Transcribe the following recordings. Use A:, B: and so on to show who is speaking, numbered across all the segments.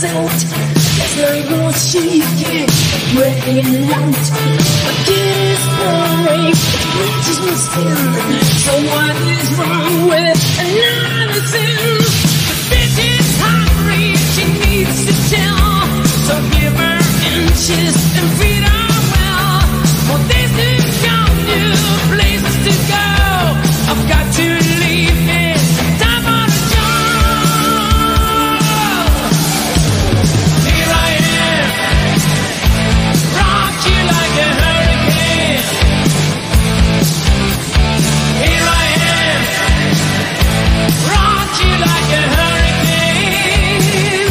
A: out. As I was shaking, breaking out. My kid is pouring, it reaches my skin. So what is wrong with another sin? The bitch is hungry, she needs to tell. So give her inches and feed her well. For this new show, new places to go. I've got to leave it. Time for the job. Here I am, rock you like a hurricane. Here I am, rock you like a hurricane.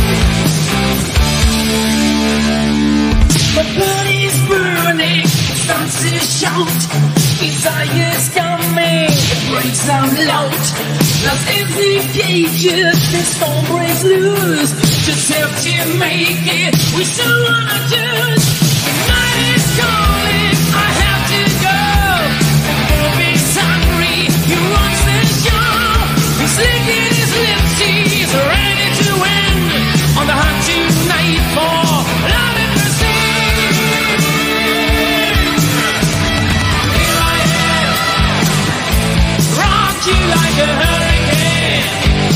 A: My body's burning, starts to shout. Desire's coming, it breaks out loud. Lost empty cages, the storm breaks loose. Just help to make it with someone I choose. The night is calling, I have to go. And Bob is hungry, he wants the show. He's licking his lips, he's ready to win. On the hunt tonight for love and mercy. You like a hurricane.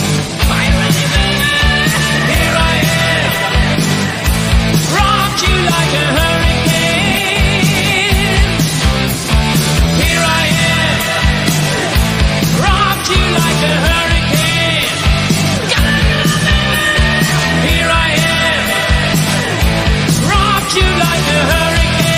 A: Here I am, rock you like a hurricane. Here I am, rock you like a hurricane. Here I am, rock you like a hurricane.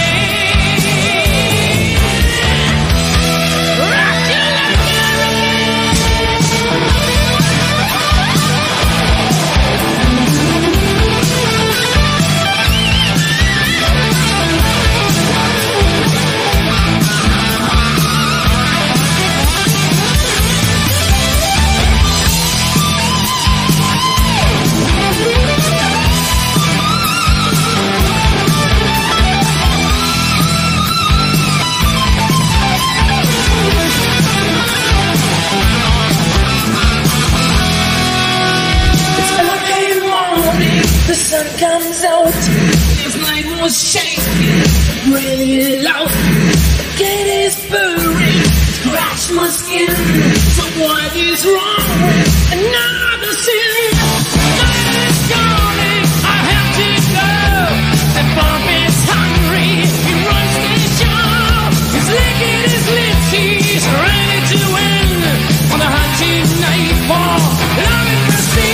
A: The sun comes out. This night was shaking, really loud. The gate is burning, scratch my skin. So what is wrong with another sin? Night is calling, I have to go. And Bob is hungry, he runs the show. He's licking his lips, he's ready to win. On the hunt tonight for love and mercy.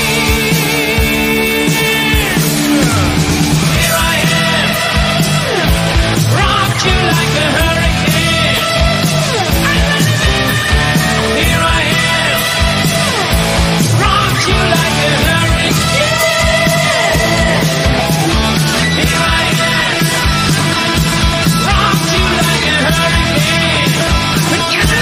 A: You like a hurricane. Here I am, rock you like a hurricane. Here I am, rock you like a hurricane. Here I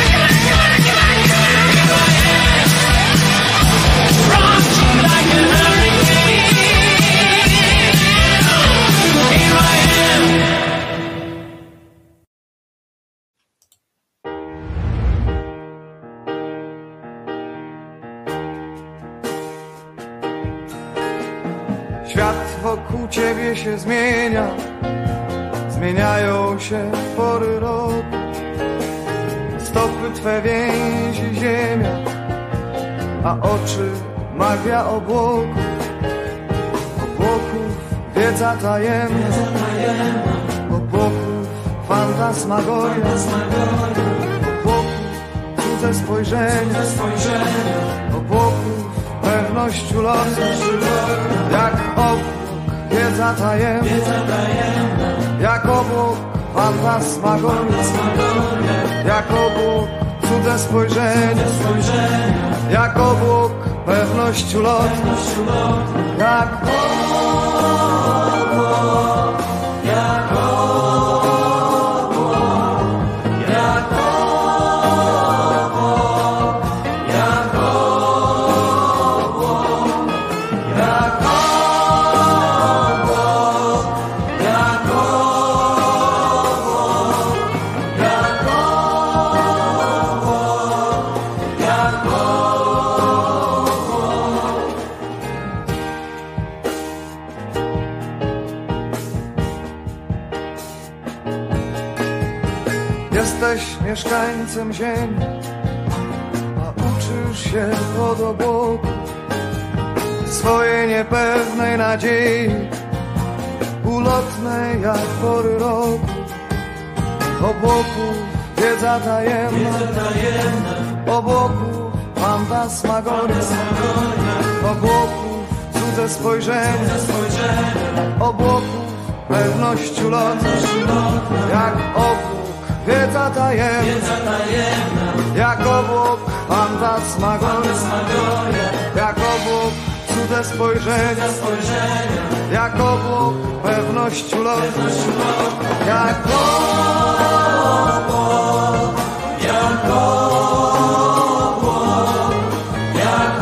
A: am, rock you like a hurricane. Here I am.
B: Świat wokół ciebie się zmienia, zmieniają się pory roku. Stopy twe więzi ziemia, a oczy magia obłoków. Obłoków wiedza tajemna, obłoków fantasmagoria, obłoków cudze spojrzenia, obłoków pewność ulotu. Jak obłok wiedza tajemna, jak obłok fantasmagoria, jak obłok cudze spojrzenia, jak obłok pewność ulotu. Jak obłok, jak obłok, jak obłok, jak obłok, jak obłok, jak obłok, jak obłok, jak obłok.
C: Jesteś mieszkańcem ziemi, a uczysz się od obłoku swojej niepewnej nadziei, ulotnej jak pory roku. Obłoków wiedza tajemna, obłoków fantasmagoria, obłoków cudze spojrzenia, obłoków pewność ulotu. Jak obłok wiedza tajemna, jak obłok fantasmagoria, jak obłok cudze spojrzenia, jak obłok pewność ulotu. Jak obłok, jak obłok, jak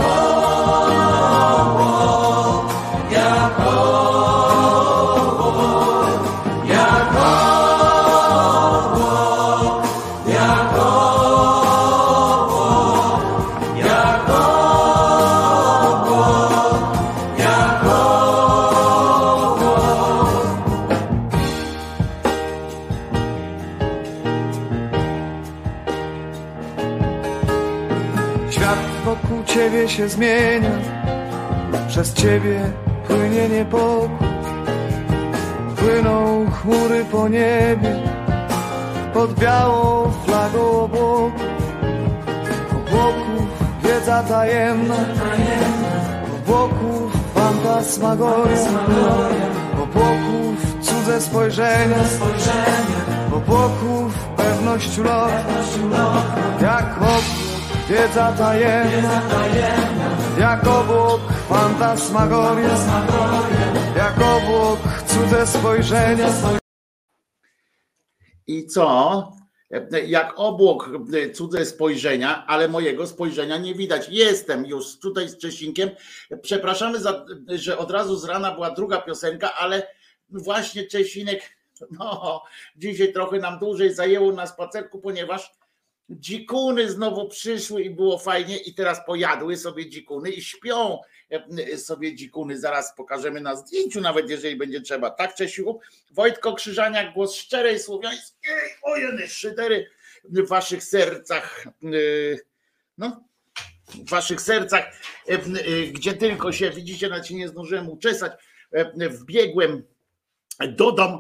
C: obłok, jak obłok, jak obłok, jak obłok, jak obłok, jak Świat wokół ciebie się zmienia, przez ciebie płynie niepokój. Płyną chmury po niebie, pod białą flagą obłoków. Obłoków wiedza tajemna, obłoków fantasmagoria, obłoków cudze spojrzenia, obłoków pewność ulotu. Jak obłok wiedza tajemna, jak obłok fantasmagoria, jak obłok cudze spojrzenia.
D: I co? Jak obłok cudze spojrzenia, ale mojego spojrzenia nie widać. Jestem już tutaj z Czesinkiem. Przepraszamy, że od razu z rana była druga piosenka, ale właśnie Czesinek, no, dzisiaj trochę nam dłużej zajęło na spacerku, ponieważ dzikuny znowu przyszły i było fajnie i teraz pojadły sobie dzikuny i śpią sobie dzikuny. Zaraz pokażemy na zdjęciu, nawet jeżeli będzie trzeba. Tak, Czesiu? Wojtko Krzyżaniak, głos szczerej słowiańskiej, ojeny szydery w waszych sercach, no, w waszych sercach, gdzie tylko się, widzicie, nawet się nie zdążyłem uczesać, wbiegłem do domu,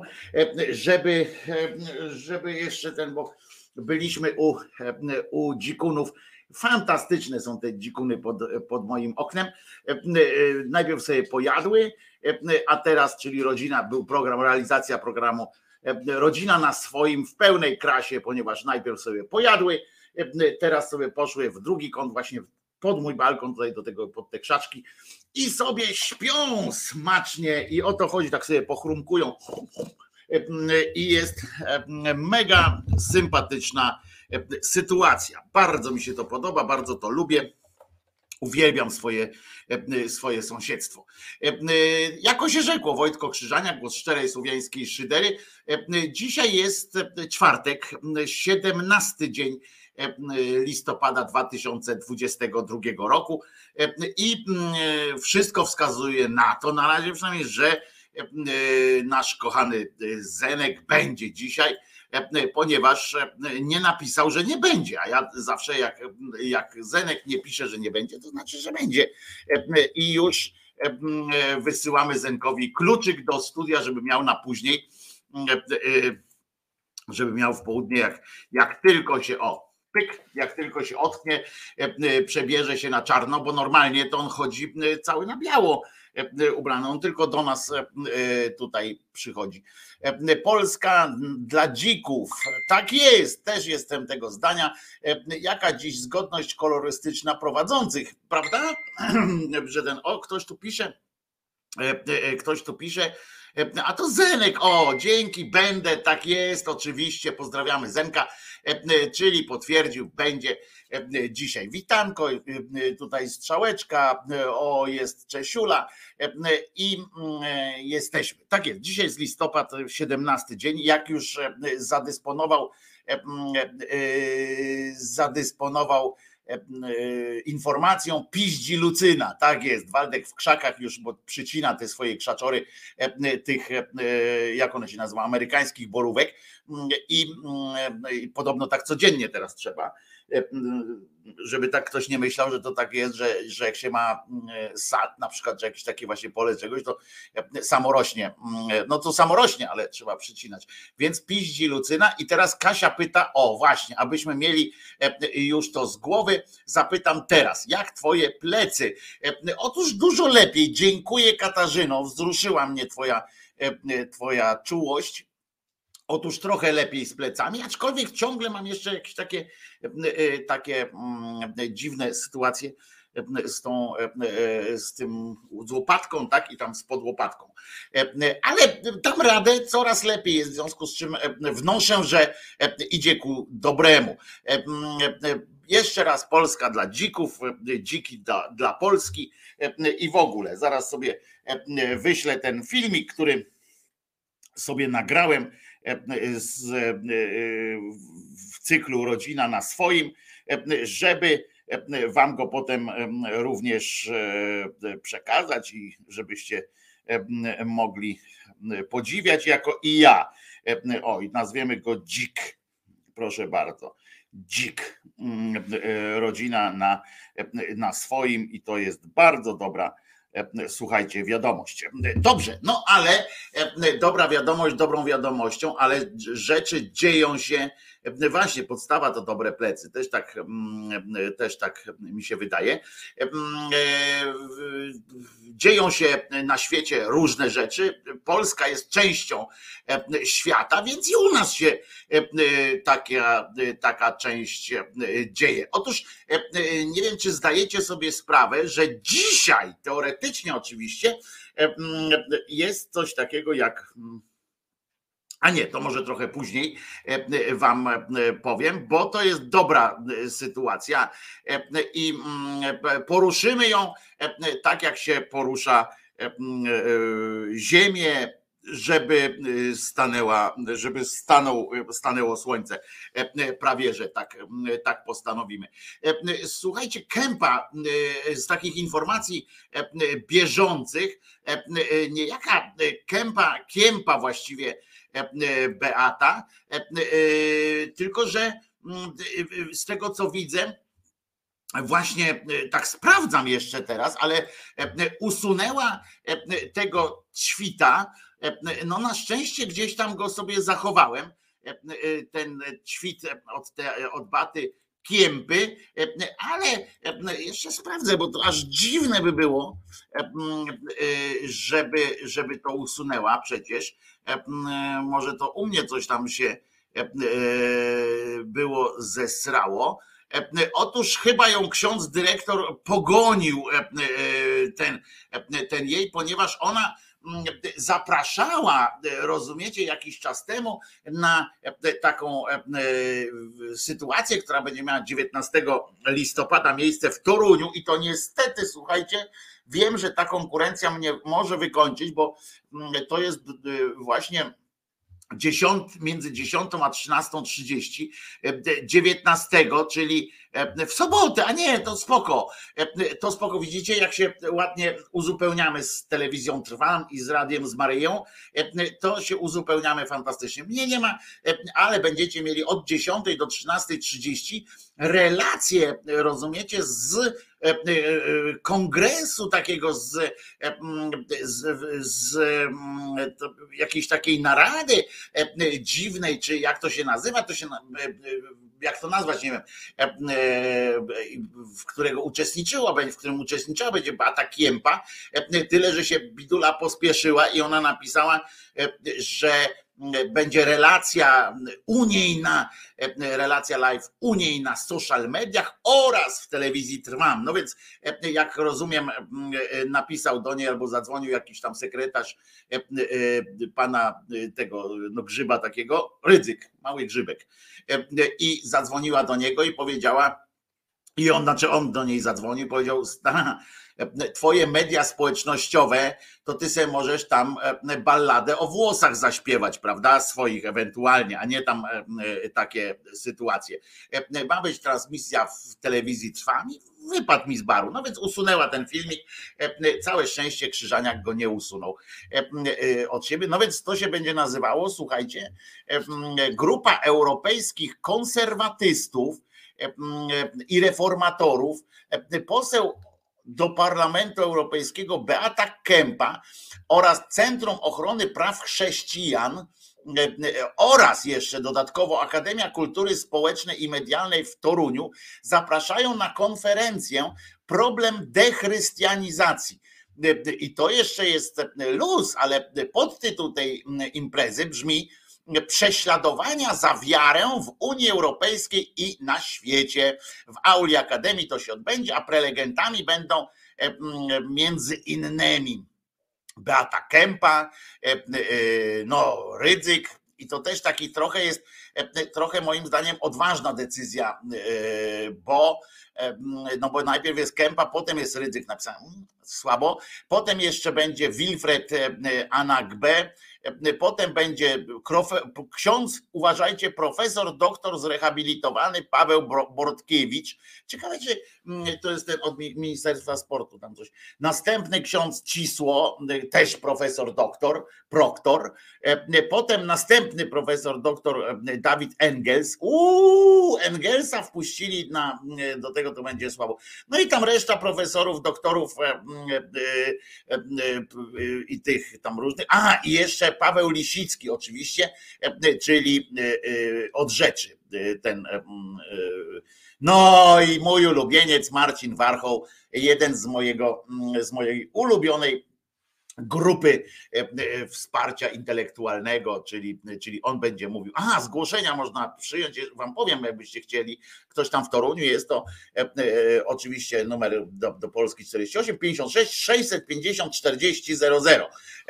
D: żeby jeszcze bo byliśmy u dzikunów. Fantastyczne są te dzikuny pod moim oknem. Najpierw sobie pojadły, a teraz, czyli rodzina, był program, realizacja programu Rodzina na swoim w pełnej krasie, ponieważ najpierw sobie pojadły, teraz sobie poszły w drugi kąt, właśnie pod mój balkon, tutaj pod te krzaczki i sobie śpią smacznie i o to chodzi, tak sobie pochrumkują. I jest mega sympatyczna sytuacja. Bardzo mi się to podoba, bardzo to lubię. Uwielbiam swoje sąsiedztwo. Jako się rzekło, Wojtko Krzyżaniak, głos szczerej słowiańskiej szydery. Dzisiaj jest czwartek, 17 dzień listopada 2022 roku i wszystko wskazuje na to, na razie przynajmniej, że nasz kochany Zenek będzie dzisiaj, ponieważ nie napisał, że nie będzie, a ja zawsze jak Zenek nie pisze, że nie będzie, to znaczy, że będzie i już wysyłamy Zenkowi kluczyk do studia, żeby miał na później, żeby miał w południe, jak tylko się jak tylko się ocknie, przebierze się na czarno, bo normalnie to on chodzi cały na biało ubrany, on tylko do nas tutaj przychodzi. Polska dla dzików, tak jest, też jestem tego zdania. Jaka dziś zgodność kolorystyczna prowadzących, prawda? Że ktoś tu pisze, a to Zenek, dzięki, będę, tak jest, oczywiście, pozdrawiamy Zenka, czyli potwierdził, będzie dzisiaj. Witanko, tutaj strzałeczka, jest Czesiula i jesteśmy. Tak jest, dzisiaj jest listopad, 17 dzień, jak już zadysponował informacją piździ Lucyna. Tak jest, Waldek w krzakach już, bo przycina te swoje krzaczory tych, jak one się nazywa, amerykańskich borówek i podobno tak codziennie teraz trzeba, żeby tak ktoś nie myślał, że to tak jest, że jak się ma sad, na przykład, że jakieś takie właśnie pole czegoś, to samo rośnie. No to samo rośnie, ale trzeba przycinać. Więc piździ Lucyna i teraz Kasia pyta, o właśnie, abyśmy mieli już to z głowy, zapytam teraz, jak twoje plecy? Otóż dużo lepiej, dziękuję Katarzyno, wzruszyła mnie twoja czułość. Otóż trochę lepiej z plecami, aczkolwiek ciągle mam jeszcze jakieś takie dziwne sytuacje z tym z łopatką, tak, i tam z podłopatką. Ale dam radę, coraz lepiej jest, w związku z czym wnoszę, że idzie ku dobremu. Jeszcze raz Polska dla dzików, dziki dla Polski i w ogóle. Zaraz sobie wyślę ten filmik, który sobie nagrałem w cyklu Rodzina na swoim, żeby wam go potem również przekazać i żebyście mogli podziwiać jako i ja. Oj, nazwiemy go Dzik. Proszę bardzo. Dzik. Rodzina na swoim i to jest bardzo dobra, słuchajcie, wiadomość. Dobrze, no ale dobra wiadomość dobrą wiadomością, ale rzeczy dzieją się, właśnie podstawa to dobre plecy, też tak mi się wydaje. Dzieją się na świecie różne rzeczy. Polska jest częścią świata, więc i u nas się taka część dzieje. Otóż nie wiem, czy zdajecie sobie sprawę, że dzisiaj, teoretycznie oczywiście, jest coś takiego jak... A nie, to może trochę później wam powiem, bo to jest dobra sytuacja i poruszymy ją tak, jak się porusza ziemię, żeby stanęło słońce. Prawie, że tak postanowimy. Słuchajcie, Kępa, z takich informacji bieżących, niejaka Kępa właściwie, Beata, tylko że z tego co widzę, właśnie tak sprawdzam jeszcze teraz, ale usunęła tego świta, no na szczęście gdzieś tam go sobie zachowałem, ten świt od Baty Kiempy, ale jeszcze sprawdzę, bo to aż dziwne by było, żeby to usunęła przecież. Może to u mnie coś tam się było zesrało. Otóż chyba ją ksiądz dyrektor pogonił, ten jej, ponieważ ona zapraszała, rozumiecie, jakiś czas temu na taką sytuację, która będzie miała 19 listopada miejsce w Toruniu i to niestety, słuchajcie, wiem, że ta konkurencja mnie może wykończyć, bo to jest właśnie między 10 a 13:30, 19, czyli w sobotę, a nie, to spoko, widzicie, jak się ładnie uzupełniamy z telewizją Trwam i z radiem z Maryją, to się uzupełniamy fantastycznie. Mnie nie ma, ale będziecie mieli od 10 do 13:30 relacje, rozumiecie, z kongresu takiego, z jakiejś takiej narady dziwnej, czy jak to się nazywa, jak to nazwać, nie wiem, w którym uczestniczyła będzie Beata Kiempa, tyle, że się bidula pospieszyła i ona napisała, że będzie relacja live u niej na social mediach oraz w telewizji Trwam. No więc jak rozumiem, napisał do niej albo zadzwonił jakiś tam sekretarz pana tego grzyba takiego, Rydzyk, mały grzybek, i zadzwoniła do niego i powiedziała, I on do niej zadzwonił, powiedział: twoje media społecznościowe, to ty sobie możesz tam balladę o włosach zaśpiewać, prawda, swoich ewentualnie, a nie tam takie sytuacje. Ma być transmisja w telewizji Trwam, wypadł mi z baru, no więc usunęła ten filmik. Całe szczęście Krzyżaniak go nie usunął od siebie, no więc to się będzie nazywało, słuchajcie, grupa europejskich konserwatystów i reformatorów, poseł do Parlamentu Europejskiego Beata Kempa oraz Centrum Ochrony Praw Chrześcijan oraz jeszcze dodatkowo Akademia Kultury Społecznej i Medialnej w Toruniu zapraszają na konferencję Problem dechrystianizacji. I to jeszcze jest luz, ale podtytuł tej imprezy brzmi: prześladowania za wiarę w Unii Europejskiej i na świecie. W auli Akademii to się odbędzie, a prelegentami będą między innymi Beata Kempa, no Rydzyk, i to też taki trochę jest, trochę moim zdaniem odważna decyzja, bo najpierw jest Kempa, potem jest Rydzyk napisany, słabo, potem jeszcze będzie Wilfred Anagbe, potem będzie ksiądz, uważajcie, profesor, doktor zrehabilitowany Paweł Bortkiewicz. Ciekawe, czy to jest ten od Ministerstwa Sportu, tam coś. Następny ksiądz Cisło, też profesor, doktor, proktor. Potem następny profesor, doktor Dawid Engels. Engelsa wpuścili do tego, to będzie słabo. No i tam reszta profesorów, doktorów i tych tam różnych. I jeszcze Paweł Lisicki oczywiście, czyli od rzeczy. No i mój ulubieniec Marcin Warchoł, jeden z mojej ulubionej grupy wsparcia intelektualnego, czyli on będzie mówił, zgłoszenia można przyjąć, wam powiem, jakbyście chcieli, ktoś tam w Toruniu jest, to oczywiście numer do Polski 48 56 650 40 00.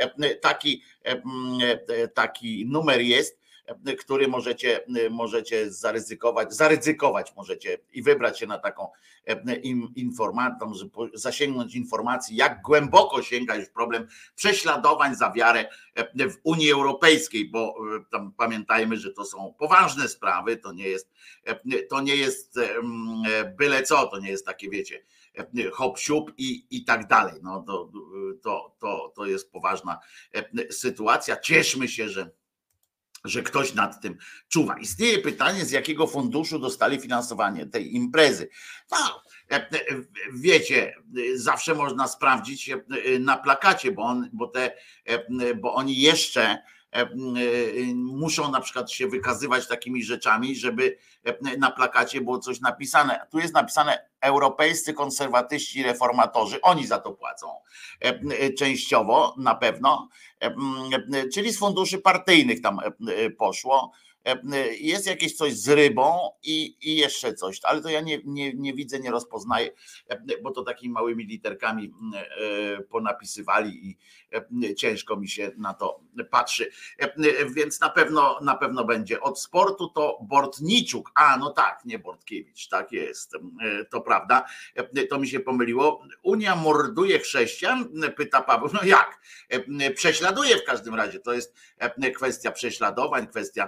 D: Taki numer jest, który możecie zaryzykować możecie i wybrać się na taką informację, zasięgnąć informacji, jak głęboko sięga już problem prześladowań za wiarę w Unii Europejskiej, bo tam pamiętajmy, że to są poważne sprawy, to nie jest byle co, to nie jest takie, wiecie, hop siup i tak dalej. No to jest poważna sytuacja. Cieszmy się, że ktoś nad tym czuwa. Istnieje pytanie, z jakiego funduszu dostali finansowanie tej imprezy. No, wiecie, zawsze można sprawdzić na plakacie, bo oni jeszcze muszą na przykład się wykazywać takimi rzeczami, żeby na plakacie było coś napisane. Tu jest napisane europejscy konserwatyści i reformatorzy, oni za to płacą częściowo na pewno, czyli z funduszy partyjnych tam poszło. Jest jakieś coś z rybą i jeszcze coś, ale to ja nie widzę, nie rozpoznaję, bo to takimi małymi literkami ponapisywali i ciężko mi się na to patrzy. Więc na pewno będzie. Od sportu to Bortniczuk, no tak, nie Bortkiewicz, tak jest, to prawda, to mi się pomyliło. Unia morduje chrześcijan, pyta Paweł, no jak? Prześladuje w każdym razie, to jest kwestia prześladowań,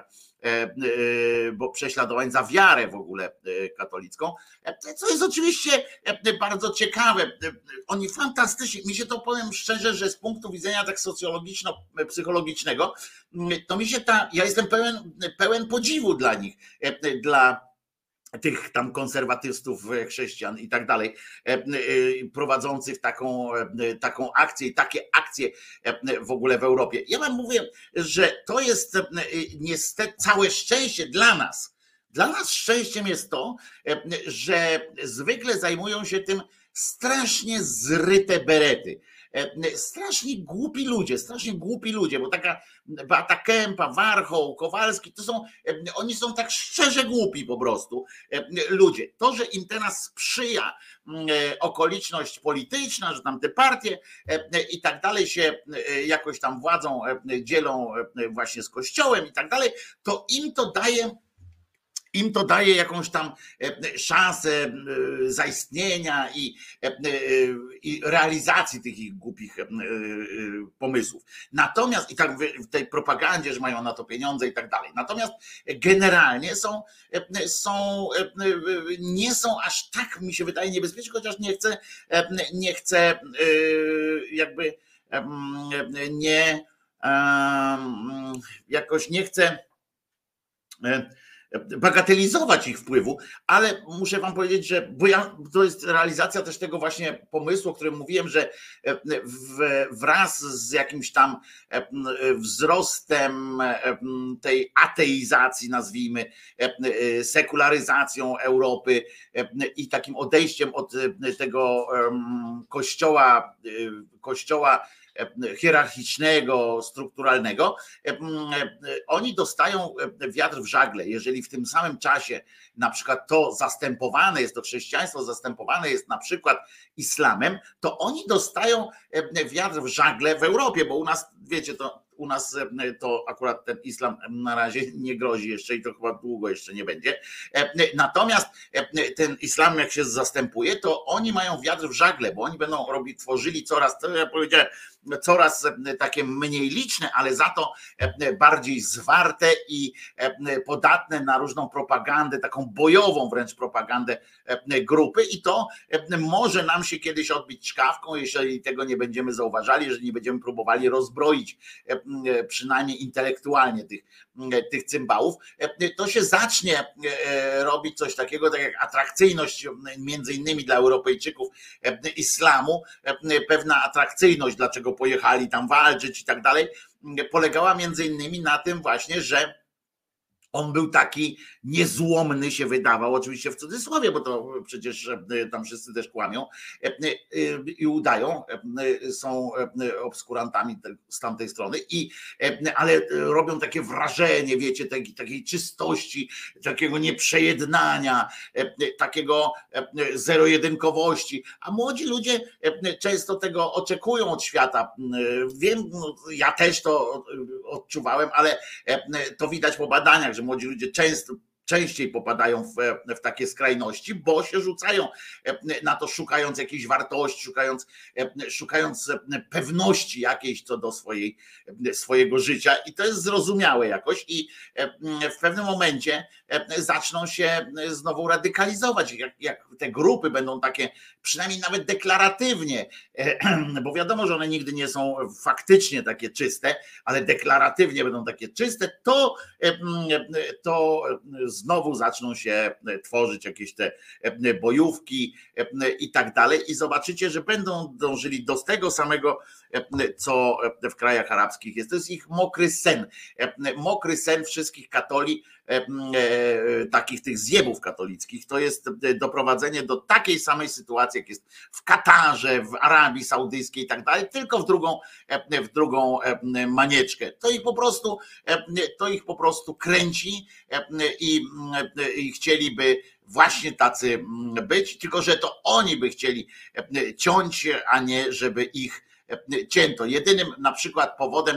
D: bo prześladowań za wiarę w ogóle katolicką, co jest oczywiście bardzo ciekawe. Oni fantastycznie, mi się to, powiem szczerze, że z punktu widzenia tak socjologiczno-psychologicznego, to mi się ja jestem pełen podziwu dla nich, dla tych tam konserwatystów, chrześcijan i tak dalej, prowadzących taką akcję i takie akcje w ogóle w Europie. Ja wam mówię, że to jest niestety całe szczęście dla nas. Dla nas szczęściem jest to, że zwykle zajmują się tym strasznie zryte berety. Strasznie głupi ludzie, bo taka Beata Kempa, Warchoł, Kowalski, oni są tak szczerze głupi po prostu ludzie. To, że im teraz sprzyja okoliczność polityczna, że tam te partie i tak dalej się jakoś tam władzą dzielą właśnie z Kościołem i tak dalej, to im to daje im to daje jakąś tam szansę zaistnienia i realizacji tych ich głupich pomysłów. Natomiast i tak w tej propagandzie, że mają na to pieniądze i tak dalej. Natomiast generalnie nie są aż tak, mi się wydaje, niebezpieczne, chociaż nie chcę jakby jakoś nie chcę bagatelizować ich wpływu, ale muszę wam powiedzieć, że to jest realizacja też tego właśnie pomysłu, o którym mówiłem, że wraz z jakimś tam wzrostem tej ateizacji, nazwijmy, sekularyzacją Europy i takim odejściem od tego kościoła hierarchicznego, strukturalnego, oni dostają wiatr w żagle. Jeżeli w tym samym czasie na przykład to chrześcijaństwo zastępowane jest na przykład islamem, to oni dostają wiatr w żagle w Europie, bo u nas, wiecie, u nas to akurat ten islam na razie nie grozi jeszcze i to chyba długo jeszcze nie będzie. Natomiast ten islam, jak się zastępuje, to oni mają wiatr w żagle, bo oni będą tworzyli coraz takie mniej liczne, ale za to bardziej zwarte i podatne na różną propagandę, taką bojową wręcz propagandę grupy i to może nam się kiedyś odbić czkawką, jeżeli tego nie będziemy zauważali, jeżeli nie będziemy próbowali rozbroić przynajmniej intelektualnie tych cymbałów, to się zacznie robić coś takiego, tak jak atrakcyjność między innymi dla Europejczyków islamu, pewna atrakcyjność, dlaczego pojechali tam walczyć i tak dalej, polegała między innymi na tym właśnie, że on był taki niezłomny, się wydawał, oczywiście w cudzysłowie, bo to przecież tam wszyscy też kłamią i udają, są obskurantami z tamtej strony, ale robią takie wrażenie, wiecie, takiej czystości, takiego nieprzejednania, takiego zero-jedynkowości, a młodzi ludzie często tego oczekują od świata. Wiem, ja też to odczuwałem, ale to widać po badaniach, że młodzi ludzie częściej popadają w takie skrajności, bo się rzucają na to, szukając jakiejś wartości, szukając pewności jakiejś co do swojego życia i to jest zrozumiałe jakoś i w pewnym momencie zaczną się znowu radykalizować, jak te grupy będą takie, przynajmniej nawet deklaratywnie, bo wiadomo, że one nigdy nie są faktycznie takie czyste, ale deklaratywnie będą takie czyste, to znowu zaczną się tworzyć jakieś te bojówki i tak dalej i zobaczycie, że będą dążyli do tego samego, co w krajach arabskich jest. To jest ich mokry sen wszystkich katoli, takich tych zjebów katolickich, to jest doprowadzenie do takiej samej sytuacji, jak jest w Katarze, w Arabii Saudyjskiej i tak dalej, tylko w drugą manieczkę. To ich po prostu kręci i chcieliby właśnie tacy być, tylko że to oni by chcieli ciąć, a nie żeby ich cięto. Jedynym na przykład powodem,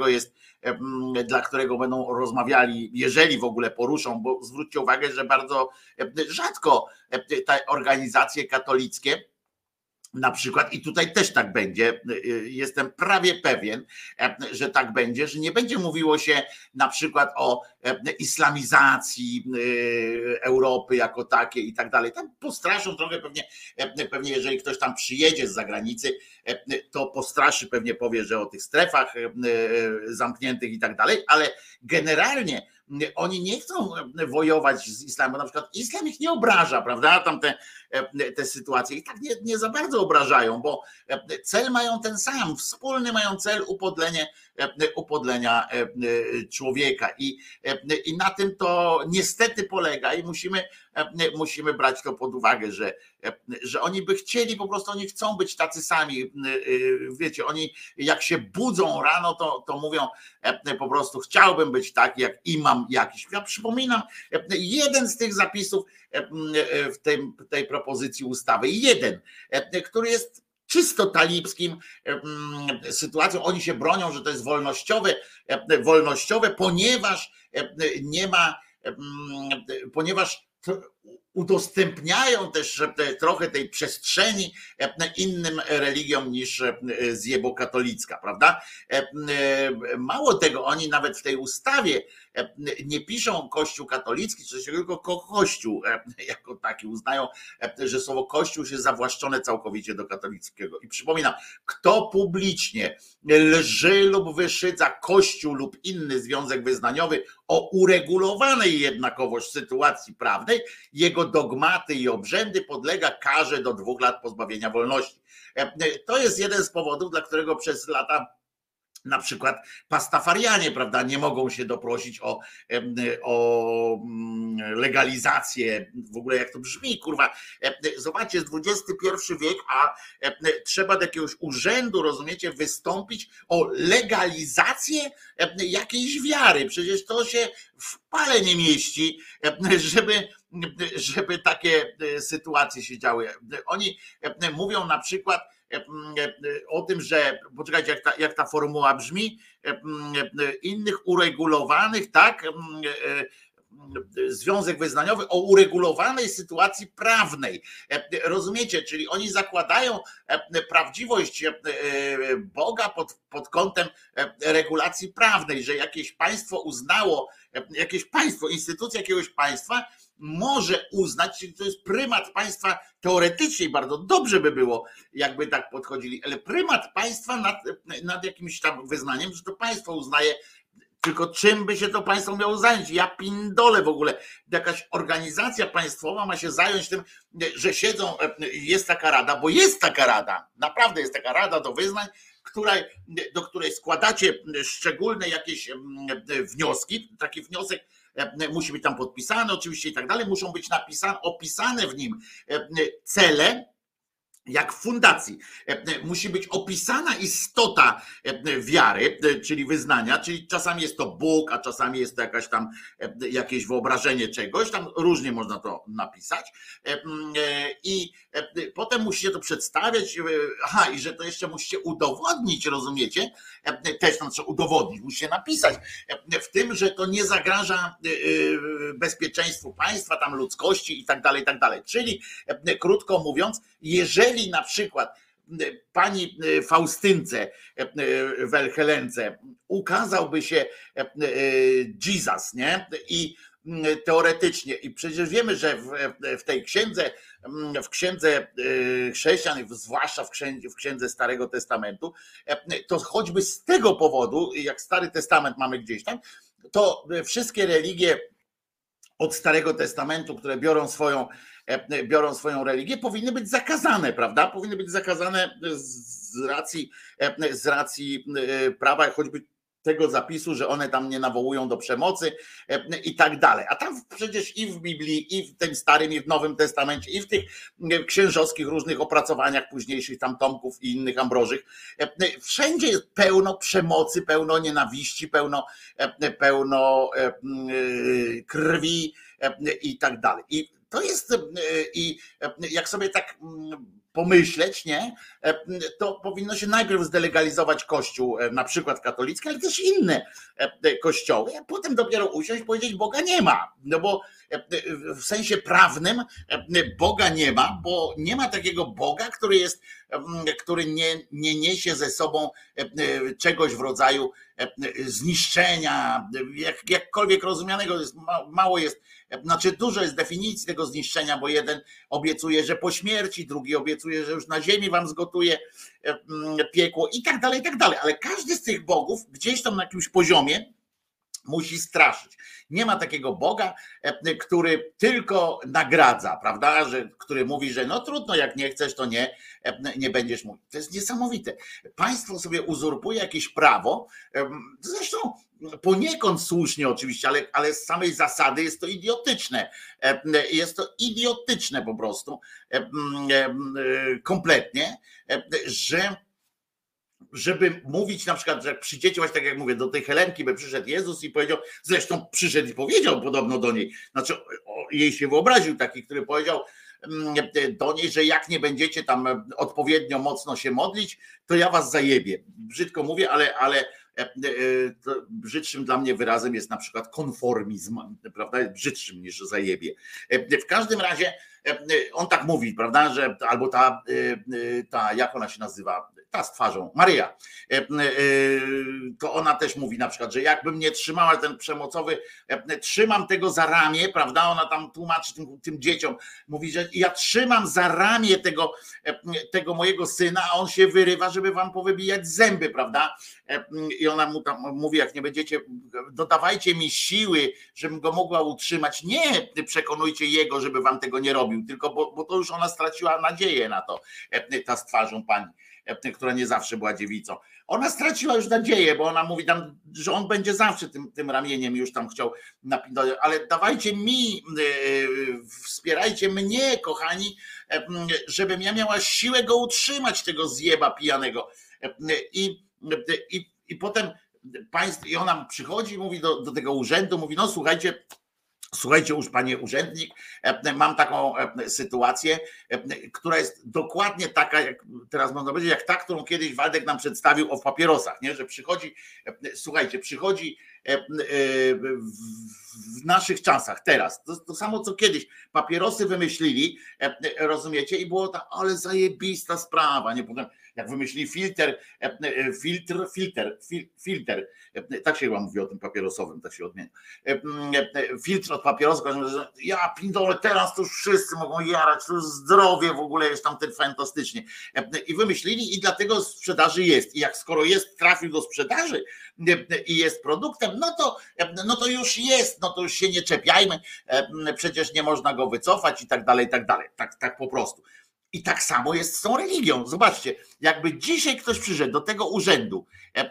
D: dla którego będą rozmawiali, jeżeli w ogóle poruszą, bo zwróćcie uwagę, że bardzo rzadko te organizacje katolickie na przykład, i tutaj też tak będzie, jestem prawie pewien, że tak będzie, że nie będzie mówiło się na przykład o islamizacji Europy jako takiej i tak dalej. Tam postraszą trochę pewnie jeżeli ktoś tam przyjedzie z zagranicy, to postraszy, pewnie powie, że o tych strefach zamkniętych i tak dalej, ale generalnie oni nie chcą wojować z islamem, bo na przykład islam ich nie obraża, prawda? Tam te sytuacje ich tak nie za bardzo obrażają, bo cel mają ten sam, wspólny mają cel upodlenia człowieka i na tym to niestety polega i musimy brać to pod uwagę, że oni by chcieli, po prostu oni chcą być tacy sami, wiecie, oni jak się budzą rano, to mówią po prostu chciałbym być taki jak imam jakiś. Ja przypominam, jeden z tych zapisów w tej propozycji ustawy, który jest czysto talibskim sytuacją. Oni się bronią, że to jest wolnościowe, ponieważ nie ma ponieważ udostępniają też trochę tej przestrzeni innym religiom niż zjebokatolicka, prawda? Mało tego, oni nawet w tej ustawie nie piszą Kościół katolicki, tylko Kościół jako taki. Uznają, że słowo Kościół jest zawłaszczone całkowicie do katolickiego. I przypominam, kto publicznie lży lub wyszydza Kościół lub inny związek wyznaniowy o uregulowanej jednakowoż sytuacji prawnej, jego dogmaty i obrzędy podlega karze do 2 lat pozbawienia wolności. To jest jeden z powodów, dla którego przez lata na przykład pastafarianie, prawda, nie mogą się doprosić o legalizację, w ogóle jak to brzmi, kurwa. Zobaczcie, jest XXI wiek, a trzeba do jakiegoś urzędu, rozumiecie, wystąpić o legalizację jakiejś wiary. Przecież to się w pale nie mieści, żeby takie sytuacje się działy. Oni mówią na przykład o tym, że, poczekajcie, jak ta formuła brzmi, innych uregulowanych, tak, związek wyznaniowy o uregulowanej sytuacji prawnej. Rozumiecie, czyli oni zakładają prawdziwość Boga pod kątem regulacji prawnej, że jakieś państwo uznało, instytucja jakiegoś państwa może uznać, czyli to jest prymat państwa teoretycznie, bardzo dobrze by było, jakby tak podchodzili, ale prymat państwa nad jakimś tam wyznaniem, że to państwo uznaje. Tylko czym by się to państwo miało zająć? Ja pindolę w ogóle. Jakaś organizacja państwowa ma się zająć tym, że siedzą, jest taka rada, bo jest taka rada, naprawdę jest taka rada do wyznań, do której składacie szczególne jakieś wnioski. Taki wniosek musi być tam podpisany oczywiście i tak dalej, muszą być opisane w nim cele, jak w fundacji. Musi być opisana istota wiary, czyli wyznania, czyli czasami jest to Bóg, a czasami jest to jakieś wyobrażenie czegoś, tam różnie można to napisać. I potem musicie to przedstawiać, i że to jeszcze musicie udowodnić, rozumiecie? Też tam trzeba udowodnić, musicie napisać w tym, że to nie zagraża bezpieczeństwu państwa, tam ludzkości i tak dalej. Czyli krótko mówiąc, jeżeli na przykład pani Faustynce Welhelence ukazałby się Jesus, nie? I teoretycznie, i przecież wiemy, że w tej księdze chrześcijan, zwłaszcza w księdze Starego Testamentu, to choćby z tego powodu, jak Stary Testament mamy gdzieś tam, to wszystkie religie od Starego Testamentu, które biorą swoją religię, powinny być zakazane, prawda? Powinny być zakazane z racji prawa, choćby tego zapisu, że one tam nie nawołują do przemocy i tak dalej. A tam przecież i w Biblii, i w tym Starym, i w Nowym Testamencie, i w tych księżowskich różnych opracowaniach późniejszych tam tomków i innych ambrożych, wszędzie jest pełno przemocy, pełno nienawiści, pełno krwi i tak dalej. I to jest, i jak sobie tak pomyśleć, nie, to powinno się najpierw zdelegalizować Kościół, na przykład katolicki, ale też inne kościoły, a potem dopiero usiąść i powiedzieć, Boga nie ma. No bo w sensie prawnym Boga nie ma, bo nie ma takiego Boga, który nie niesie ze sobą czegoś w rodzaju zniszczenia, jakkolwiek rozumianego, mało jest, znaczy dużo jest definicji tego zniszczenia, bo jeden obiecuje, że po śmierci, drugi obiecuje, że już na ziemi wam zgotuje piekło i tak dalej, ale każdy z tych bogów gdzieś tam na jakimś poziomie musi straszyć. Nie ma takiego Boga, który tylko nagradza, prawda? Który mówi, że no trudno, jak nie chcesz, to nie będziesz mówił. To jest niesamowite. Państwo sobie uzurpuje jakieś prawo, zresztą poniekąd słusznie oczywiście, ale z samej zasady jest to idiotyczne. Jest to idiotyczne po prostu, kompletnie, żeby mówić na przykład, że jak przyjdziecie właśnie, tak jak mówię, do tej Helenki by przyszedł Jezus i powiedział, zresztą przyszedł i powiedział podobno do niej, znaczy jej się wyobraził taki, który powiedział do niej, że jak nie będziecie tam odpowiednio mocno się modlić, to ja was zajebię. Brzydko mówię, ale Brzydszym dla mnie wyrazem jest na przykład konformizm, prawda? Jest brzydszym niż zajebie. W każdym razie on tak mówi, prawda, że albo ta jak ona się nazywa, ta z twarzą, Maryja, to ona też mówi na przykład, że jakby mnie trzymała ten przemocowy, trzymam tego za ramię, prawda, ona tam tłumaczy tym dzieciom, mówi, że ja trzymam za ramię tego mojego syna, a on się wyrywa, żeby wam powybijać zęby, prawda, i ona mu tam mówi, jak nie będziecie, dodawajcie mi siły, żebym go mogła utrzymać, nie przekonujcie jego, żeby wam tego nie robił, tylko bo to już ona straciła nadzieję na to, ta z twarzą pani, która nie zawsze była dziewicą. Ona straciła już nadzieję, bo ona mówi tam, że on będzie zawsze tym ramieniem już tam chciał napinać, ale dawajcie mi, wspierajcie mnie, kochani, żebym ja miała siłę go utrzymać, tego zjeba pijanego. I potem państwo, i ona przychodzi, mówi do tego urzędu, mówi, no słuchajcie już panie urzędnik, mam taką sytuację, która jest dokładnie taka, jak teraz można powiedzieć, jak ta, którą kiedyś Waldek nam przedstawił o papierosach, nie? Że przychodzi, słuchajcie, przychodzi w naszych czasach, teraz, to samo co kiedyś, papierosy wymyślili, rozumiecie, i było to, ale zajebista sprawa, nie? Potem jak wymyślili filtr, tak się chyba mówi o tym papierosowym, tak się odmienia, filtr od papierosów, ja pindole, teraz to już wszyscy mogą jarać, to już zdrowie w ogóle jest tam ten fantastycznie. I wymyślili i dlatego w sprzedaży jest. I jak skoro jest, trafił do sprzedaży i jest produktem, no to już jest, no to już się nie czepiajmy, przecież nie można go wycofać i tak dalej, tak po prostu. I tak samo jest z tą religią. Zobaczcie, jakby dzisiaj ktoś przyszedł do tego urzędu,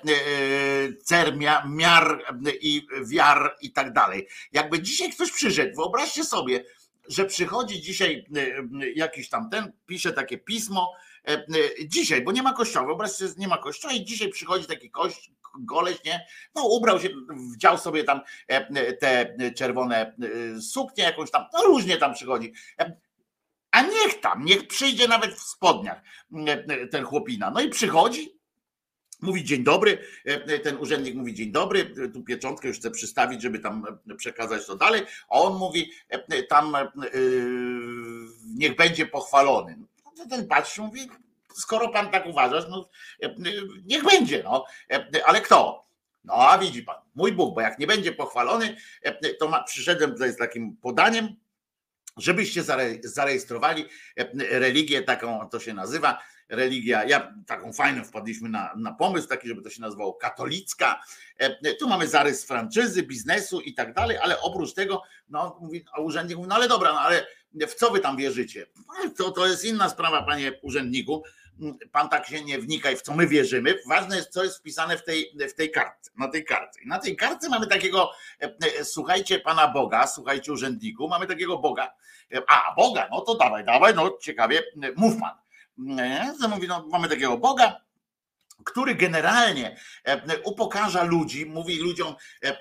D: miar i wiar i tak dalej. Jakby dzisiaj ktoś przyszedł, wyobraźcie sobie, że przychodzi dzisiaj jakiś tam pisze takie pismo, dzisiaj, bo nie ma kościoła, wyobraźcie, nie ma kościoła i dzisiaj przychodzi taki goleś, nie? No ubrał się, wdział sobie tam te czerwone suknie jakąś tam, no różnie tam przychodzi. A niech przyjdzie nawet w spodniach ten chłopina. No i przychodzi, mówi dzień dobry, ten urzędnik mówi dzień dobry, tu pieczątkę już chcę przystawić, żeby tam przekazać to dalej, a on mówi tam niech będzie pochwalony. No ten patrzy, mówi, skoro pan tak uważasz, no niech będzie, no, ale kto? No a widzi pan, mój Bóg, bo jak nie będzie pochwalony, to przyszedłem tutaj z takim podaniem, żebyście zarejestrowali religię taką, to się nazywa religia, taką fajną wpadliśmy na pomysł taki, żeby to się nazywało katolicka. Tu mamy zarys franczyzy, biznesu i tak dalej, ale oprócz tego, no mówi, a urzędnik mówi, no ale dobra, no ale w co wy tam wierzycie? To jest inna sprawa, panie urzędniku. Pan tak się nie wnikaj, w co my wierzymy. Ważne jest, co jest wpisane w tej kartce, na tej kartce. I na tej kartce mamy takiego, słuchajcie pana Boga, słuchajcie urzędniku, mamy takiego Boga. A, Boga, no to dawaj, no ciekawie, mów pan. Mówi, no mamy takiego Boga, który generalnie upokarza ludzi, mówi ludziom,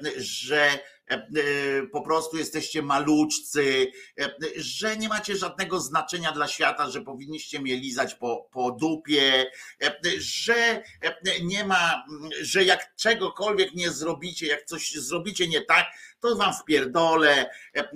D: że po prostu jesteście maluczcy, że nie macie żadnego znaczenia dla świata, że powinniście mnie lizać po dupie, że nie ma, że jak czegokolwiek nie zrobicie, jak coś zrobicie nie tak, to wam wpierdolę,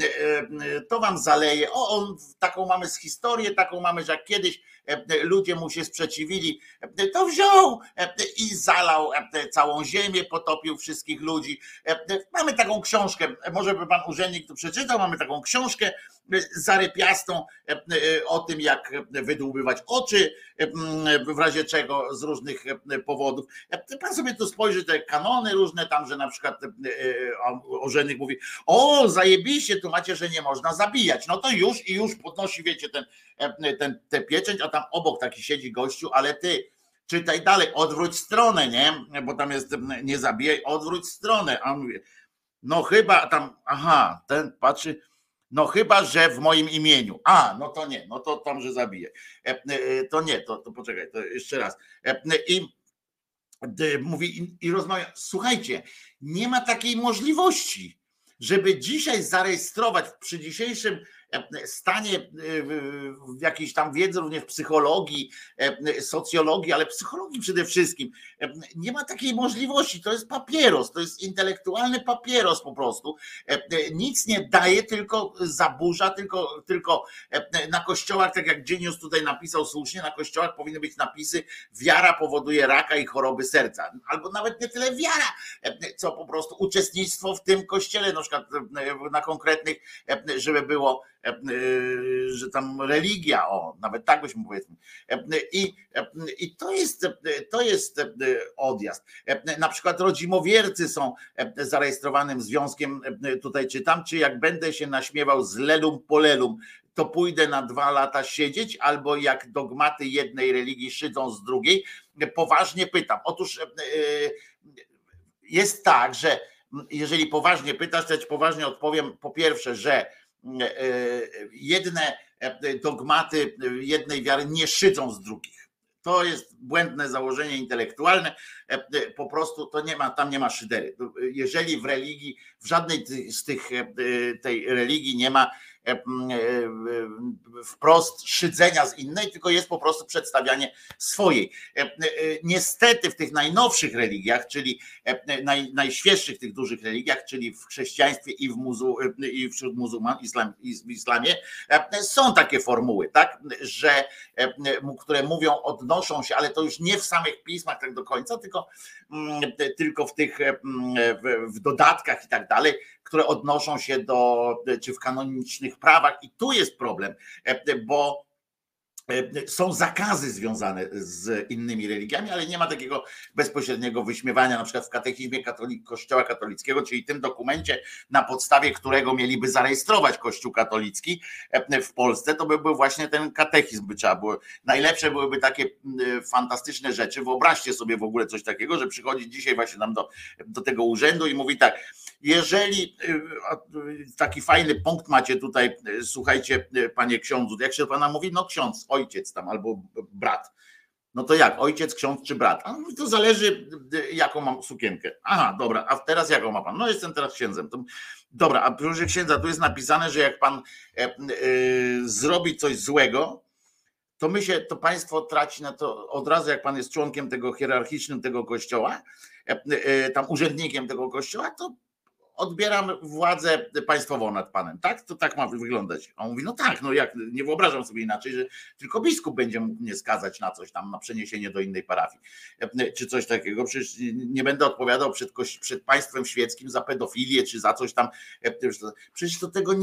D: to wam zaleje. Taką mamy historię, taką mamy, że jak kiedyś ludzie mu się sprzeciwili, to wziął i zalał całą ziemię, potopił wszystkich ludzi. Mamy taką książkę, może by pan urzędnik tu przeczytał, mamy taką książkę zarypiastą o tym, jak wydłubywać oczy, w razie czego z różnych powodów. Pan sobie tu spojrzy, te kanony różne tam, że na przykład urzędnik mówi, o zajebiście, tu macie, że nie można zabijać. No to już podnosi, wiecie, tę pieczęć, a tam obok taki siedzi gościu, ale ty czytaj dalej, odwróć stronę, nie? Bo tam jest nie zabijaj, odwróć stronę. A on mówi, no chyba tam, ten patrzy, no chyba, że w moim imieniu. No to nie, no to tam, że zabiję. To nie, to poczekaj, to jeszcze raz. I mówi i rozmawia, słuchajcie, nie ma takiej możliwości, żeby dzisiaj zarejestrować przy dzisiejszym stanie w jakiejś tam wiedzy również psychologii, socjologii, ale psychologii przede wszystkim, nie ma takiej możliwości. To jest papieros, to jest intelektualny papieros po prostu. Nic nie daje, tylko zaburza, tylko na kościołach, tak jak Geniusz tutaj napisał słusznie, na kościołach powinny być napisy: wiara powoduje raka i choroby serca. Albo nawet nie tyle wiara, co po prostu uczestnictwo w tym kościele, na przykład na konkretnych, żeby było, że tam religia, nawet tak byśmy powiedzmy. I to jest odjazd. Na przykład rodzimowiercy są zarejestrowanym związkiem, tutaj czytam, czy jak będę się naśmiewał z lelum polelum, to pójdę na 2 lata siedzieć, albo jak dogmaty jednej religii szydzą z drugiej. Poważnie pytam. Otóż jest tak, że jeżeli poważnie pytasz, to ja ci poważnie odpowiem. Po pierwsze, że jedne dogmaty jednej wiary nie szydzą z drugich. To jest błędne założenie intelektualne. Po prostu to nie ma, tam nie ma szydery. Jeżeli w religii, w żadnej z tej religii nie ma wprost szydzenia z innej, tylko jest po prostu przedstawianie swojej. Niestety w tych najnowszych religiach, czyli najświeższych tych dużych religiach, czyli w chrześcijaństwie i wśród muzułman, w islamie, są takie formuły, tak, że które mówią, odnoszą się, ale to już nie w samych pismach tak do końca, tylko w tych w dodatkach i tak dalej, które odnoszą się czy w kanonicznych prawach. I tu jest problem, bo są zakazy związane z innymi religiami, ale nie ma takiego bezpośredniego wyśmiewania, na przykład w katechizmie Kościoła katolickiego, czyli tym dokumencie, na podstawie którego mieliby zarejestrować Kościół katolicki w Polsce, to by był właśnie ten katechizm, by trzeba było. Najlepsze byłyby takie fantastyczne rzeczy. Wyobraźcie sobie w ogóle coś takiego, że przychodzi dzisiaj właśnie tam do tego urzędu i mówi tak: jeżeli taki fajny punkt macie tutaj, słuchajcie, panie ksiądzu, jak się pana mówi? No ksiądz, ojciec tam albo brat. No to jak? Ojciec, ksiądz czy brat? A mówi, to zależy, jaką mam sukienkę. Aha, dobra, a teraz jaką ma pan? No jestem teraz księdzem. Dobra, a proszę księdza, tu jest napisane, że jak pan zrobi coś złego, to państwo traci na to od razu, jak pan jest członkiem tego hierarchicznym tego kościoła, tam urzędnikiem tego kościoła, to odbieram władzę państwową nad panem, tak? To tak ma wyglądać. A on mówi, no tak, no jak, nie wyobrażam sobie inaczej, że tylko biskup będzie mógł mnie skazać na coś tam, na przeniesienie do innej parafii, czy coś takiego. Przecież nie będę odpowiadał przed państwem świeckim za pedofilię, czy za coś tam. Przecież to tego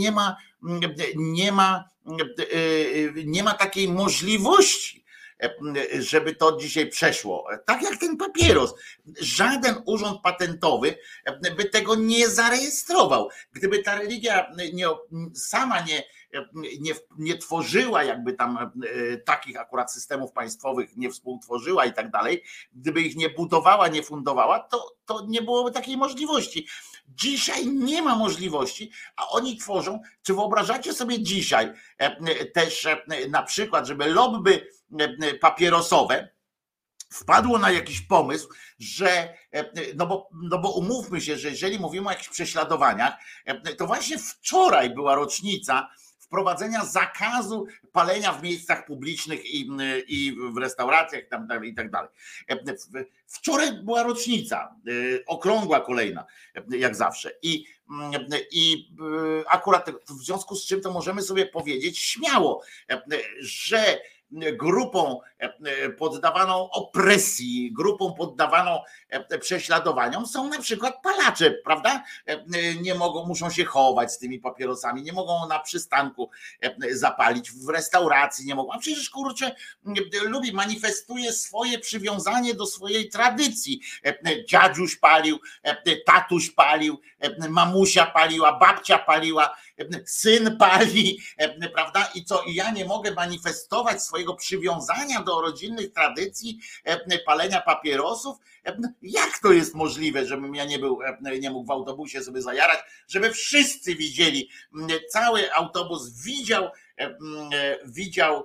D: nie ma takiej możliwości, żeby to dzisiaj przeszło. Tak jak ten papieros. Żaden urząd patentowy by tego nie zarejestrował. Gdyby ta religia sama nie tworzyła jakby tam takich akurat systemów państwowych, nie współtworzyła i tak dalej, gdyby ich nie budowała, nie fundowała, to nie byłoby takiej możliwości. Dzisiaj nie ma możliwości, a oni tworzą. Czy wyobrażacie sobie dzisiaj też na przykład, żeby lobby papierosowe wpadło na jakiś pomysł, że no bo umówmy się, że jeżeli mówimy o jakichś prześladowaniach, to właśnie wczoraj była rocznica wprowadzenia zakazu palenia w miejscach publicznych i w restauracjach i tak dalej. Wczoraj była rocznica, okrągła kolejna, jak zawsze. I akurat w związku z czym to możemy sobie powiedzieć śmiało, że grupą poddawaną opresji, grupą poddawaną prześladowaniom są na przykład palacze, prawda? Nie mogą, muszą się chować z tymi papierosami, nie mogą na przystanku zapalić, w restauracji nie mogą. A przecież kurczę, manifestuje swoje przywiązanie do swojej tradycji. Dziadziuś palił, tatuś palił, mamusia paliła, babcia paliła, syn pali, prawda? I co? I ja nie mogę manifestować swojego przywiązania do rodzinnych tradycji palenia papierosów? Jak to jest możliwe, żebym ja nie mógł w autobusie sobie zajarać, żeby wszyscy widzieli, cały autobus widział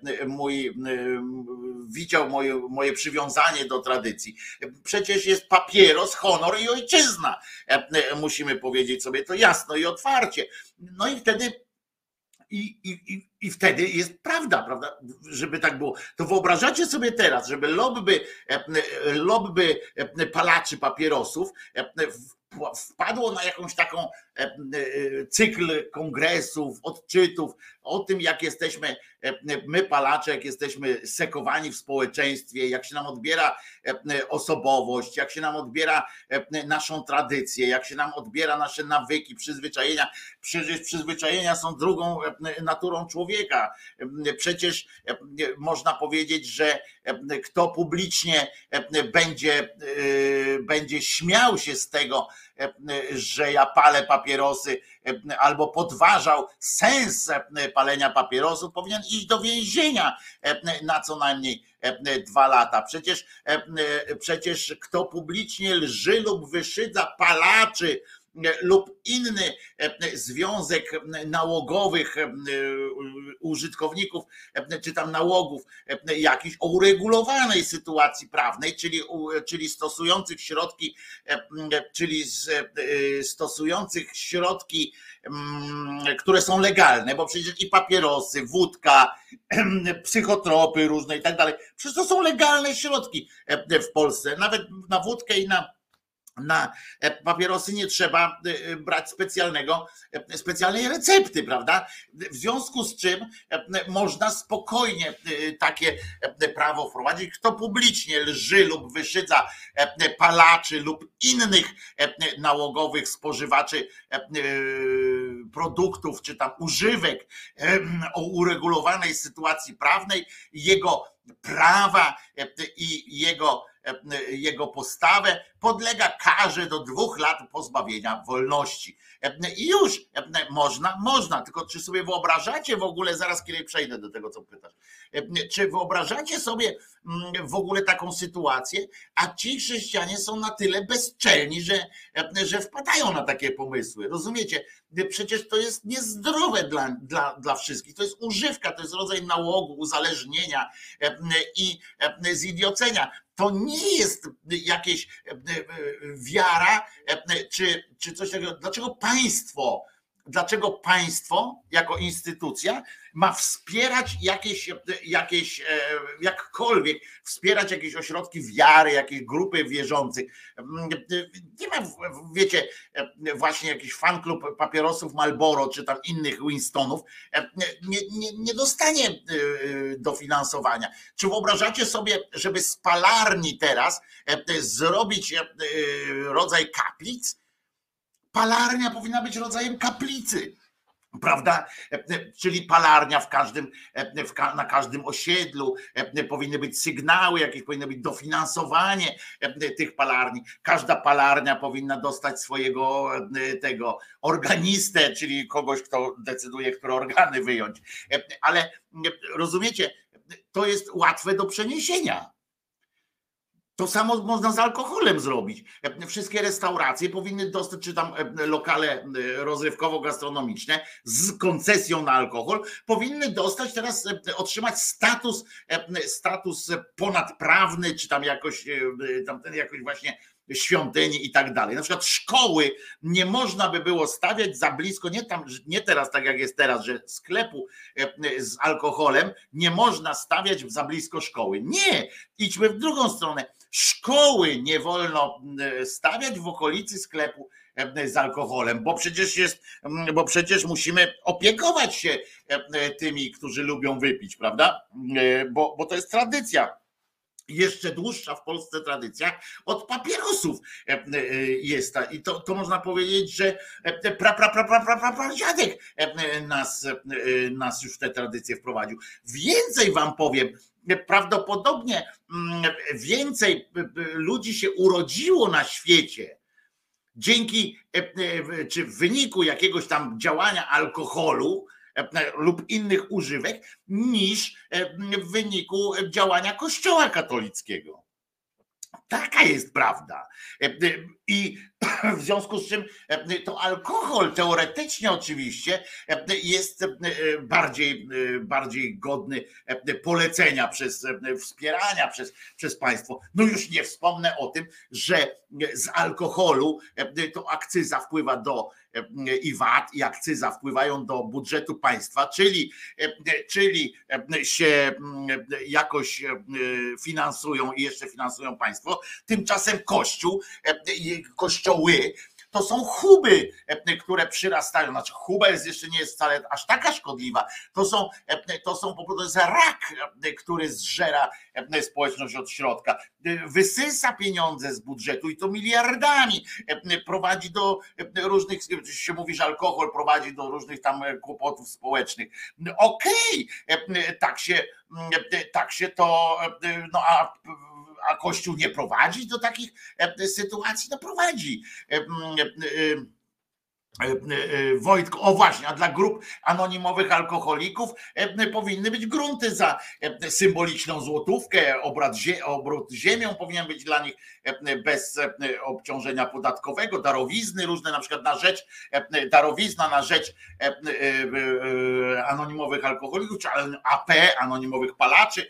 D: moje przywiązanie do tradycji. Przecież jest papieros, honor i ojczyzna. Musimy powiedzieć sobie to jasno i otwarcie. No i wtedy I wtedy jest prawda, żeby tak było. To wyobrażacie sobie teraz, żeby lobby palaczy papierosów wpadło na jakąś taką cykl kongresów, odczytów o tym, jak jesteśmy my palacze, jak jesteśmy sekowani w społeczeństwie, jak się nam odbiera osobowość, jak się nam odbiera naszą tradycję, jak się nam odbiera nasze nawyki, przyzwyczajenia. Przecież przyzwyczajenia są drugą naturą człowieka. Przecież można powiedzieć, że kto publicznie będzie śmiał się z tego, że ja palę papierosy, albo podważał sens palenia papierosów, powinien iść do więzienia na co najmniej 2 lata. Przecież kto publicznie lży lub wyszydza palaczy lub inny związek nałogowych użytkowników, czy tam nałogów jakichś o uregulowanej sytuacji prawnej, czyli stosujących środki, które są legalne, bo przecież i papierosy, wódka, psychotropy różne i tak dalej, przecież to są legalne środki w Polsce. Nawet na wódkę i na papierosy nie trzeba brać specjalnej recepty, prawda? W związku z czym można spokojnie takie prawo wprowadzić. Kto publicznie lży lub wyszydza palaczy lub innych nałogowych spożywaczy produktów czy tam używek o uregulowanej sytuacji prawnej, jego prawa i jego postawę podlega karze do 2 lat pozbawienia wolności. I już można, tylko czy sobie wyobrażacie w ogóle, zaraz kiedy przejdę do tego, co pytasz, czy wyobrażacie sobie w ogóle taką sytuację, a ci chrześcijanie są na tyle bezczelni, że wpadają na takie pomysły, rozumiecie? Przecież to jest niezdrowe dla wszystkich, to jest używka, to jest rodzaj nałogu, uzależnienia i zidiocenia. To nie jest jakieś wiara czy coś takiego. Dlaczego państwo jako instytucja ma wspierać jakkolwiek wspierać jakieś ośrodki wiary, jakieś grupy wierzących? Nie ma, wiecie, właśnie jakiś fanklub papierosów Marlboro czy tam innych Winstonów nie dostanie dofinansowania. Czy wyobrażacie sobie, żeby z palarni teraz zrobić rodzaj kaplic? Palarnia powinna być rodzajem kaplicy, prawda? Czyli palarnia na każdym osiedlu, powinny być sygnały, jakieś powinno być dofinansowanie tych palarni. Każda palarnia powinna dostać swojego tego organistę, czyli kogoś, kto decyduje, które organy wyjąć. Ale rozumiecie, to jest łatwe do przeniesienia. To samo można z alkoholem zrobić. Wszystkie restauracje powinny dostać, czy tam lokale rozrywkowo-gastronomiczne z koncesją na alkohol, powinny dostać teraz, otrzymać status ponadprawny, czy tam jakoś właśnie świątyni i tak dalej. Na przykład szkoły nie można by było stawiać za blisko, nie teraz tak jak jest teraz, że sklepu z alkoholem nie można stawiać za blisko szkoły. Nie, idźmy w drugą stronę. Szkoły nie wolno stawiać w okolicy sklepu z alkoholem, bo przecież musimy opiekować się tymi, którzy lubią wypić, prawda? Bo to jest tradycja. Jeszcze dłuższa w Polsce tradycja od papierosów jest. I to można powiedzieć, że pradziadek nas już w tę tradycję wprowadził. Więcej wam powiem, prawdopodobnie więcej ludzi się urodziło na świecie dzięki czy w wyniku jakiegoś tam działania alkoholu lub innych używek niż w wyniku działania Kościoła katolickiego. Taka jest prawda. I w związku z czym to alkohol teoretycznie oczywiście jest bardziej godny polecenia wspierania przez państwo. No już nie wspomnę o tym, że z alkoholu to akcyza wpływa i VAT i akcyza wpływają do budżetu państwa, czyli się jakoś finansują i jeszcze finansują państwo. Tymczasem kościoły to są huby, które przyrastają. Znaczy huba nie jest wcale aż taka szkodliwa. To są po prostu rak, który zżera społeczność od środka. Wysysa pieniądze z budżetu i to miliardami. Prowadzi do różnych, się mówi, że alkohol prowadzi do różnych tam kłopotów społecznych. Okej, tak się to, no a Kościół nie prowadzi do takich sytuacji? No prowadzi. Wojtko, o właśnie, a dla grup anonimowych alkoholików powinny być grunty za symboliczną złotówkę, obrót ziemią powinien być dla nich bez obciążenia podatkowego, darowizny różne, na przykład darowizna na rzecz anonimowych alkoholików, czy AP, anonimowych palaczy,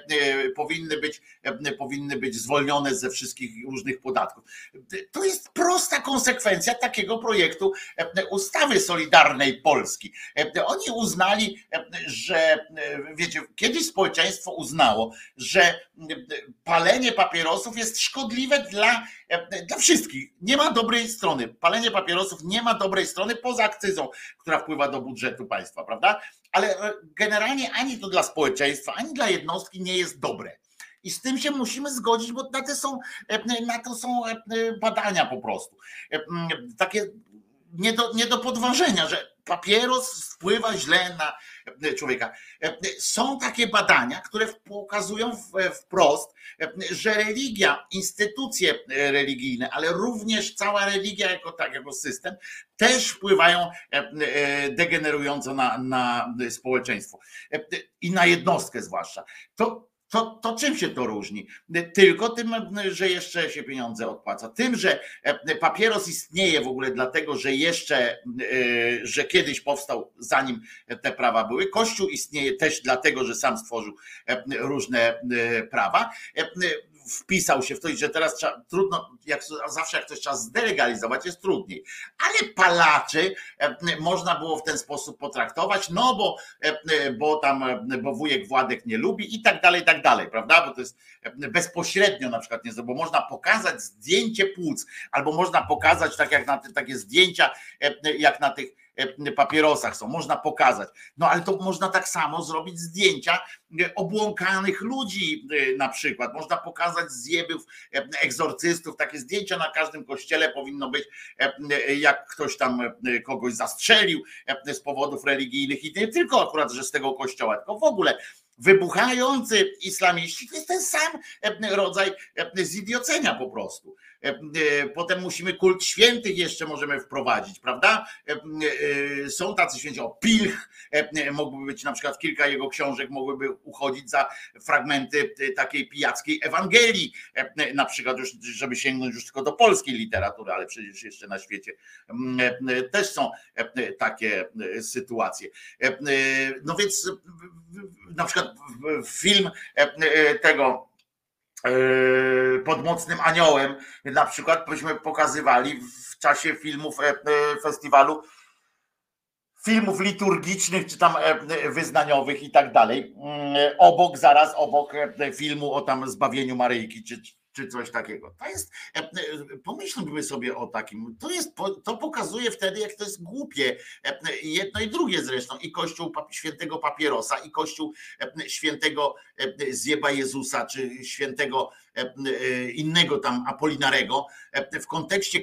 D: powinny być zwolnione ze wszystkich różnych podatków. To jest prosta konsekwencja takiego projektu ustawy Solidarnej Polski. Oni uznali, że wiecie, kiedyś społeczeństwo uznało, że palenie papierosów jest szkodliwe dla wszystkich. Nie ma dobrej strony. Palenie papierosów nie ma dobrej strony poza akcyzą, która wpływa do budżetu państwa, prawda? Ale generalnie ani to dla społeczeństwa, ani dla jednostki nie jest dobre. I z tym się musimy zgodzić, bo na to są badania po prostu. Takie nie do podważenia, że papieros wpływa źle na człowieka. Są takie badania, które pokazują wprost, że religia, instytucje religijne, ale również cała religia jako system też wpływają degenerująco na społeczeństwo i na jednostkę zwłaszcza. To czym się to różni? Tylko tym, że jeszcze się pieniądze odpłaca. Tym, że papieros istnieje w ogóle dlatego, że kiedyś powstał, zanim te prawa były. Kościół istnieje też dlatego, że sam stworzył różne prawa. Wpisał się w to, że teraz trudno, zawsze jak coś trzeba zdelegalizować, jest trudniej. Ale palaczy można było w ten sposób potraktować, no bo wujek Władek nie lubi i tak dalej, prawda? Bo to jest bezpośrednio na przykład, bo można pokazać zdjęcie płuc, albo można pokazać tak jak takie zdjęcia, jak na tych papierosach są, można pokazać. No ale to można tak samo zrobić zdjęcia obłąkanych ludzi na przykład. Można pokazać zjebów egzorcystów. Takie zdjęcia na każdym kościele powinno być, jak ktoś tam kogoś zastrzelił z powodów religijnych i nie tylko akurat, że z tego kościoła, tylko w ogóle wybuchający islamiści to jest ten sam rodzaj zidiocenia po prostu. Potem musimy kult świętych jeszcze możemy wprowadzić, prawda? Są tacy święci, Pilch mógłby być, na przykład kilka jego książek mogłyby uchodzić za fragmenty takiej pijackiej Ewangelii, na przykład już, żeby sięgnąć już tylko do polskiej literatury, ale przecież jeszcze na świecie też są takie sytuacje. No więc na przykład film tego Pod mocnym aniołem na przykład byśmy pokazywali w czasie filmów festiwalu filmów liturgicznych czy tam wyznaniowych i tak dalej, zaraz obok filmu o tam zbawieniu Maryjki czy coś takiego. To jest, pomyślmy sobie o takim, to pokazuje wtedy, jak to jest głupie, jedno i drugie zresztą, i kościół świętego papierosa, i kościół świętego zjeba Jezusa, czy świętego innego tam Apolinarego, w kontekście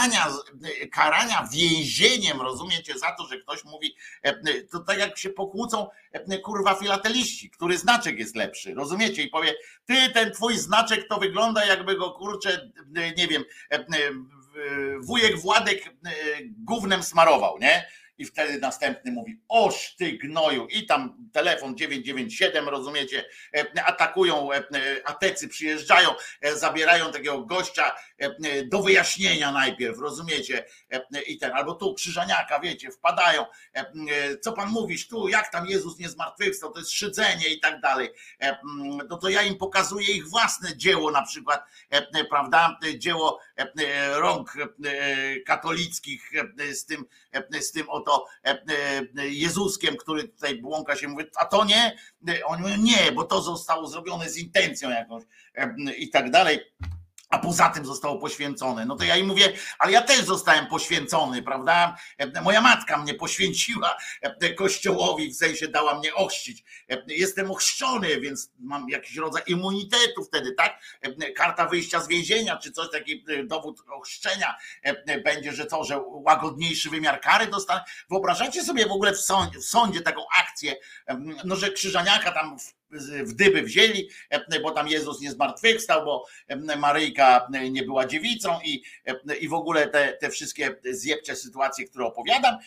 D: karania więzieniem, rozumiecie, za to, że ktoś mówi, to tak jak się pokłócą kurwa filateliści, który znaczek jest lepszy, rozumiecie, i powie, ty ten twój znaczek to wygląda jakby go kurczę, nie wiem, wujek Władek gównem smarował, nie? i wtedy następny mówi: oż ty gnoju, i tam telefon 997, rozumiecie, atakują, atecy przyjeżdżają, zabierają takiego gościa do wyjaśnienia najpierw, rozumiecie, i albo tu Krzyżaniaka, wiecie, wpadają, co pan mówisz tu, jak tam Jezus nie zmartwychwstał, to jest szydzenie i tak dalej, no to ja im pokazuję ich własne dzieło na przykład, prawda, dzieło rąk katolickich z tym oto Jezuskiem, który tutaj błąka się, mówi, a to nie, on mówi, nie, bo to zostało zrobione z intencją jakąś i tak dalej. A poza tym zostało poświęcone. No to ja im mówię, ale ja też zostałem poświęcony, prawda? Moja matka mnie poświęciła Kościołowi, w sensie dała mnie ochrzcić. Jestem ochrzczony, więc mam jakiś rodzaj immunitetu wtedy, tak? Karta wyjścia z więzienia, czy coś, taki dowód ochrzczenia będzie, że co, że łagodniejszy wymiar kary dostanę. Wyobrażacie sobie w ogóle w sądzie taką akcję, no że Krzyżaniaka tam w dyby wzięli, bo tam Jezus nie zmartwychwstał, bo Maryjka nie była dziewicą i w ogóle te wszystkie zjebcze sytuacje, które opowiadam,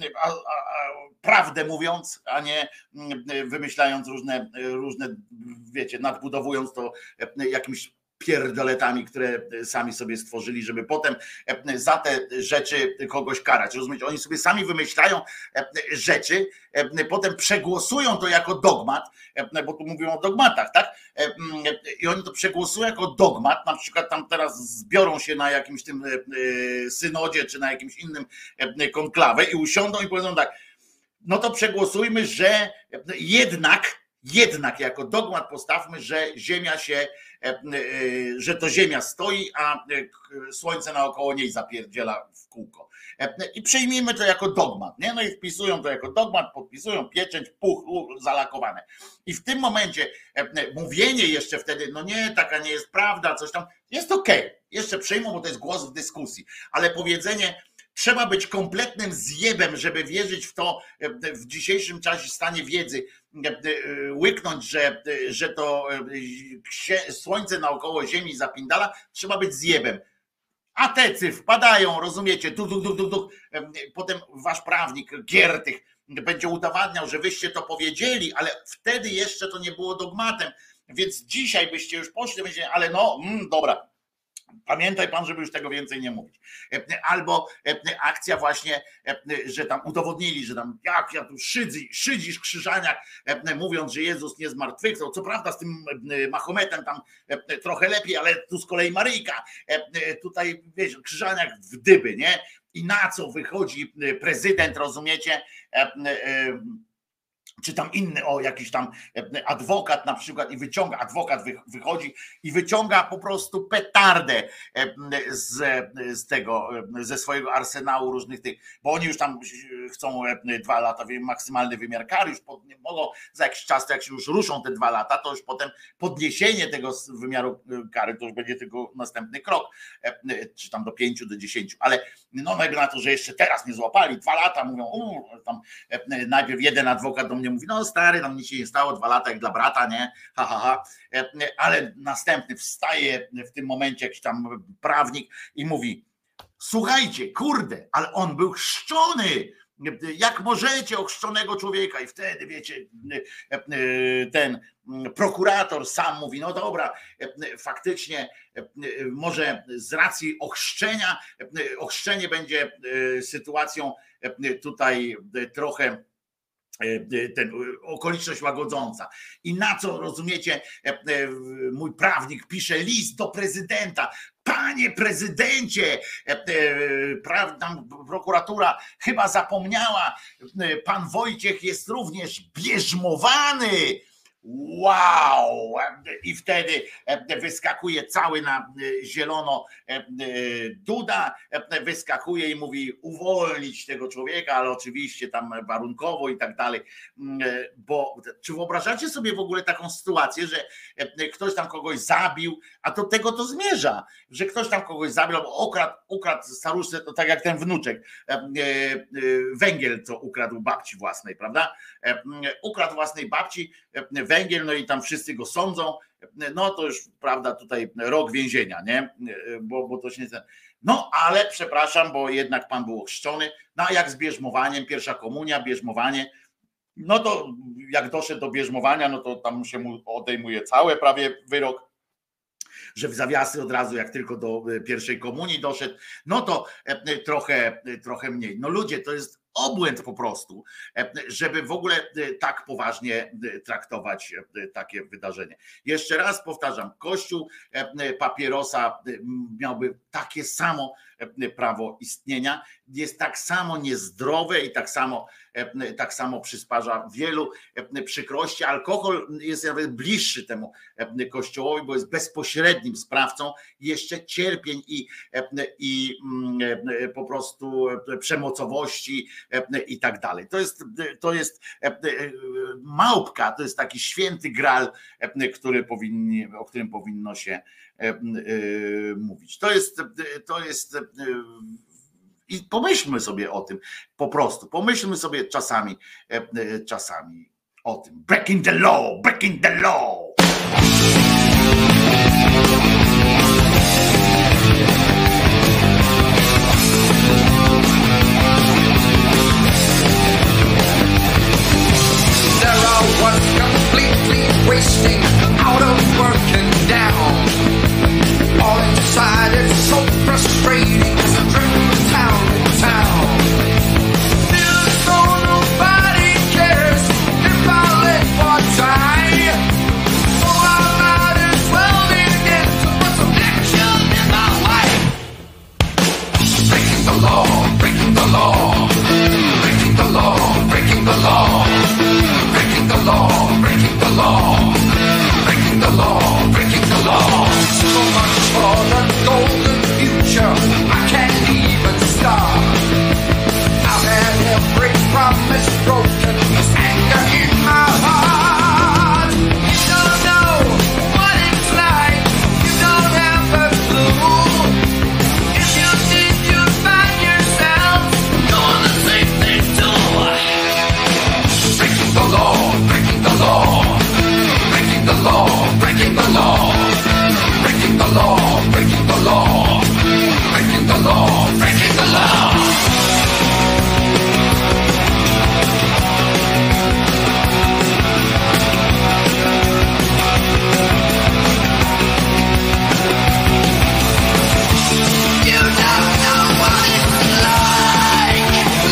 D: prawdę mówiąc, a nie wymyślając różne, wiecie, nadbudowując to jakimś pierdoletami, które sami sobie stworzyli, żeby potem za te rzeczy kogoś karać. Rozumiecie? Oni sobie sami wymyślają rzeczy, potem przegłosują to jako dogmat, bo tu mówią o dogmatach, tak? I oni to przegłosują jako dogmat, na przykład tam teraz zbiorą się na jakimś tym synodzie, czy na jakimś innym konklawę i usiądą i powiedzą tak, no to przegłosujmy, że jednak jako dogmat postawmy, że Ziemia że to Ziemia stoi, a Słońce naokoło niej zapierdziela w kółko. I przyjmijmy to jako dogmat, nie? No i wpisują to jako dogmat, podpisują pieczęć, zalakowane. I w tym momencie mówienie jeszcze wtedy, no nie, taka nie jest prawda, coś tam, jest okej. Jeszcze przyjmą, bo to jest głos w dyskusji, ale powiedzenie, trzeba być kompletnym zjebem, żeby wierzyć w to w dzisiejszym czasie, stanie wiedzy, łyknąć, że to Słońce naokoło Ziemi zapindala, trzeba być zjebem. Atecy wpadają, rozumiecie, potem wasz prawnik Giertych będzie udowadniał, że wyście to powiedzieli, ale wtedy jeszcze to nie było dogmatem, więc dzisiaj byście już poszli, ale no, dobra. Pamiętaj pan, żeby już tego więcej nie mówić. Albo akcja właśnie, że tam udowodnili, że tam jak ja tu szydzisz Krzyżaniak, mówiąc, że Jezus nie zmartwychwstał. Co prawda z tym Mahometem tam trochę lepiej, ale tu z kolei Maryjka. Tutaj wiesz, Krzyżaniak w dyby, nie? I na co wychodzi prezydent, rozumiecie? Czy tam inny, jakiś tam adwokat na przykład i adwokat wychodzi i wyciąga po prostu petardę ze swojego arsenału różnych tych, bo oni już tam chcą 2 lata, maksymalny wymiar kary, już mogą za jakiś czas, to jak się już ruszą te 2 lata, to już potem podniesienie tego wymiaru kary, to już będzie tylko następny krok, czy tam do 5, do 10, ale no jakby na to, że jeszcze teraz nie złapali, 2 lata, mówią, tam najpierw jeden adwokat do mnie mówi, no stary, tam nic się nie stało, 2 lata jak dla brata, nie, ale następny wstaje w tym momencie jakiś tam prawnik i mówi, słuchajcie, kurde, ale on był chrzczony, jak możecie ochrzczonego człowieka, i wtedy wiecie, ten prokurator sam mówi, no dobra, faktycznie może z racji ochrzczenia, ochrzczenie będzie sytuacją tutaj trochę okoliczność łagodząca. I na co, rozumiecie, mój prawnik pisze list do prezydenta. Panie prezydencie, prokuratura chyba zapomniała, pan Wojciech jest również bierzmowany. Wow! I wtedy wyskakuje cały na zielono Duda, wyskakuje i mówi uwolnić tego człowieka, ale oczywiście tam warunkowo i tak dalej. Bo czy wyobrażacie sobie w ogóle taką sytuację, że ktoś tam kogoś zabił, a do tego to zmierza, że ktoś tam kogoś zabił albo ukradł staruszce, to tak jak ten wnuczek węgiel, co ukradł babci własnej, prawda? Ukradł własnej babci węgiel, no i tam wszyscy go sądzą, no to już, prawda, tutaj rok więzienia, nie? Bo to się nie... No ale przepraszam, bo jednak Pan był ochrzczony, no a jak z bierzmowaniem, pierwsza komunia, bierzmowanie, no to jak doszedł do bierzmowania, no to tam się mu odejmuje cały prawie wyrok, że w zawiasy od razu, jak tylko do pierwszej komunii doszedł, no to trochę mniej. No ludzie, to jest obłęd po prostu, żeby w ogóle tak poważnie traktować takie wydarzenie. Jeszcze raz powtarzam, Kościół papierosa miałby takie samo prawo istnienia, jest tak samo niezdrowe i tak samo przysparza wielu przykrości. Alkohol jest nawet bliższy temu Kościołowi, bo jest bezpośrednim sprawcą jeszcze cierpień i po prostu przemocowości i tak dalej. To jest małpka, to jest taki święty gral, o którym powinno się mówić. To jest i pomyślmy sobie o tym, po prostu pomyślmy sobie czasami o tym. Breaking the law, breaking the law.
E: There are ones completely wasting, out of work and down. All inside it's so frustrating, it's a drift town to town. Still so nobody cares if I let one die. So I might as well begin to put some action in my life. Breaking the law, breaking the law, breaking the law, breaking the law. Breaking the law, breaking the law, breaking the law, breaking the law. So much for the golden future, I can't even start. I've had every promise broken, there's anger in my heart. You don't know what it's like, you don't have a clue. If you did, you'd find yourself doing the same thing too. Breaking the law, breaking the law, breaking the law, breaking the law, breaking the law, breaking the law, breaking the law, breaking the law. You don't know what it's like.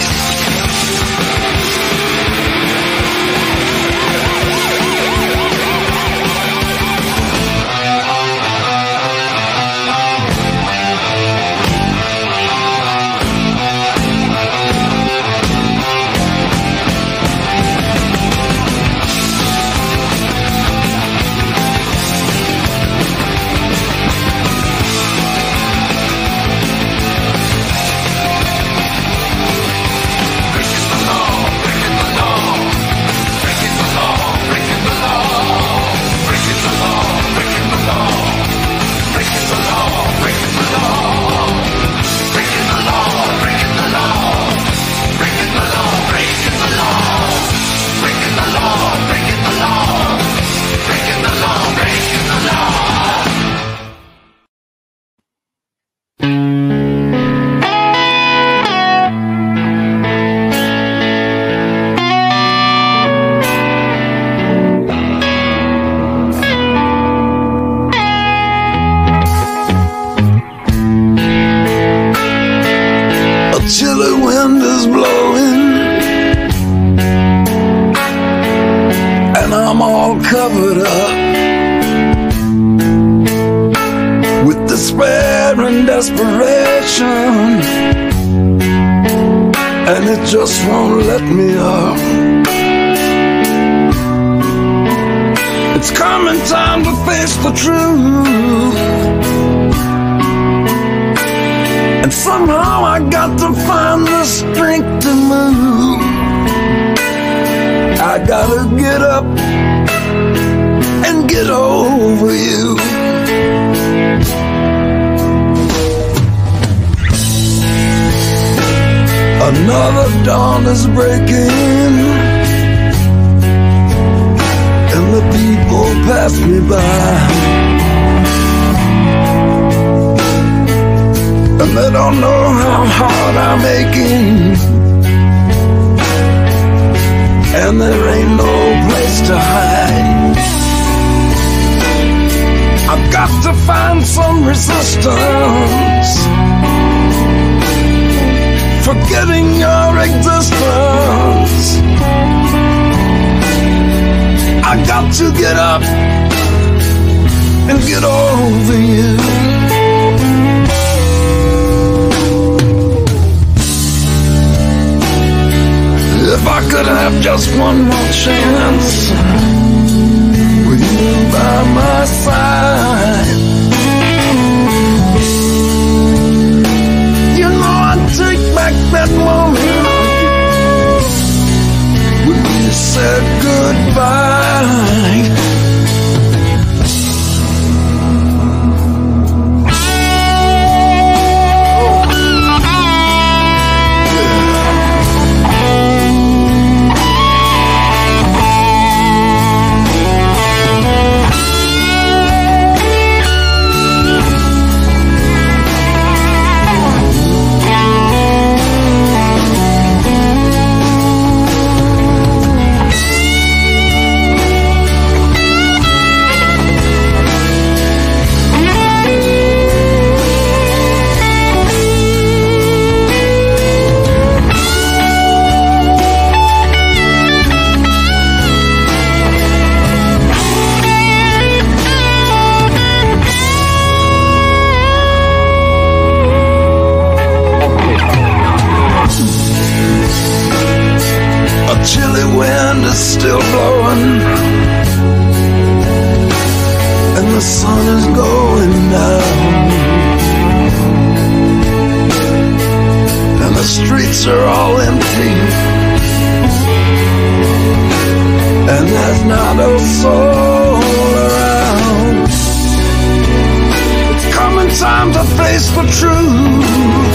C: Chilly wind is blowing, and I'm all covered up with despair and desperation, and it just won't let me up. It's coming time to face the truth, and somehow I got to find the strength to move. I gotta get up and get over you. Another dawn is breaking, and the people pass me by.
E: and they don't know how hard I'm aching, and there ain't no place to hide. I've got to find some resistance, forgetting your existence. I got to get up and get over you. If I could have just one more chance with you by my side, you know I'd take back that moment when we said goodbye. Chilly wind is still blowing, and the sun is going down, and the streets are all empty, and there's not a soul around. It's coming time to face the truth,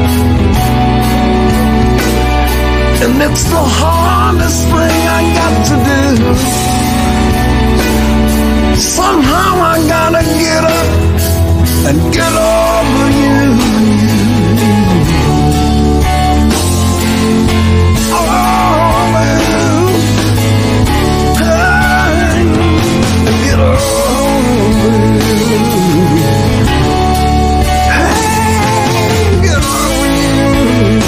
E: and it's the hardest thing I got to do. Somehow I gotta get up and get over you. Over you. Hey, get over you. Hey, get over you.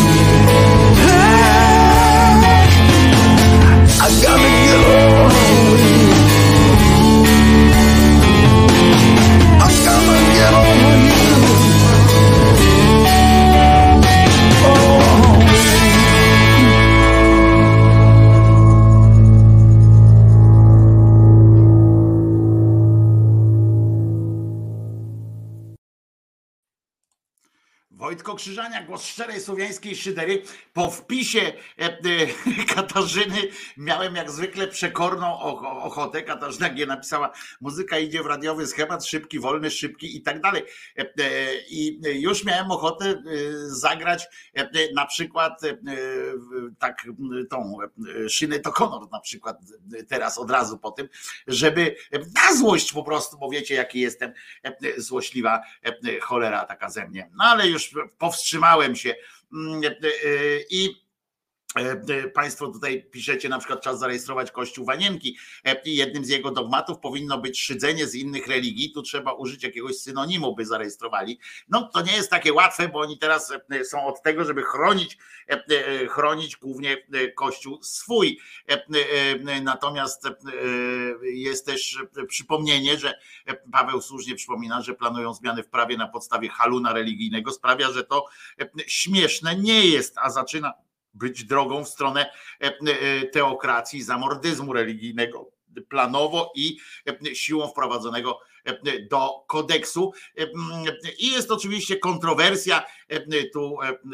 E: I gotta get over you. I gotta get over you. Oh.
D: Wojtko Krzyżania, głos szczerej słowiańskiej szydery. Po wpisie Katarzyny miałem jak zwykle przekorną ochotę. Katarzyna G. napisała: muzyka idzie w radiowy schemat, szybki, wolny, szybki i tak dalej. I już miałem ochotę zagrać na przykład tak tą Sinead O'Connor na przykład teraz od razu po tym, żeby na złość po prostu, bo wiecie jaki jestem, złośliwa cholera taka ze mnie. No ale już powstrzymałem się i Państwo tutaj piszecie, na przykład czas zarejestrować Kościół Wanienki i jednym z jego dogmatów powinno być szydzenie z innych religii, tu trzeba użyć jakiegoś synonimu, by zarejestrowali. No to nie jest takie łatwe, bo oni teraz są od tego, żeby chronić głównie Kościół swój. Natomiast jest też przypomnienie, że Paweł słusznie przypomina, że planują zmiany w prawie na podstawie haluna religijnego, sprawia, że to śmieszne nie jest, a zaczyna być drogą w stronę teokracji, zamordyzmu religijnego planowo i siłą wprowadzonego do kodeksu. I jest oczywiście kontrowersja. Tu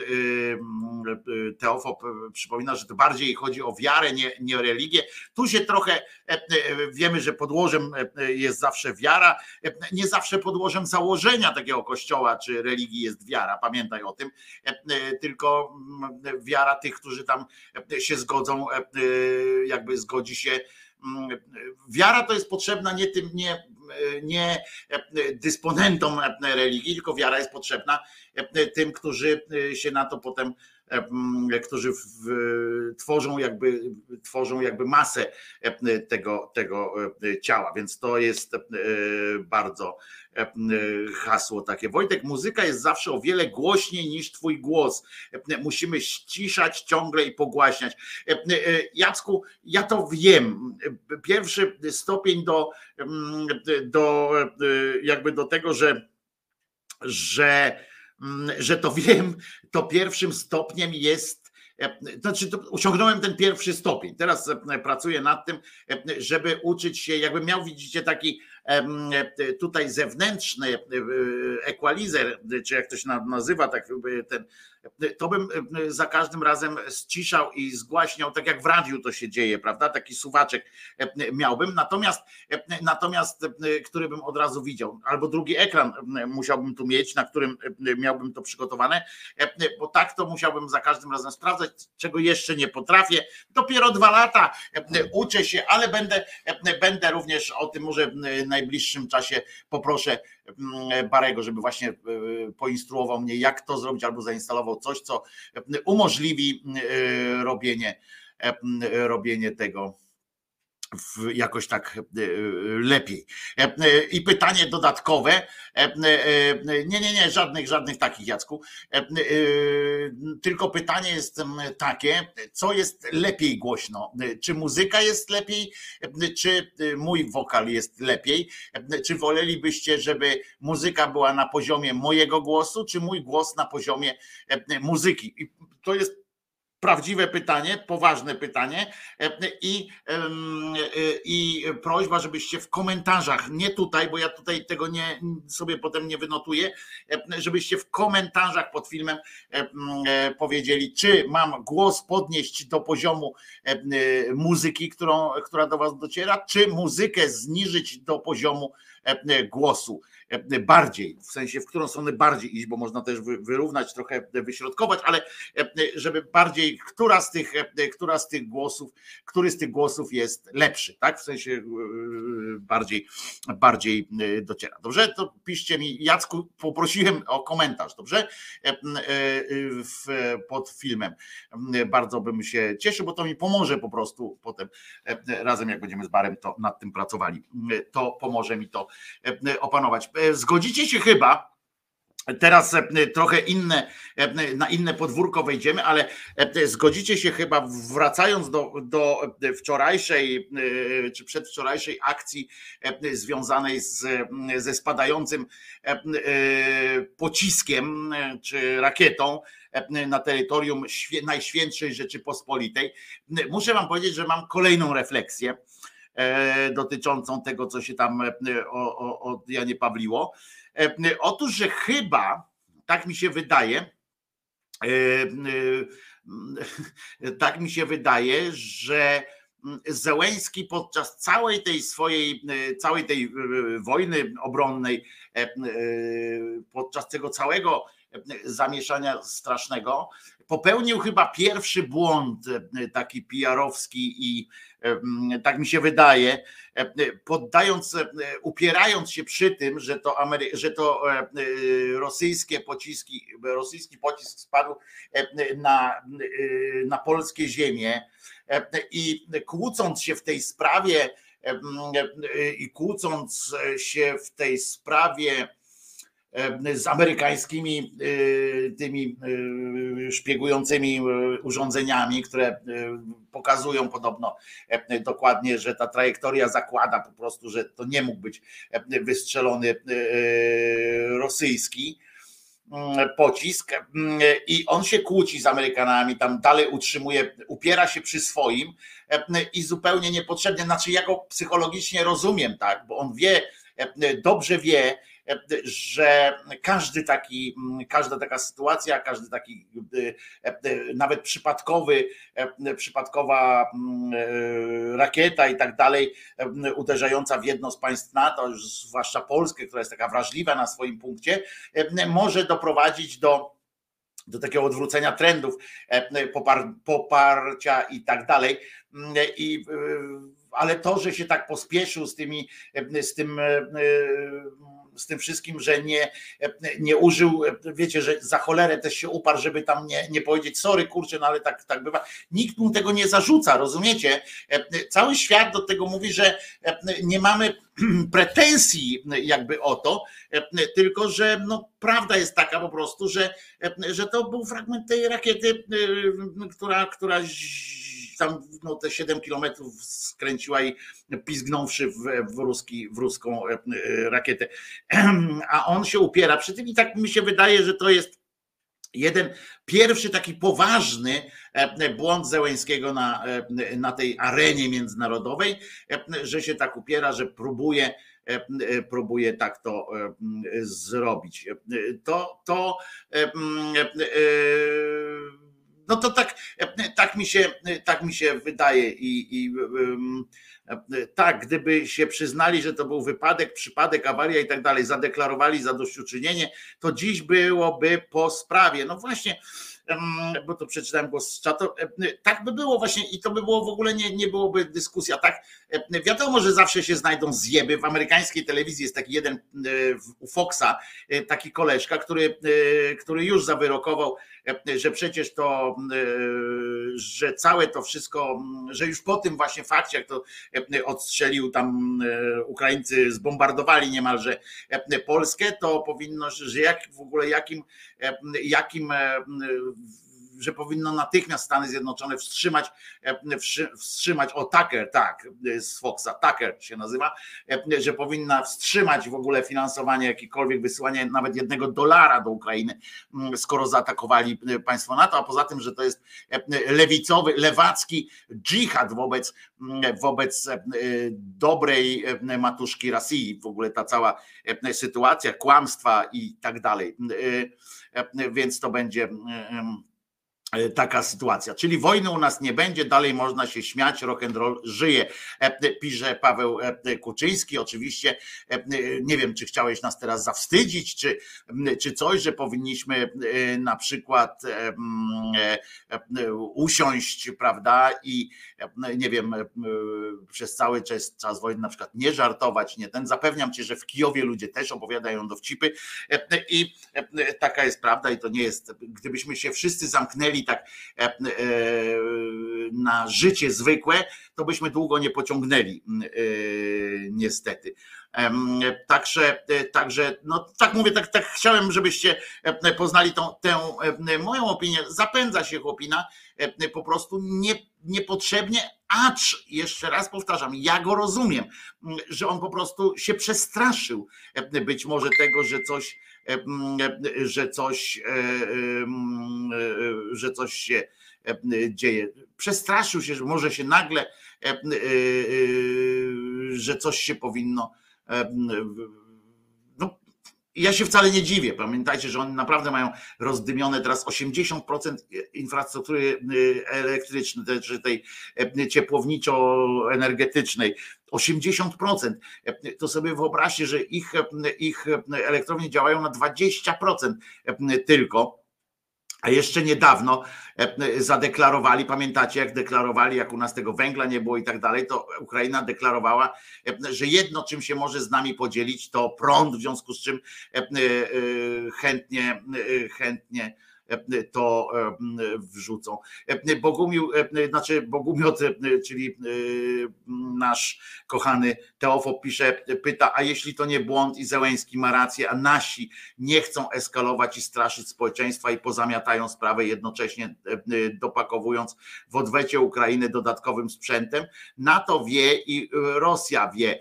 D: Teofob przypomina, że to bardziej chodzi o wiarę, nie o religię. Tu się trochę wiemy, że podłożem jest zawsze wiara. Nie zawsze podłożem założenia takiego kościoła czy religii jest wiara. Pamiętaj o tym. Tylko wiara tych, którzy tam się zgodzą, jakby zgodzi się Wiara to jest potrzebna nie dysponentom religii, tylko wiara jest potrzebna tym, którzy się na to potem, którzy tworzą jakby masę tego ciała, więc to jest bardzo hasło takie. Wojtek, muzyka jest zawsze o wiele głośniej niż twój głos. Musimy ściszać ciągle i pogłaśniać. Jacku, ja to wiem. Pierwszy stopień do tego, że to wiem, to pierwszym stopniem jest, znaczy osiągnąłem ten pierwszy stopień. Teraz pracuję nad tym, żeby uczyć się, jakbym miał, widzicie, taki tutaj zewnętrzny equalizer, czy jak to się nazywa, tak to bym za każdym razem ściszał i zgłaśniał, tak jak w radiu to się dzieje, prawda? Taki suwaczek miałbym, natomiast który bym od razu widział, albo drugi ekran musiałbym tu mieć, na którym miałbym to przygotowane, bo tak to musiałbym za każdym razem sprawdzać, czego jeszcze nie potrafię. Dopiero 2 lata uczę się, ale będę również o tym, może w najbliższym czasie poproszę Barego, żeby właśnie poinstruował mnie, jak to zrobić, albo zainstalował coś, co umożliwi robienie tego jakoś tak lepiej. I pytanie dodatkowe, nie, żadnych takich, Jacku, tylko pytanie jest takie, co jest lepiej głośno, czy muzyka jest lepiej, czy mój wokal jest lepiej, czy wolelibyście, żeby muzyka była na poziomie mojego głosu, czy mój głos na poziomie muzyki? I to jest prawdziwe pytanie, poważne pytanie i prośba, żebyście w komentarzach, nie tutaj, bo ja tutaj tego sobie potem nie wynotuję, żebyście w komentarzach pod filmem powiedzieli, czy mam głos podnieść do poziomu muzyki, która do was dociera, czy muzykę zniżyć do poziomu głosu bardziej, w sensie w którą stronę bardziej iść, bo można też wyrównać, trochę wyśrodkować, ale żeby bardziej, który z tych głosów jest lepszy, tak? W sensie bardziej dociera. Dobrze? To piszcie mi, Jacku, poprosiłem o komentarz, dobrze? Pod filmem. Bardzo bym się cieszył, bo to mi pomoże po prostu potem razem, jak będziemy z Barem to nad tym pracowali. To pomoże mi to opanować. Zgodzicie się chyba, teraz trochę na inne podwórko wejdziemy, ale zgodzicie się chyba, wracając do wczorajszej czy przedwczorajszej akcji związanej ze spadającym pociskiem czy rakietą na terytorium Najświętszej Rzeczypospolitej. Muszę wam powiedzieć, że mam kolejną refleksję dotyczącą tego, co się tam od Janie Pawliło. Otóż, że chyba, tak mi się wydaje, że Zełenski podczas całej tej wojny obronnej, podczas tego całego zamieszania strasznego, popełnił chyba pierwszy błąd taki PR-owski i tak mi się wydaje, upierając się przy tym, że to rosyjski pocisk spadł na polskie ziemie i kłócąc się w tej sprawie z amerykańskimi tymi szpiegującymi urządzeniami, które pokazują podobno dokładnie, że ta trajektoria zakłada po prostu, że to nie mógł być wystrzelony rosyjski pocisk i on się kłóci z Amerykanami, tam dalej upiera się przy swoim i zupełnie niepotrzebnie, znaczy ja go psychologicznie rozumiem, tak, bo on dobrze wie, że każda taka sytuacja, każdy taki nawet przypadkowa rakieta i tak dalej, uderzająca w jedno z państw NATO, zwłaszcza Polskę, która jest taka wrażliwa na swoim punkcie, może doprowadzić do takiego odwrócenia trendów, poparcia i tak dalej. ale to, że się tak pospieszył z tym wszystkim, że nie użył, wiecie, że za cholerę też się uparł, żeby tam nie powiedzieć sorry, kurczę, no ale tak bywa. Nikt mu tego nie zarzuca, rozumiecie? Cały świat do tego mówi, że nie mamy pretensji jakby o to, tylko że no, prawda jest taka po prostu, że to był fragment tej rakiety, która tam no, te 7 kilometrów skręciła i pizgnąwszy w ruską rakietę. A on się upiera przy tym i tak mi się wydaje, że to jest pierwszy taki poważny błąd Zełenskiego na tej arenie międzynarodowej, że się tak upiera, że próbuje tak to zrobić. No to tak mi się wydaje i tak, gdyby się przyznali, że to był wypadek, przypadek, awaria i tak dalej, zadeklarowali zadośćuczynienie, to dziś byłoby po sprawie. No właśnie, bo to przeczytałem głos z czatu, tak by było właśnie i to by było w ogóle nie byłoby dyskusja. Tak, wiadomo, że zawsze się znajdą zjeby. W amerykańskiej telewizji jest taki jeden u Foxa, taki koleżka, który już zawyrokował, że przecież to, że całe to wszystko, że już po tym właśnie fakcie, jak to odstrzelił tam Ukraińcy, zbombardowali niemalże Polskę, to powinno, że w ogóle jakim że powinno natychmiast Stany Zjednoczone wstrzymać Tucker, tak, z Foxa, Tucker się nazywa, że powinna wstrzymać w ogóle finansowanie jakiekolwiek wysyłanie nawet $1 do Ukrainy, skoro zaatakowali państwo NATO, a poza tym, że to jest lewacki dżihad wobec dobrej matuszki Rosji, w ogóle ta cała sytuacja, kłamstwa i tak dalej. Więc to będzie taka sytuacja, czyli wojny u nas nie będzie, dalej można się śmiać, rock'n'roll żyje, pisze Paweł Kuczyński. Oczywiście nie wiem, czy chciałeś nas teraz zawstydzić, czy coś, że powinniśmy na przykład usiąść, prawda, i nie wiem, przez cały czas wojny na przykład nie żartować, nie ten. Zapewniam cię, że w Kijowie ludzie też opowiadają dowcipy i taka jest prawda i to nie jest, gdybyśmy się wszyscy zamknęli tak na życie zwykłe, to byśmy długo nie pociągnęli niestety. Także no tak mówię, tak chciałem, żebyście poznali tę moją opinię. Zapędza się chłopina po prostu niepotrzebnie, acz jeszcze raz powtarzam, ja go rozumiem, że on po prostu się przestraszył być może tego, że coś się dzieje. Przestraszył się, że może się nagle, że coś się powinno. No, ja się wcale nie dziwię. Pamiętajcie, że oni naprawdę mają rozdymione teraz 80% infrastruktury elektrycznej, czy tej ciepłowniczo-energetycznej. 80%. To sobie wyobraźcie, że ich elektrownie działają na 20% tylko. A jeszcze niedawno zadeklarowali, pamiętacie jak deklarowali, jak u nas tego węgla nie było i tak dalej, to Ukraina deklarowała, że jedno czym się może z nami podzielić to prąd, w związku z czym chętnie to wrzucą. Bogumiot, czyli nasz kochany Teofob pyta, a jeśli to nie błąd i Zełenski ma rację, a nasi nie chcą eskalować i straszyć społeczeństwa i pozamiatają sprawę, jednocześnie dopakowując w odwecie Ukrainę dodatkowym sprzętem? NATO wie i Rosja wie.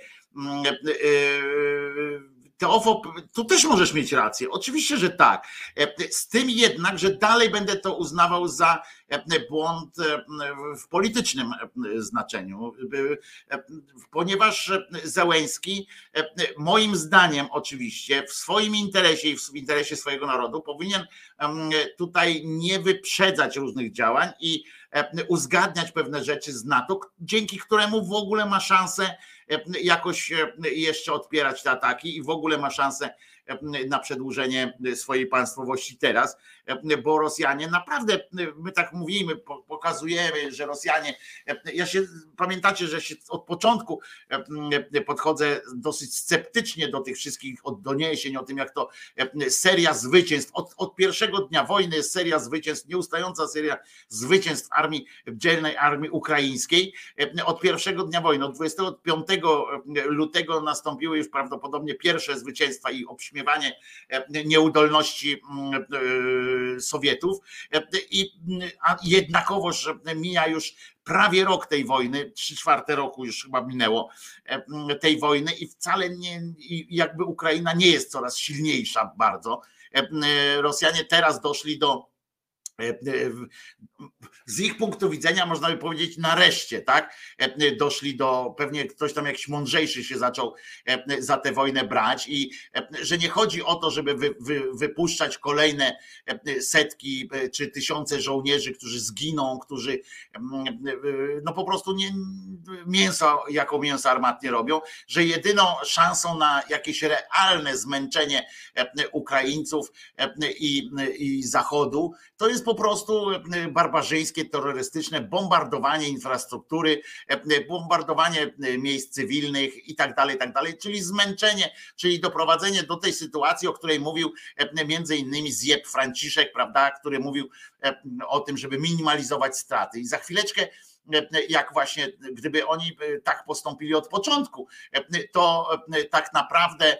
D: Teofob, tu też możesz mieć rację, oczywiście, że tak. Z tym jednak, że dalej będę to uznawał za błąd w politycznym znaczeniu, ponieważ Zełenski, moim zdaniem oczywiście, w swoim interesie i w interesie swojego narodu powinien tutaj nie wyprzedzać różnych działań i uzgadniać pewne rzeczy z NATO, dzięki któremu w ogóle ma szansę jakoś jeszcze odpierać te ataki i w ogóle ma szansę na przedłużenie swojej państwowości teraz, bo Rosjanie naprawdę, my tak mówimy, pokazujemy, że Rosjanie, pamiętacie, że się od początku podchodzę dosyć sceptycznie do tych wszystkich doniesień o tym, jak to seria zwycięstw, od pierwszego dnia wojny jest seria zwycięstw, nieustająca seria zwycięstw dzielnej armii ukraińskiej, od pierwszego dnia wojny, od 25 lutego nastąpiły już prawdopodobnie pierwsze zwycięstwa i obśmiewanie nieudolności Sowietów, a jednakowoż mija już prawie rok tej wojny, 3/4 roku już chyba minęło tej wojny i wcale nie, jakby Ukraina nie jest coraz silniejsza bardzo. Rosjanie teraz doszli z ich punktu widzenia można by powiedzieć nareszcie, tak? Doszli pewnie ktoś tam jakiś mądrzejszy się zaczął za tę wojnę brać i że nie chodzi o to, żeby wypuszczać kolejne setki czy tysiące żołnierzy, którzy zginą, którzy no po prostu mięso jako mięso armatnie robią, że jedyną szansą na jakieś realne zmęczenie Ukraińców i Zachodu to jest po prostu barbarzyńskie, terrorystyczne bombardowanie infrastruktury, bombardowanie miejsc cywilnych i tak dalej, czyli zmęczenie, czyli doprowadzenie do tej sytuacji, o której mówił między innymi Zjeb Franciszek, prawda, który mówił o tym, żeby minimalizować straty. I za chwileczkę, jak właśnie gdyby oni tak postąpili od początku, to tak naprawdę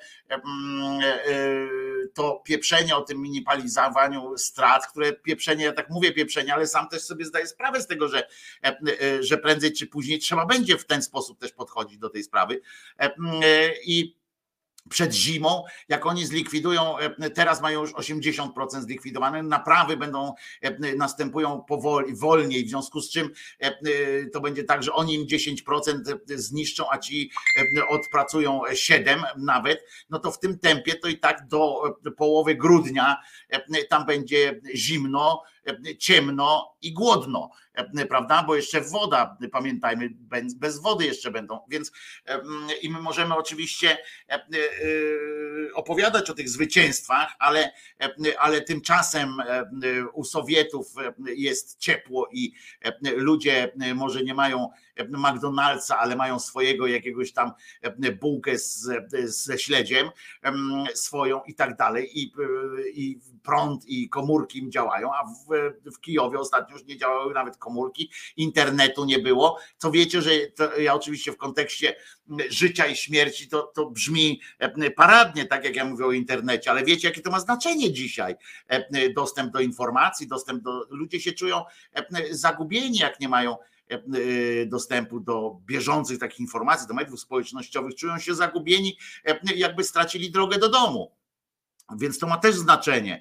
D: to pieprzenie o tym minimalizowaniu strat, które pieprzenie, ja tak mówię pieprzenie, ale sam też sobie zdaję sprawę z tego, że prędzej czy później trzeba będzie w ten sposób też podchodzić do tej sprawy i przed zimą, jak oni zlikwidują, teraz mają już 80% zlikwidowane, naprawy następują powoli, wolniej, w związku z czym to będzie tak, że oni im 10% zniszczą, a ci odpracują 7% nawet, no to w tym tempie to i tak do połowy grudnia tam będzie zimno, ciemno i głodno, prawda, bo jeszcze woda, pamiętajmy, bez wody jeszcze będą, więc i my możemy oczywiście opowiadać o tych zwycięstwach, ale tymczasem u Sowietów jest ciepło i ludzie może nie mają McDonald'sa, ale mają swojego jakiegoś tam bułkę ze śledziem swoją i tak dalej i prąd i komórki im działają, a w Kijowie ostatnio już nie działały nawet komórki, internetu nie było, co wiecie, że ja oczywiście w kontekście życia i śmierci to brzmi paradnie, tak jak ja mówię o internecie, ale wiecie, jakie to ma znaczenie dzisiaj, dostęp do informacji, ludzie się czują zagubieni, jak nie mają dostępu do bieżących takich informacji, do mediów społecznościowych, czują się zagubieni, jakby stracili drogę do domu. Więc to ma też znaczenie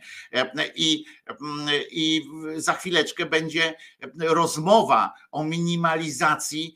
D: i za chwileczkę będzie rozmowa o minimalizacji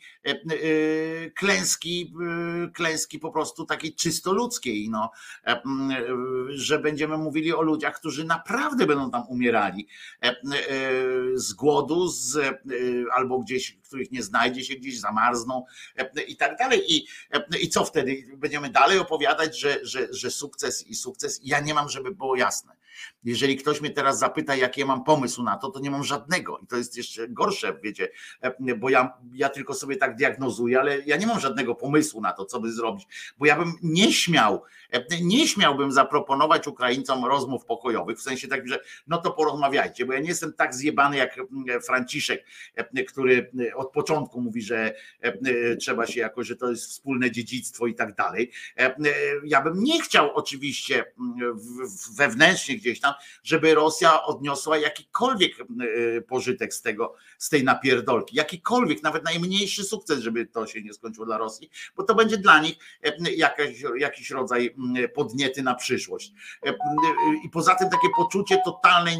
D: klęski po prostu takiej czysto ludzkiej, no, że będziemy mówili o ludziach, którzy naprawdę będą tam umierali z głodu, albo gdzieś, których nie znajdzie się, gdzieś zamarzną i tak dalej. I co wtedy? Będziemy dalej opowiadać, że sukces i sukces. Ja nie mam, żeby było jasne. Jeżeli ktoś mnie teraz zapyta, jaki ja mam pomysł na to nie mam żadnego. I to jest jeszcze gorsze, wiecie, bo ja tylko sobie tak diagnozuję, ale ja nie mam żadnego pomysłu na to, co by zrobić, bo ja bym nie śmiałbym zaproponować Ukraińcom rozmów pokojowych, w sensie takim, że no to porozmawiajcie, bo ja nie jestem tak zjebany jak Franciszek, który od początku mówi, że trzeba się jakoś, że to jest wspólne dziedzictwo i tak dalej. Ja bym nie chciał oczywiście wewnętrznie gdzieś tam, żeby Rosja odniosła jakikolwiek pożytek z tej napierdolki, jakikolwiek, nawet najmniejszy sukces, żeby to się nie skończyło dla Rosji, bo to będzie dla nich jakiś rodzaj podniety na przyszłość. I poza tym takie poczucie totalnej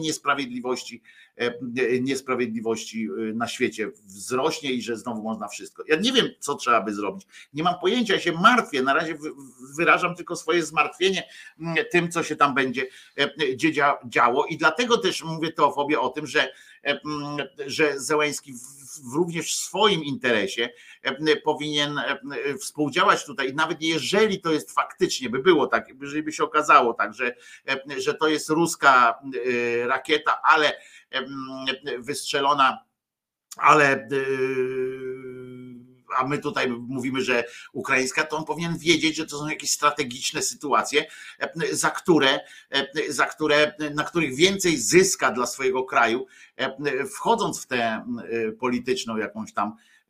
D: niesprawiedliwości na świecie wzrośnie i że znowu można wszystko. Ja nie wiem, co trzeba by zrobić. Nie mam pojęcia, ja się martwię. Na razie wyrażam tylko swoje zmartwienie tym, co się tam będzie działo i dlatego też mówię Teofobie o tym, że Zełenski również w swoim interesie powinien współdziałać tutaj, nawet jeżeli to jest faktycznie, by było tak, jeżeli by się okazało tak, że to jest ruska rakieta, ale wystrzelona ale a my tutaj mówimy, że ukraińska, to on powinien wiedzieć, że to są jakieś strategiczne sytuacje, na których więcej zyska dla swojego kraju, wchodząc w tę polityczną jakąś tam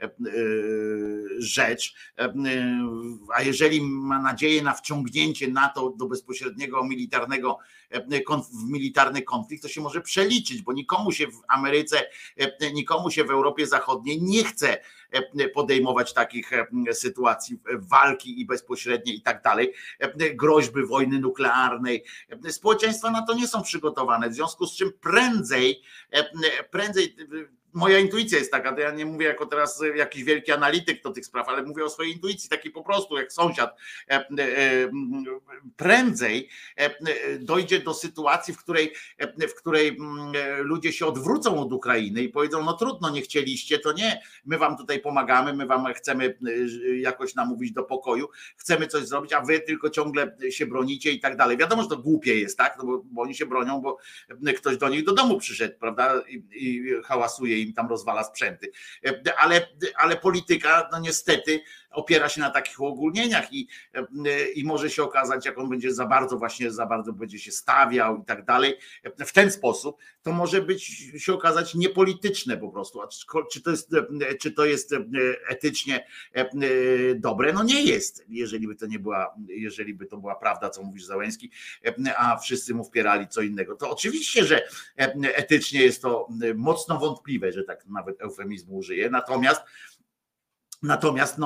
D: rzecz, a jeżeli ma nadzieję na wciągnięcie NATO do bezpośredniego militarny konflikt, to się może przeliczyć, bo nikomu się w Ameryce, nikomu się w Europie Zachodniej nie chce podejmować takich sytuacji walki i bezpośredniej i tak dalej, groźby wojny nuklearnej. Społeczeństwa na to nie są przygotowane, w związku z czym prędzej moja intuicja jest taka, to ja nie mówię jako teraz jakiś wielki analityk do tych spraw, ale mówię o swojej intuicji, takiej po prostu jak sąsiad. Prędzej dojdzie do sytuacji, w której ludzie się odwrócą od Ukrainy i powiedzą, no trudno, nie chcieliście, to nie, my wam tutaj pomagamy, my wam chcemy jakoś namówić do pokoju, chcemy coś zrobić, a wy tylko ciągle się bronicie i tak dalej. Wiadomo, że to głupie jest, tak? No bo oni się bronią, bo ktoś do nich do domu przyszedł, prawda? I hałasuje im tam, rozwala sprzęty. Ale polityka, no niestety, opiera się na takich uogólnieniach i może się okazać, jak on będzie za bardzo będzie się stawiał i tak dalej, w ten sposób, to może się okazać niepolityczne po prostu. A czy to jest etycznie dobre? No nie jest, jeżeli by to była prawda, co mówisz Załęski, a wszyscy mu wpierali co innego. To oczywiście, że etycznie jest to mocno wątpliwe, że tak nawet eufemizmu użyję, natomiast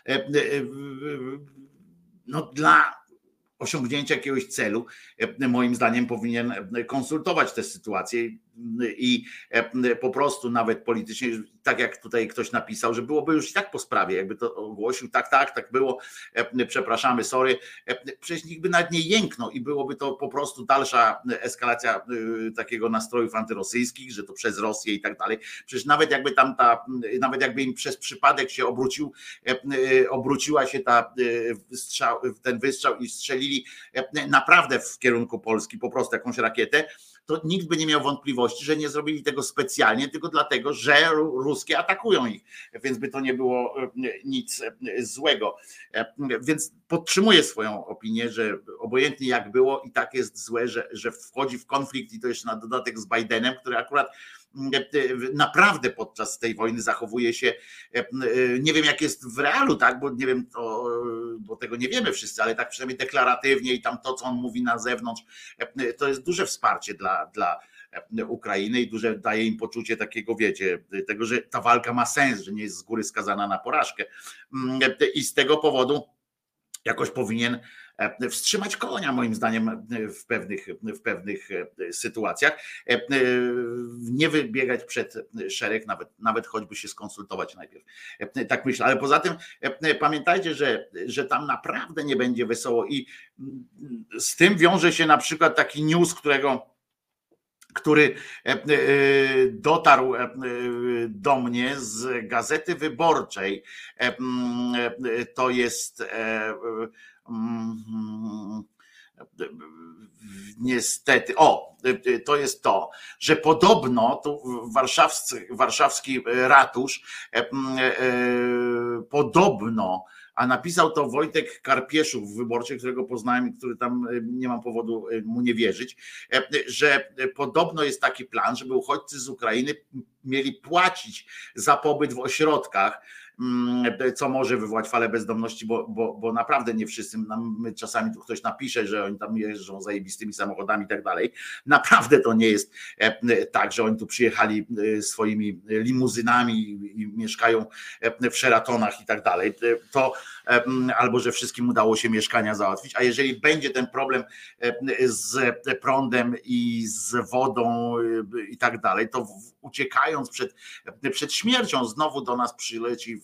D: dla osiągnięcia jakiegoś celu, moim zdaniem powinien konsultować te sytuacje i po prostu nawet politycznie, tak jak tutaj ktoś napisał, że byłoby już i tak po sprawie, jakby to ogłosił, tak było, przepraszamy, sorry, przecież nikt by nawet nie jęknął i byłoby to po prostu dalsza eskalacja takiego nastrojów antyrosyjskich, że to przez Rosję i tak dalej. Przecież nawet jakby im przez przypadek się obróciła się ten wystrzał i strzelili naprawdę w kierunku Polski po prostu jakąś rakietę, to nikt by nie miał wątpliwości, że nie zrobili tego specjalnie, tylko dlatego, że ruskie atakują ich, więc by to nie było nic złego. Więc podtrzymuję swoją opinię, że obojętnie jak było, i tak jest złe, że wchodzi w konflikt i to jeszcze na dodatek z Bidenem, który akurat naprawdę podczas tej wojny zachowuje się, nie wiem jak jest w realu, tak, bo nie wiem, bo tego nie wiemy wszyscy, ale tak przynajmniej deklaratywnie i tam to, co on mówi na zewnątrz, to jest duże wsparcie dla Ukrainy i duże daje im poczucie takiego, wiecie, tego, że ta walka ma sens, że nie jest z góry skazana na porażkę i z tego powodu jakoś powinien wstrzymać konia, moim zdaniem, w pewnych sytuacjach, nie wybiegać przed szereg, nawet choćby się skonsultować najpierw. Tak myślę, ale poza tym pamiętajcie, że tam naprawdę nie będzie wesoło i z tym wiąże się na przykład taki news, który dotarł do mnie z Gazety Wyborczej. To jest niestety, to jest to, że podobno tu warszawski ratusz podobno, a napisał to Wojtek Karpieszuk w Wyborczej, którego poznałem, który tam nie mam powodu mu nie wierzyć, że podobno jest taki plan, żeby uchodźcy z Ukrainy mieli płacić za pobyt w ośrodkach, co może wywołać falę bezdomności, bo naprawdę nie wszyscy, my czasami tu ktoś napisze, że oni tam jeżdżą zajebistymi samochodami i tak dalej. Naprawdę to nie jest tak, że oni tu przyjechali swoimi limuzynami i mieszkają w Sheratonach i tak dalej. To albo że wszystkim udało się mieszkania załatwić, a jeżeli będzie ten problem z prądem i z wodą i tak dalej, to uciekając przed śmiercią znowu do nas przyleci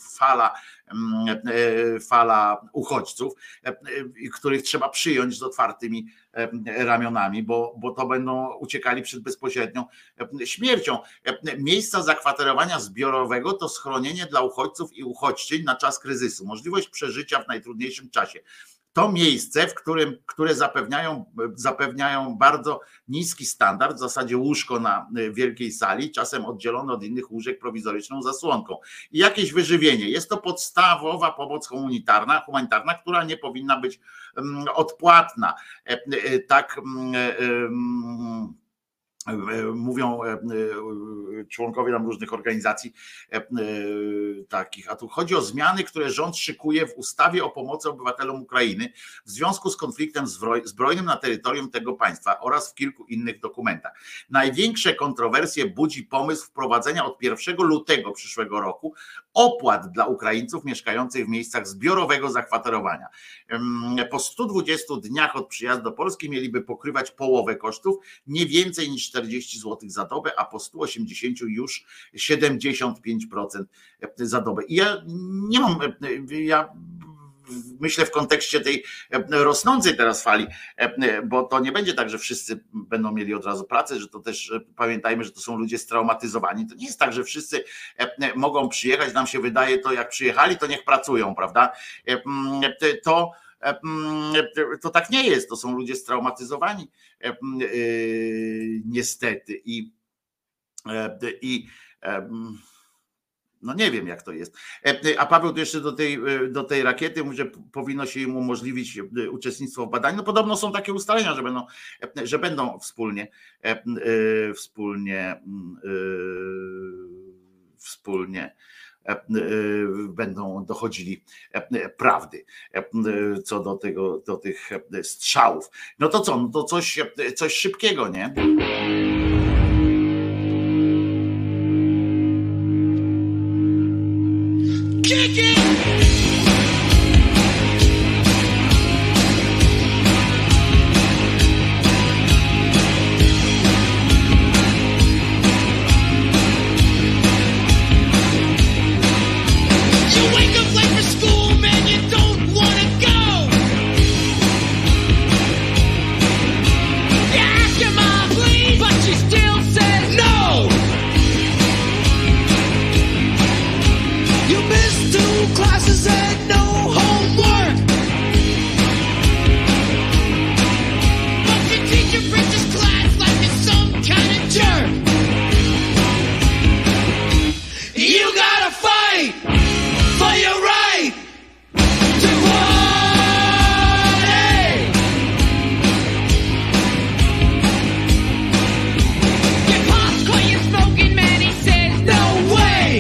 D: fala uchodźców, których trzeba przyjąć z otwartymi ramionami, bo to będą uciekali przed bezpośrednią śmiercią. Miejsca zakwaterowania zbiorowego to schronienie dla uchodźców i uchodźczyń na czas kryzysu, możliwość przeżycia w najtrudniejszym czasie. to miejsce, które zapewniają bardzo niski standard, w zasadzie łóżko na wielkiej sali, czasem oddzielone od innych łóżek prowizoryczną zasłonką i jakieś wyżywienie. Jest to podstawowa pomoc humanitarna, która nie powinna być odpłatna. Tak mówią członkowie tam różnych organizacji takich, a tu chodzi o zmiany, które rząd szykuje w ustawie o pomocy obywatelom Ukrainy w związku z konfliktem zbrojnym na terytorium tego państwa oraz w kilku innych dokumentach. Największe kontrowersje budzi pomysł wprowadzenia od 1 lutego przyszłego roku opłat dla Ukraińców mieszkających w miejscach zbiorowego zakwaterowania. Po 120 dniach od przyjazdu do Polski mieliby pokrywać połowę kosztów, nie więcej niż 40 zł za dobę, a po 180 już 75% za dobę. I ja myślę w kontekście tej rosnącej teraz fali, bo to nie będzie tak, że wszyscy będą mieli od razu pracę, że to też pamiętajmy, że to są ludzie straumatyzowani. To nie jest tak, że wszyscy mogą przyjechać, nam się wydaje, to jak przyjechali, to niech pracują, prawda? To tak nie jest, to są ludzie straumatyzowani niestety i no nie wiem jak to jest. A Paweł tu jeszcze do tej rakiety mówi, że powinno się im umożliwić uczestnictwo w badaniu. No podobno są takie ustalenia, że będą wspólnie będą dochodzili prawdy co do tych strzałów. No to co? No to coś szybkiego, nie?
A: Kick it! Classes and no homework. But your teacher bridges class like it's some kind of jerk. You gotta fight for your right to party. Your pops caught you smoking, man, he says no way.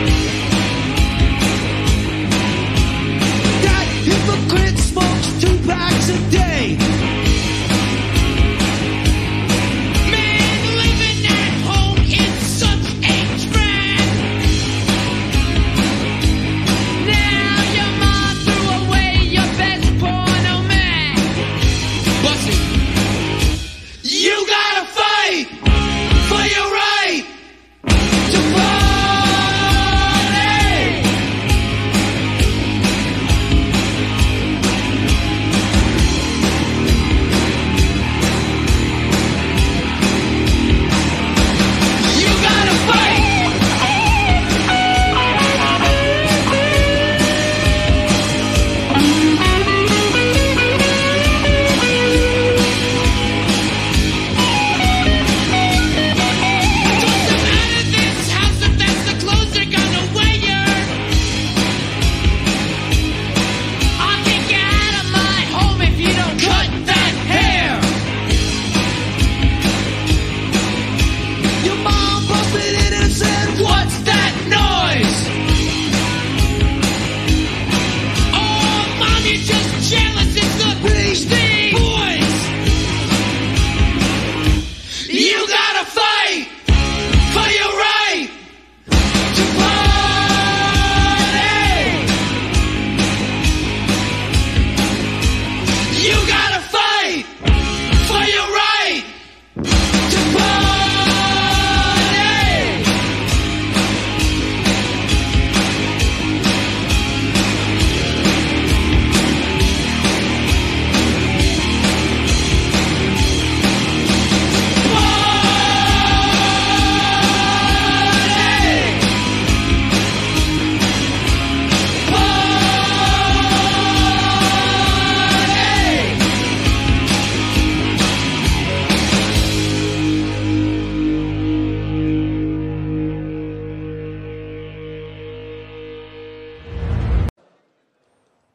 A: Hypocrite smokes 2 packs a day. Man, living at home is such a trap. Now your mom threw away your best porno man. Bust it. You gotta fight for your right to party.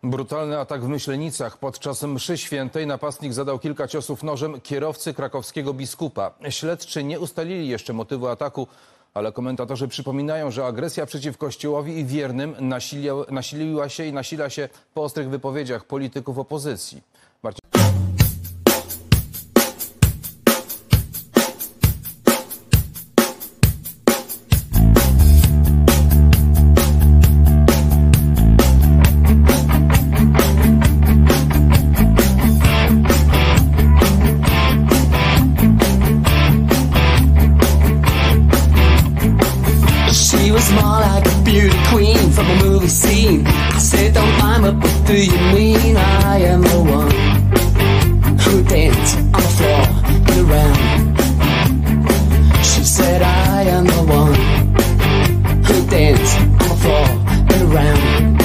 F: Brutalny atak w Myślenicach. Podczas mszy świętej napastnik zadał kilka ciosów nożem kierowcy krakowskiego biskupa. Śledczy nie ustalili jeszcze motywu ataku, ale komentatorzy przypominają, że agresja przeciw Kościołowi i wiernym nasiliła się i nasila się po ostrych wypowiedziach polityków opozycji.
A: Do you mean I am the one who danced on the floor and around? She said I am the one who danced on the floor and around.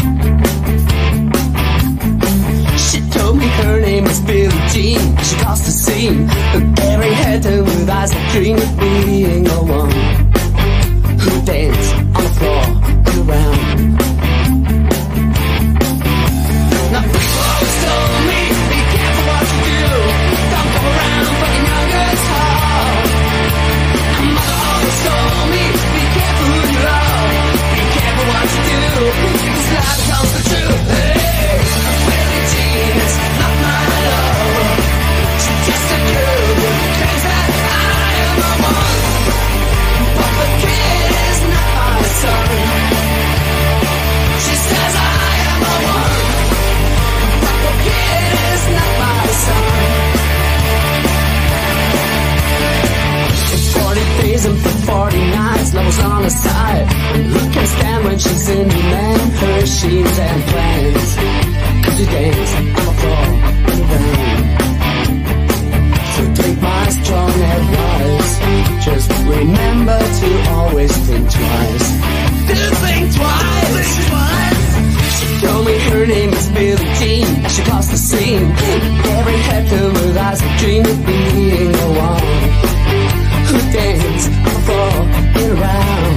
A: She told me her name was Billie Jean. She caused a scene, Gary had her with eyes that dream of being the one who danced on the floor and around. Now people always told me, be careful what you do. Don't go around breaking young girls' heart. And mother always told me, be careful who you love. Be careful what you do, because life becomes the truth. Hey, Billie Jean is not my love. She's just a girl who claims that I am the one. But the kid is not my son. She says I am the one. It is not my son. For 40 days and for 40 nights, love was on her side. And who can stand when she's in demand? Her sheets and plans. Cause you dance on the floor and around. So take my strong advice. Just remember to always think twice. Do think twice. She told me her name is Billie Jean. As she crossed the scene, every head filled with eyes that dream of being the one who danced on the floor and around.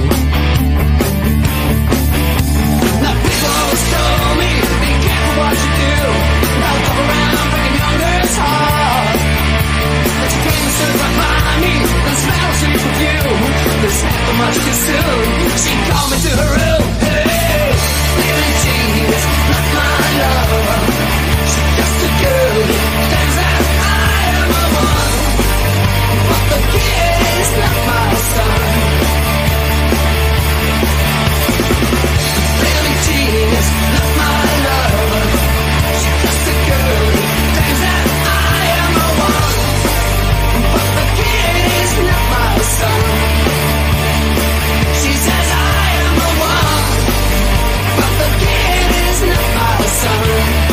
A: Now people always told me, be careful what you do. Don't come around breaking young girls' heart. But you came and stood right by me and smelled sweet perfume. This happened much too soon. She called me to her room. Hey, Billie Jean is not my lover. She's just a girl who claims that I am the one. But the kid is not my son. Billie Jean is not my lover. She's just a girl who claims that I am the one. But the kid is not my son. She says I am the one. But the kid is not my son.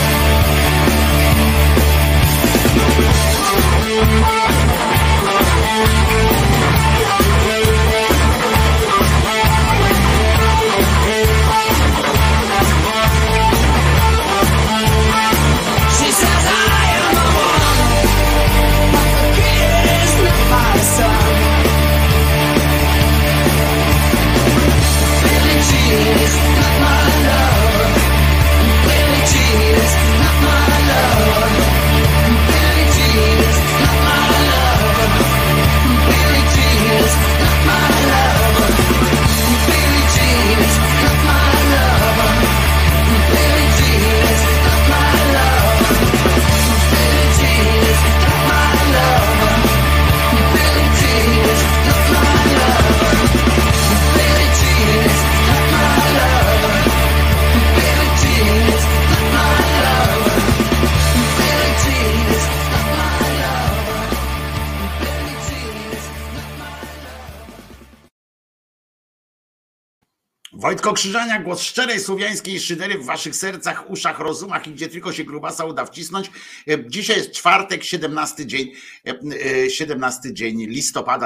A: She says I am the one. But the kid is not my son. Billie Jean is not my lover. Billie Jean is not my lover. Billie Jean is not my lover. Billie Jean is not my lover. Billie Jean is not my lover. Billie Jean is not my lover. Billie Jean is not my lover. Billie Jean is not my lover. Billie Jean is not my lover. Billie Jean is not my lover. Billie Jean is not my lover. Billie Jean is not my
D: Wojtko Krzyżania, głos szczerej słowiańskiej szydery w waszych sercach, uszach, rozumach i gdzie tylko się grubasa uda wcisnąć. Dzisiaj jest czwartek, 17 dzień listopada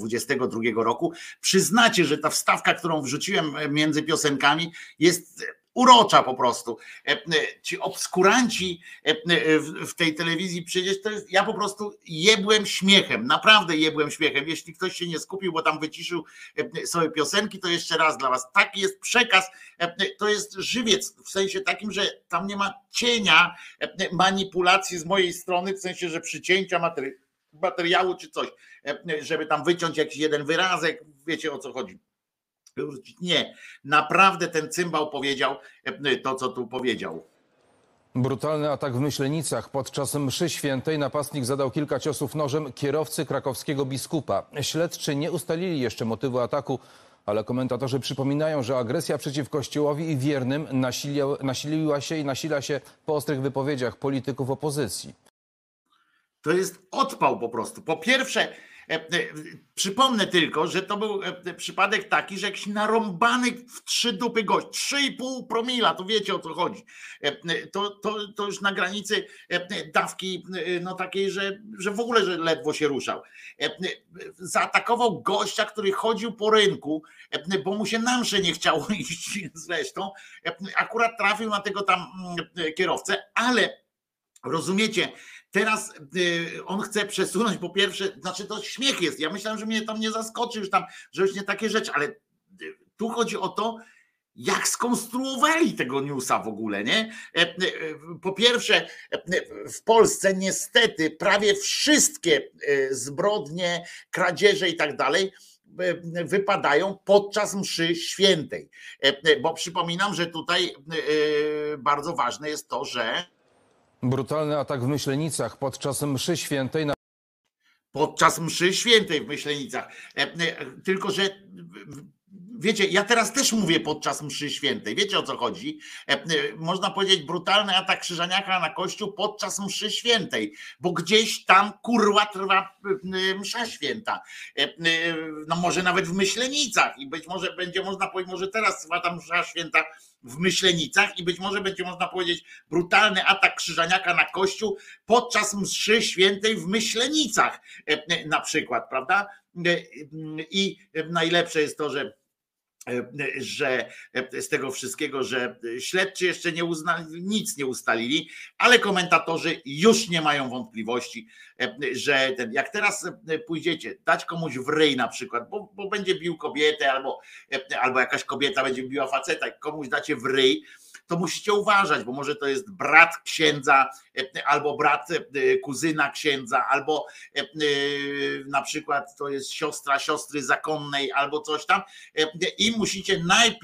D: 2022 roku. Przyznacie, że ta wstawka, którą wrzuciłem między piosenkami, jest urocza po prostu. Ci obskuranci w tej telewizji przecież to jest, ja po prostu jebłem śmiechem, naprawdę jebłem śmiechem. Jeśli ktoś się nie skupił, bo tam wyciszył sobie piosenki, to jeszcze raz dla was. Taki jest przekaz, to jest żywiec w sensie takim, że tam nie ma cienia manipulacji z mojej strony, w sensie, że przycięcia materiału czy coś, żeby tam wyciąć jakiś jeden wyrazek, wiecie o co chodzi. Nie, naprawdę ten cymbał powiedział to, co tu powiedział.
F: Brutalny atak w Myślenicach. Podczas mszy świętej napastnik zadał kilka ciosów nożem kierowcy krakowskiego biskupa. Śledczy nie ustalili jeszcze motywu ataku, ale komentatorzy przypominają, że agresja przeciw Kościołowi i wiernym nasiliła się i nasila się po ostrych wypowiedziach polityków opozycji.
D: To jest odpał po prostu. Po pierwsze, przypomnę tylko, że to był przypadek taki, że jakiś narąbany w 3 dupy gość, 3,5 promila, to wiecie o co chodzi. To już na granicy dawki no takiej, że w ogóle że ledwo się ruszał. Zaatakował gościa, który chodził po rynku, bo mu się na mszę nie chciało iść zresztą. Akurat trafił na tego tam kierowcę, ale rozumiecie, teraz on chce przesunąć, po pierwsze, znaczy to śmiech jest, ja myślałem, że mnie tam nie zaskoczy już tam, że już nie takie rzeczy, ale tu chodzi o to, jak skonstruowali tego newsa w ogóle, nie? Po pierwsze, w Polsce niestety prawie wszystkie zbrodnie, kradzieże i tak dalej wypadają podczas mszy świętej, bo przypominam, że tutaj bardzo ważne jest to, że
F: Brutalny atak w Myślenicach. Podczas mszy świętej
D: w Myślenicach. Tylko że wiecie, ja teraz też mówię podczas mszy świętej. Wiecie o co chodzi? Można powiedzieć brutalny atak Krzyżaniaka na kościół podczas mszy świętej, bo gdzieś tam kurwa trwa msza święta. No może nawet w Myślenicach i być może będzie można powiedzieć, może teraz trwa ta msza święta w Myślenicach i być może będzie można powiedzieć brutalny atak Krzyżaniaka na kościół podczas mszy świętej w Myślenicach na przykład, prawda? I najlepsze jest to, że z tego wszystkiego, że śledczy jeszcze nic nie ustalili, ale komentatorzy już nie mają wątpliwości, że jak teraz pójdziecie dać komuś w ryj na przykład, bo będzie bił kobietę albo jakaś kobieta będzie biła faceta, jak komuś dacie w ryj, to musicie uważać, bo może to jest brat księdza, albo brat kuzyna księdza, albo na przykład to jest siostra siostry zakonnej, albo coś tam. I musicie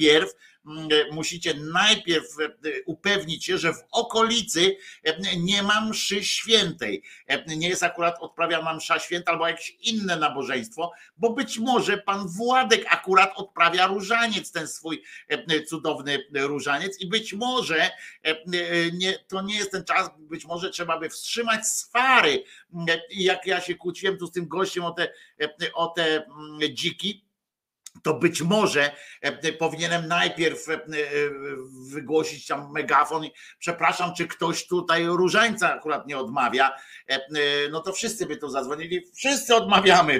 D: najpierw upewnić się, że w okolicy nie ma mszy świętej. Nie jest akurat odprawiana msza święta albo jakieś inne nabożeństwo, bo być może pan Władek akurat odprawia różaniec, ten swój cudowny różaniec i być może to nie jest ten czas, być może trzeba by wstrzymać swary. I jak ja się kłóciłem tu z tym gościem o te dziki, to być może powinienem najpierw wygłosić tam megafon i przepraszam, czy ktoś tutaj różańca akurat nie odmawia, no to wszyscy by tu zadzwonili, wszyscy odmawiamy.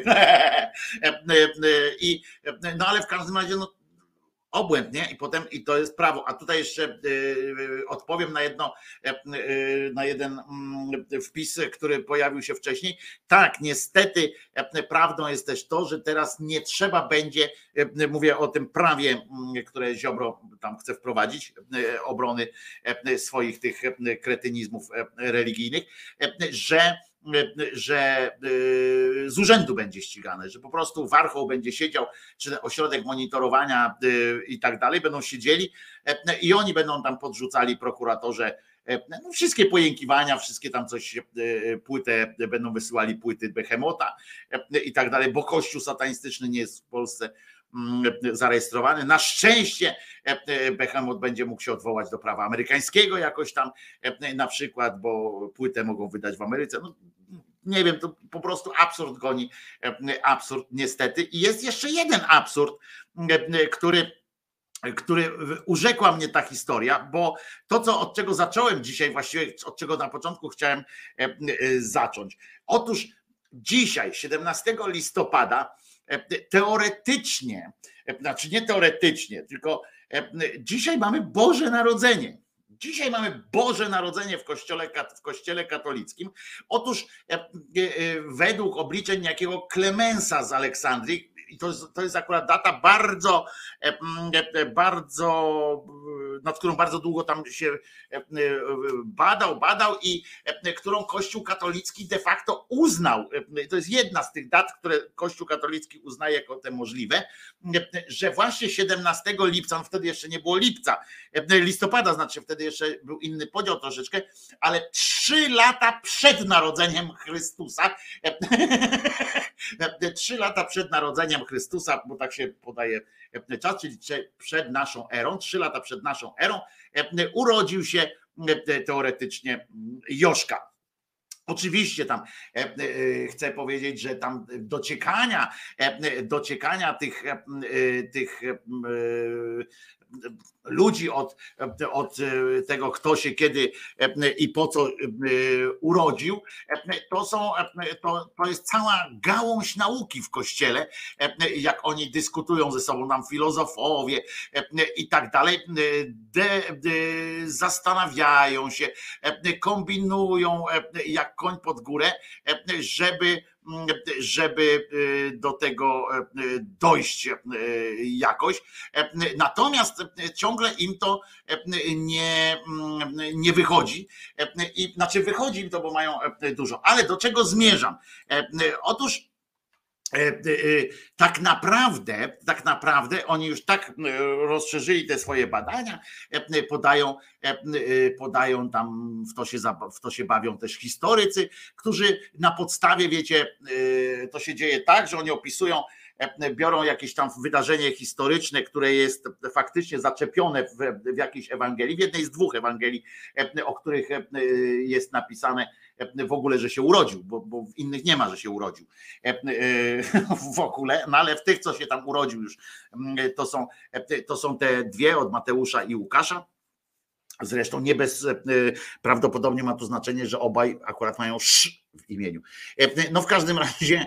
D: No ale w każdym razie no obłęd, nie? I to jest prawo. A tutaj jeszcze odpowiem na jeden wpis, który pojawił się wcześniej. Tak, niestety prawdą jest też to, że teraz nie trzeba będzie, mówię o tym prawie, które Ziobro tam chce wprowadzić, obrony swoich tych kretynizmów religijnych, że z urzędu będzie ścigane, że po prostu warchoł będzie siedział, czy ośrodek monitorowania i tak dalej, będą siedzieli i oni będą tam podrzucali prokuratorze no wszystkie pojękiwania, wszystkie tam coś, płytę, będą wysyłali płyty Behemota i tak dalej, bo kościół satanistyczny nie jest w Polsce zarejestrowany. Na szczęście Behemot będzie mógł się odwołać do prawa amerykańskiego jakoś tam na przykład, bo płytę mogą wydać w Ameryce. No, nie wiem, to po prostu absurd goni absurd niestety. I jest jeszcze jeden absurd, który urzekła mnie ta historia, bo to, od czego zacząłem dzisiaj, właściwie od czego na początku chciałem zacząć. Otóż dzisiaj, 17 listopada, teoretycznie, znaczy nie teoretycznie, tylko dzisiaj mamy Boże Narodzenie. Dzisiaj mamy Boże Narodzenie w Kościele katolickim. Otóż według obliczeń niejakiego Klemensa z Aleksandrii, i to jest akurat data bardzo, nad którą bardzo długo tam się badał i którą Kościół katolicki de facto uznał, to jest jedna z tych dat, które Kościół katolicki uznaje jako te możliwe, że właśnie 17 lipca, no wtedy jeszcze nie było listopada, znaczy wtedy jeszcze był inny podział troszeczkę, ale 3 lata przed narodzeniem Chrystusa, 3 lata przed narodzeniem Chrystusa, bo tak się podaje czas, czyli przed naszą erą, 3 lata przed naszą erą, urodził się teoretycznie Joszka. Oczywiście tam chcę powiedzieć, że tam dociekania tych ludzi od tego, kto się kiedy i po co urodził, to jest cała gałąź nauki w Kościele, jak oni dyskutują ze sobą, tam filozofowie i tak dalej, zastanawiają się, kombinują jak koń pod górę, żeby do tego dojść jakoś. Natomiast ciągle im to nie wychodzi. Znaczy wychodzi im to, bo mają dużo. Ale do czego zmierzam? Otóż tak naprawdę oni już tak rozszerzyli te swoje badania, podają tam, w to się bawią też historycy, którzy na podstawie, wiecie, to się dzieje tak, że oni opisują, biorą jakieś tam wydarzenie historyczne, które jest faktycznie zaczepione w jakiejś Ewangelii, w jednej z 2 Ewangelii, o których jest napisane w ogóle, że się urodził, bo w innych nie ma, że się urodził w ogóle, no ale w tych, co się tam urodził już, to są te 2 od Mateusza i Łukasza. Zresztą nie bez, prawdopodobnie ma to znaczenie, że obaj akurat mają sz w imieniu. No w każdym razie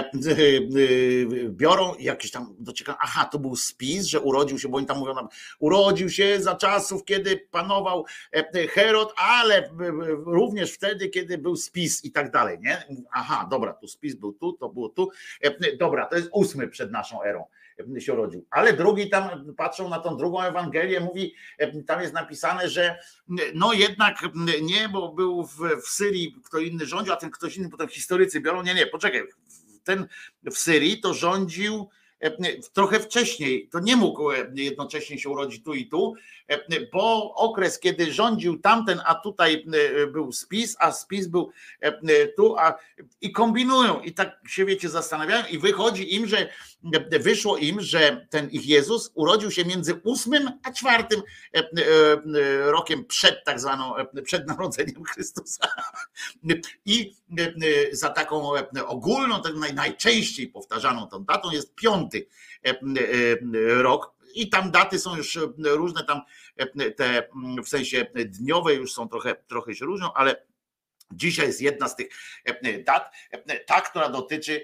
D: biorą jakieś tam aha, to był spis, że urodził się, bo oni tam mówią, urodził się za czasów, kiedy panował Herod, ale również wtedy, kiedy był spis i tak dalej, nie? Aha, dobra, tu spis był tu, to było tu. Dobra, to jest 8 przed naszą erą się urodził. Ale drugi tam patrzą na tą drugą Ewangelię, mówi, tam jest napisane, że no jednak nie, bo był w Syrii kto inny rządził, a ten ktoś inny, potem historycy biorą, nie, poczekaj, ten w Syrii to rządził trochę wcześniej, to nie mógł jednocześnie się urodzić tu i tu, bo okres, kiedy rządził tamten, a tutaj był spis, a spis był tu, i kombinują i tak się, wiecie, zastanawiają i wyszło im, że ten ich Jezus urodził się między 8 a 4 rokiem przed tak zwaną, przed narodzeniem Chrystusa. I za taką ogólną, najczęściej powtarzaną tą datą jest 5 rok. I tam daty są już różne, tam te w sensie dniowe już są trochę się różnią, ale dzisiaj jest jedna z tych dat, ta, która dotyczy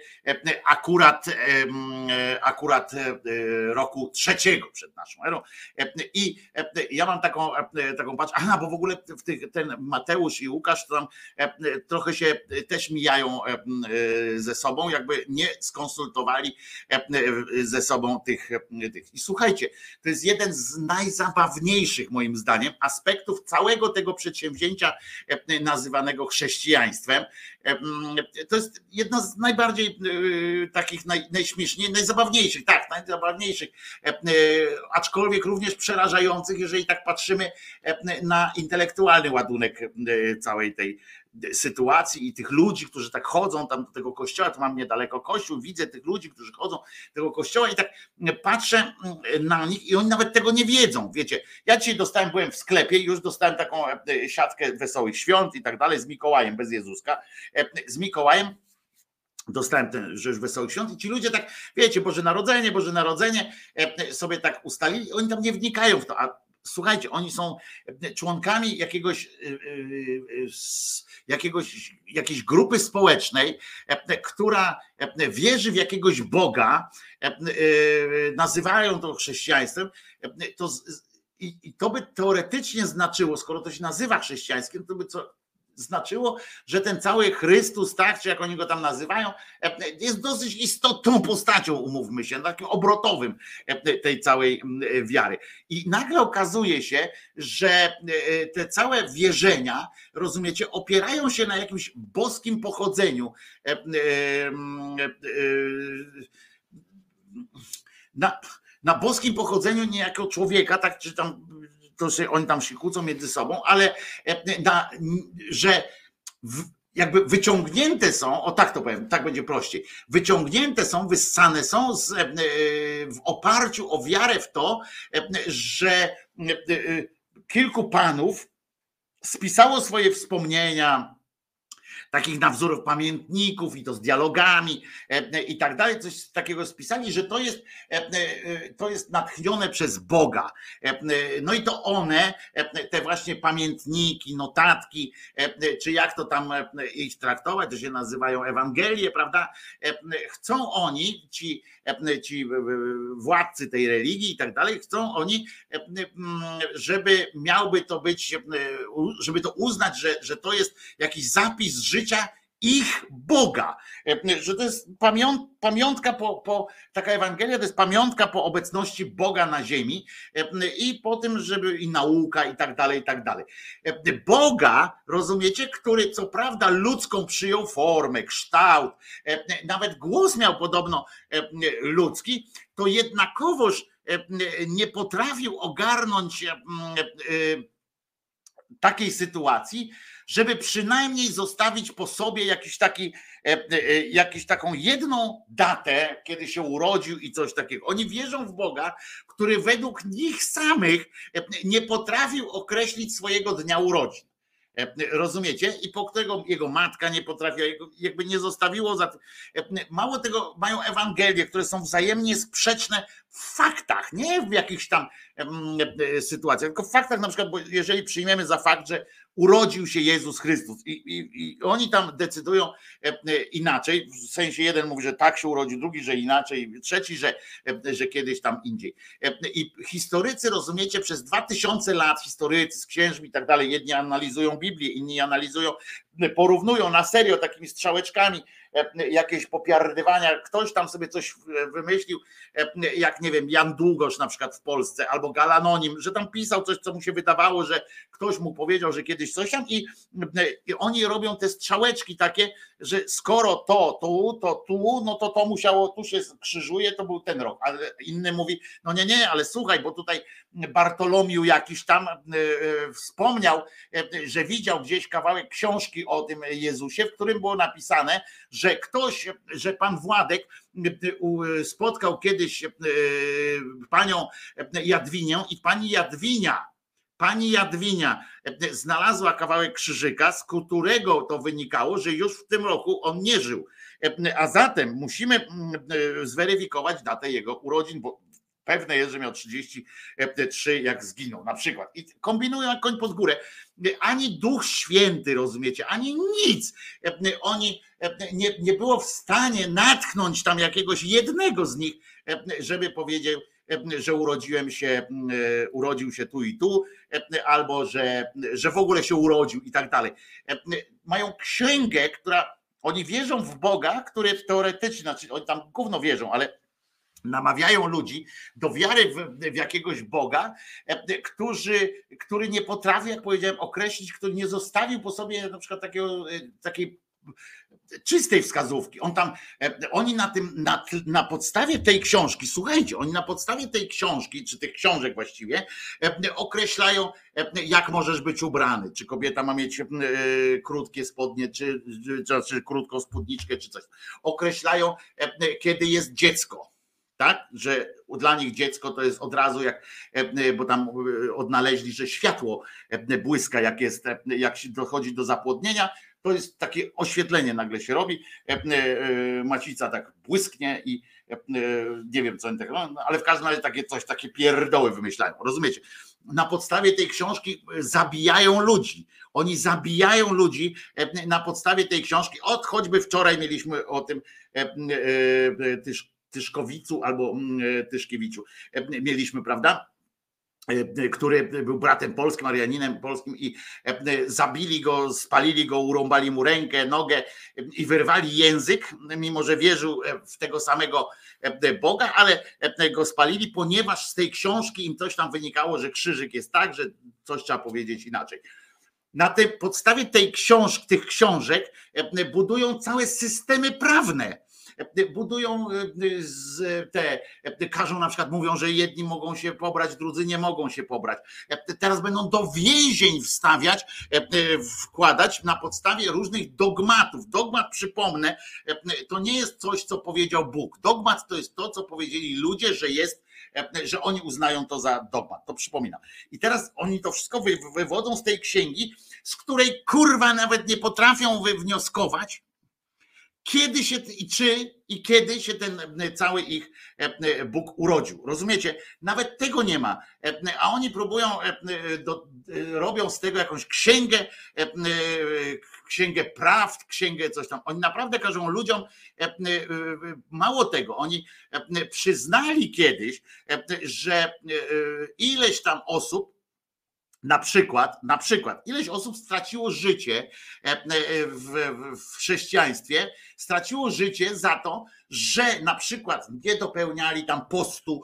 D: akurat roku 3 przed naszą erą. I ja mam taką patrz, bo w ogóle ten Mateusz i Łukasz to tam trochę się też mijają ze sobą, jakby nie skonsultowali ze sobą tych. I słuchajcie, to jest jeden z najzabawniejszych moim zdaniem aspektów całego tego przedsięwzięcia nazywanego chrześcijaństwem. To jest jedna z najbardziej takich najśmieszniejszych, najzabawniejszych, aczkolwiek również przerażających, jeżeli tak patrzymy na intelektualny ładunek całej tej sytuacji i tych ludzi, którzy tak chodzą tam do tego kościoła, tu mam niedaleko kościół, widzę tych ludzi, którzy chodzą do tego kościoła i tak patrzę na nich i oni nawet tego nie wiedzą, wiecie. Ja dzisiaj byłem w sklepie i już dostałem taką siatkę Wesołych Świąt i tak dalej z Mikołajem, bez Jezuska, z Mikołajem. Dostałem ten rzecz Wesołych Świąt i ci ludzie tak, wiecie, Boże Narodzenie, sobie tak ustalili, oni tam nie wnikają w to, a słuchajcie, oni są członkami jakiejś grupy społecznej, która wierzy w jakiegoś Boga, nazywają to chrześcijaństwem, i to by teoretycznie znaczyło, skoro to się nazywa chrześcijańskim, to by znaczyło, że ten cały Chrystus, tak, czy jak oni go tam nazywają, jest dosyć istotną postacią, umówmy się, takim obrotowym tej całej wiary. I nagle okazuje się, że te całe wierzenia, rozumiecie, opierają się na jakimś boskim pochodzeniu, na boskim pochodzeniu niejako człowieka, tak, czy tam to się oni tam się kłócą między sobą, ale że jakby wyciągnięte są, o tak to powiem, tak będzie prościej, wyciągnięte są, wyssane są w oparciu o wiarę w to, że kilku panów spisało swoje wspomnienia, takich na wzór pamiętników i to z dialogami i tak dalej, coś takiego spisali, że to jest natchnione przez Boga. No i to one, te właśnie pamiętniki, notatki, czy jak to tam ich traktować, to się nazywają Ewangelie, prawda? Chcą oni, ci władcy tej religii i tak dalej, chcą oni, żeby miałby to być, żeby to uznać, że to jest jakiś zapis życia ich Boga, że to jest pamiątka taka Ewangelia to jest pamiątka po obecności Boga na ziemi i po tym, żeby i nauka i tak dalej, i tak dalej. Boga, rozumiecie, który co prawda ludzką przyjął formę, kształt, nawet głos miał podobno ludzki, to jednakowoż nie potrafił ogarnąć takiej sytuacji, żeby przynajmniej zostawić po sobie jakąś taką jedną datę, kiedy się urodził i coś takiego. Oni wierzą w Boga, który według nich samych nie potrafił określić swojego dnia urodzin. Rozumiecie? I po którego jego matka nie potrafiła, jakby nie zostawiło za tym. Mało tego, mają Ewangelie, które są wzajemnie sprzeczne w faktach, nie w jakichś tam sytuacjach, tylko w faktach, na przykład, bo jeżeli przyjmiemy za fakt, że urodził się Jezus Chrystus i oni tam decydują inaczej, w sensie jeden mówi, że tak się urodził, drugi, że inaczej, trzeci, że kiedyś tam indziej. I historycy, rozumiecie, przez 2000 lat, historycy z księżmi i tak dalej, jedni analizują Biblię, inni analizują, porównują na serio takimi strzałeczkami jakieś popiardywania, ktoś tam sobie coś wymyślił, jak nie wiem, Jan Długosz na przykład w Polsce, albo Galanonim, że tam pisał coś, co mu się wydawało, że ktoś mu powiedział, że kiedyś coś tam i oni robią te strzałeczki takie, że skoro to tu, no to musiało, tu się krzyżuje, to był ten rok, ale inny mówi, no nie, ale słuchaj, bo tutaj Bartolomiu jakiś tam wspomniał, że widział gdzieś kawałek książki o tym Jezusie, w którym było napisane, że pan Władek spotkał kiedyś panią Jadwinię i pani Jadwinia znalazła kawałek krzyżyka, z którego to wynikało, że już w tym roku on nie żył. A zatem musimy zweryfikować datę jego urodzin, bo pewne jest, że miał 33, jak zginął na przykład. I kombinują jak koń pod górę. Ani Duch Święty, rozumiecie, ani nic. Oni nie było w stanie natchnąć tam jakiegoś jednego z nich, żeby powiedział, że urodził się tu i tu, albo że w ogóle się urodził i tak dalej. Mają księgę, oni wierzą w Boga, który teoretycznie, znaczy oni tam gówno wierzą, ale namawiają ludzi do wiary w jakiegoś Boga, który nie potrafi, jak powiedziałem, określić, który nie zostawił po sobie na przykład takiej czystej wskazówki. Oni na podstawie tej książki, słuchajcie, oni na podstawie tej książki, czy tych książek właściwie, określają, jak możesz być ubrany, czy kobieta ma mieć krótkie spodnie, czy krótką spódniczkę, czy coś. Określają, kiedy jest dziecko. Tak, że dla nich dziecko to jest od razu bo tam odnaleźli, że światło błyska, jak się dochodzi do zapłodnienia, to jest takie oświetlenie nagle się robi, macica tak błysknie i nie wiem co oni tak, ale w każdym razie takie pierdoły wymyślają, rozumiecie? na podstawie tej książki zabijają ludzi. Oni zabijają ludzi na podstawie tej książki. Od choćby wczoraj mieliśmy o tym Tyszkowicu albo Tyszkiewiczu. Mieliśmy, prawda? Który był bratem polskim, Arianinem polskim i zabili go, spalili go, urąbali mu rękę, nogę i wyrwali język, mimo że wierzył w tego samego Boga, ale go spalili, ponieważ z tej książki im coś tam wynikało, że krzyżyk jest tak, że coś trzeba powiedzieć inaczej. Na tej podstawie tych książek budują całe systemy prawne. Budują każą na przykład, mówią, że jedni mogą się pobrać, drudzy nie mogą się pobrać. Teraz będą do więzień wkładać na podstawie różnych dogmatów. Dogmat, przypomnę, to nie jest coś, co powiedział Bóg. Dogmat to jest to, co powiedzieli ludzie, że oni uznają to za dogmat. To przypominam. I teraz oni to wszystko wywodzą z tej księgi, z której kurwa nawet nie potrafią wywnioskować, kiedy się i kiedy się ten cały ich Bóg urodził. Rozumiecie? Nawet tego nie ma. A oni próbują, robią z tego jakąś księgę prawd, księgę coś tam. Oni naprawdę każą ludziom, mało tego, oni przyznali kiedyś, że ileś tam osób, na przykład ileś osób straciło życie w chrześcijaństwie, straciło życie za to, że na przykład nie dopełniali tam postu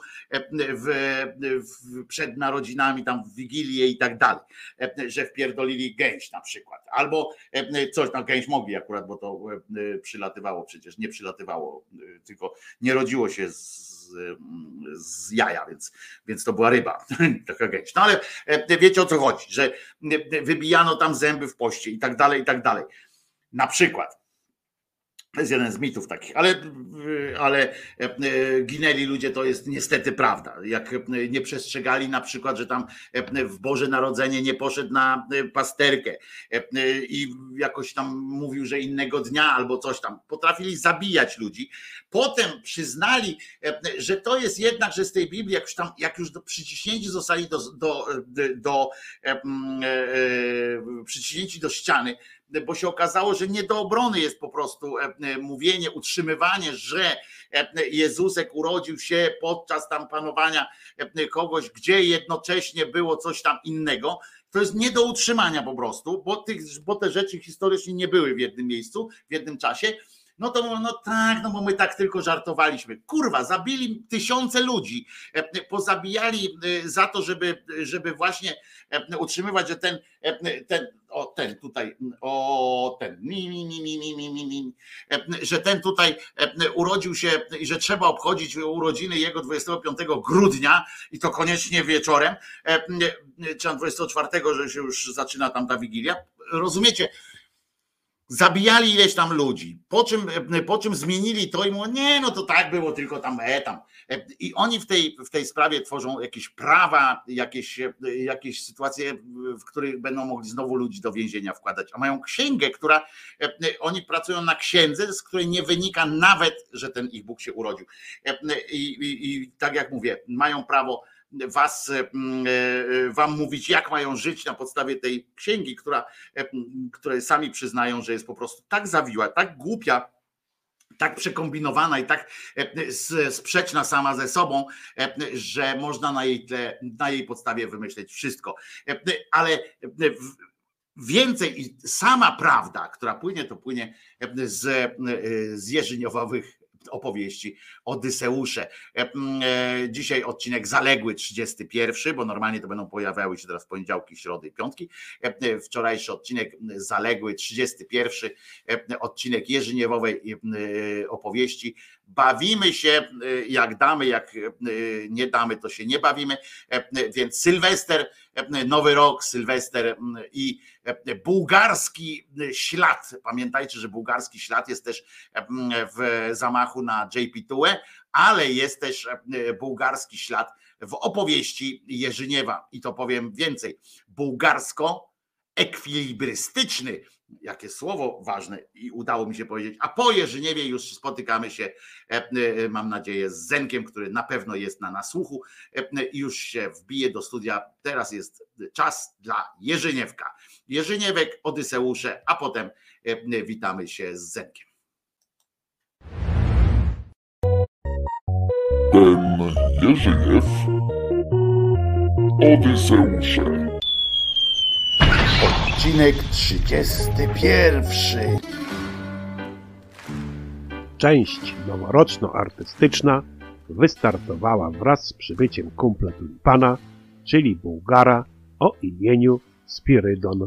D: przed narodzinami, tam w Wigilię i tak dalej, że wpierdolili gęś na przykład, albo coś tam, gęś mogli akurat, bo to przylatywało przecież, nie przylatywało, tylko nie rodziło się z jaja, więc to była ryba, taka gęś. No ale wiecie, o co chodzi, że wybijano tam zęby w poście i tak dalej, i tak dalej. Na przykład. To jest jeden z mitów takich, ale ginęli ludzie, to jest niestety prawda. Jak nie przestrzegali na przykład, że tam w Boże Narodzenie nie poszedł na pasterkę i jakoś tam mówił, że innego dnia albo coś tam. Potrafili zabijać ludzi. Potem przyznali, że to jest jednak, że z tej Biblii, jak już przyciśnięci zostali przyciśnięci do ściany, bo się okazało, że nie do obrony jest po prostu mówienie, utrzymywanie, że Jezusek urodził się podczas tam panowania kogoś, gdzie jednocześnie było coś tam innego. To jest nie do utrzymania po prostu, bo te rzeczy historycznie nie były w jednym miejscu, w jednym czasie. No to no tak, no bo my tak tylko żartowaliśmy. Kurwa, zabili tysiące ludzi, pozabijali za to, żeby właśnie utrzymywać, że ten że ten tutaj urodził się i że trzeba obchodzić urodziny jego 25 grudnia i to koniecznie wieczorem, czy 24, że się już zaczyna tam ta Wigilia. Rozumiecie? Zabijali ileś tam ludzi, po czym zmienili to i mówią, nie, no to tak było, tylko tam. I oni w tej sprawie tworzą jakieś prawa, jakieś sytuacje, w których będą mogli znowu ludzi do więzienia wkładać. A mają księgę, oni pracują na księdze, z której nie wynika nawet, że ten ich Bóg się urodził. I tak jak mówię, mają prawo wam mówić, jak mają żyć na podstawie tej księgi, której sami przyznają, że jest po prostu tak zawiła, tak głupia, tak przekombinowana i tak sprzeczna sama ze sobą, że można na jej podstawie wymyśleć wszystko. Ale więcej i sama prawda, która płynie, to płynie z jeżyniowowych opowieści Odyseusze. Dzisiaj odcinek zaległy 31, bo normalnie to będą pojawiały się teraz poniedziałki, środy i piątki. Wczorajszy odcinek zaległy 31, odcinek jeżyniewowej opowieści. Bawimy się jak damy, jak nie damy, to się nie bawimy. Więc Sylwester, Nowy Rok, Sylwester i bułgarski ślad. Pamiętajcie, że bułgarski ślad jest też w zamachu na JP2, ale jest też bułgarski ślad w opowieści Jerzyniewa. I to powiem więcej. Bułgarsko ekwilibrystyczny, jakie słowo ważne i udało mi się powiedzieć, a po Jerzyniewie już spotykamy się, mam nadzieję, z Zenkiem, który na pewno jest na nasłuchu i już się wbije do studia. Teraz jest czas dla Jerzyniewka. Jerzyniewek, Odyseusze, a potem witamy się z Zenkiem.
G: Jerzyniew, Odyseusze.
C: Odcinek 31.
H: Część noworoczno-artystyczna wystartowała wraz z przybyciem kumpla Tulipana, czyli Bułgara o imieniu Spirydon,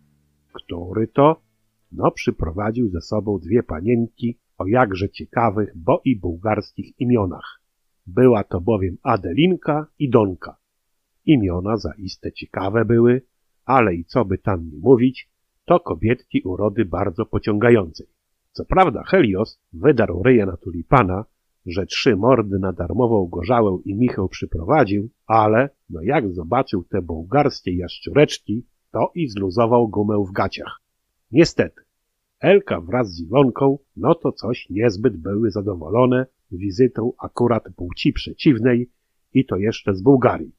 H: który to przyprowadził ze sobą dwie panienki o jakże ciekawych, bo i bułgarskich imionach. Była to bowiem Adelinka i Donka. Imiona zaiste ciekawe były, ale i co by tam nie mówić, to kobietki urody bardzo pociągającej. Co prawda Helios wydarł ryja na Tulipana, że 3 mordy na darmową gorzałę i Michał przyprowadził, ale jak zobaczył te bułgarskie jaszczureczki, to i zluzował gumę w gaciach. Niestety, Elka wraz z Iwonką, to coś niezbyt były zadowolone wizytą akurat płci przeciwnej i to jeszcze z Bułgarii.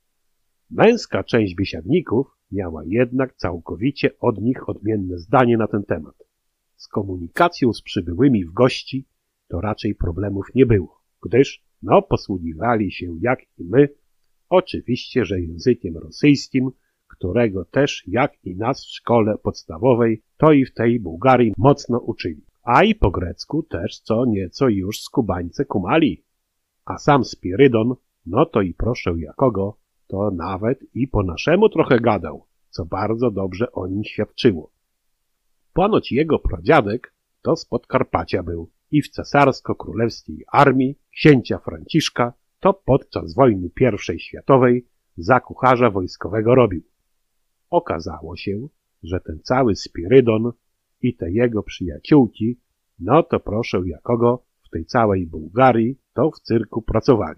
H: Męska część biesiadników miała jednak całkowicie od nich odmienne zdanie na ten temat. Z komunikacją z przybyłymi w gości to raczej problemów nie było, gdyż posługiwali się jak i my, oczywiście, że językiem rosyjskim, którego też jak i nas w szkole podstawowej, to i w tej Bułgarii mocno uczyli. A i po grecku też co nieco już skubańce kumali. A sam Spirydon, to i proszę jakogo, to nawet i po naszemu trochę gadał, co bardzo dobrze o nim świadczyło. Ponoć jego pradziadek to z Podkarpacia był i w cesarsko-królewskiej armii księcia Franciszka to podczas wojny I światowej za kucharza wojskowego robił. Okazało się, że ten cały Spirydon i te jego przyjaciółki, to proszę jakogo w tej całej Bułgarii to w cyrku pracowali.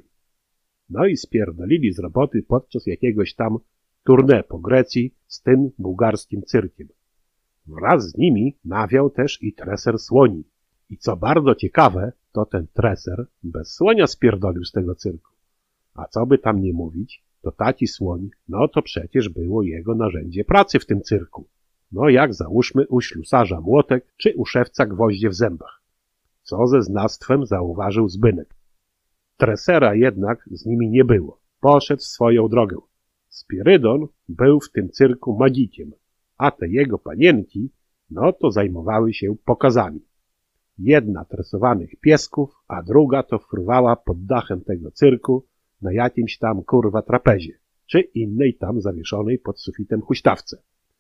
H: I spierdolili z roboty podczas jakiegoś tam tournée po Grecji z tym bułgarskim cyrkiem. Wraz z nimi nawiał też i treser słoni. I co bardzo ciekawe, to ten treser bez słonia spierdolił z tego cyrku. A co by tam nie mówić, to taki słoń, to przecież było jego narzędzie pracy w tym cyrku. Jak załóżmy u ślusarza młotek, czy u szewca gwoździe w zębach. Co ze znawstwem zauważył Zbynek. Tresera jednak z nimi nie było. Poszedł swoją drogę. Spirydon był w tym cyrku magikiem, a te jego panienki, to zajmowały się pokazami. Jedna tresowanych piesków, a druga to fruwała pod dachem tego cyrku na jakimś tam trapezie, czy innej tam zawieszonej pod sufitem huśtawce.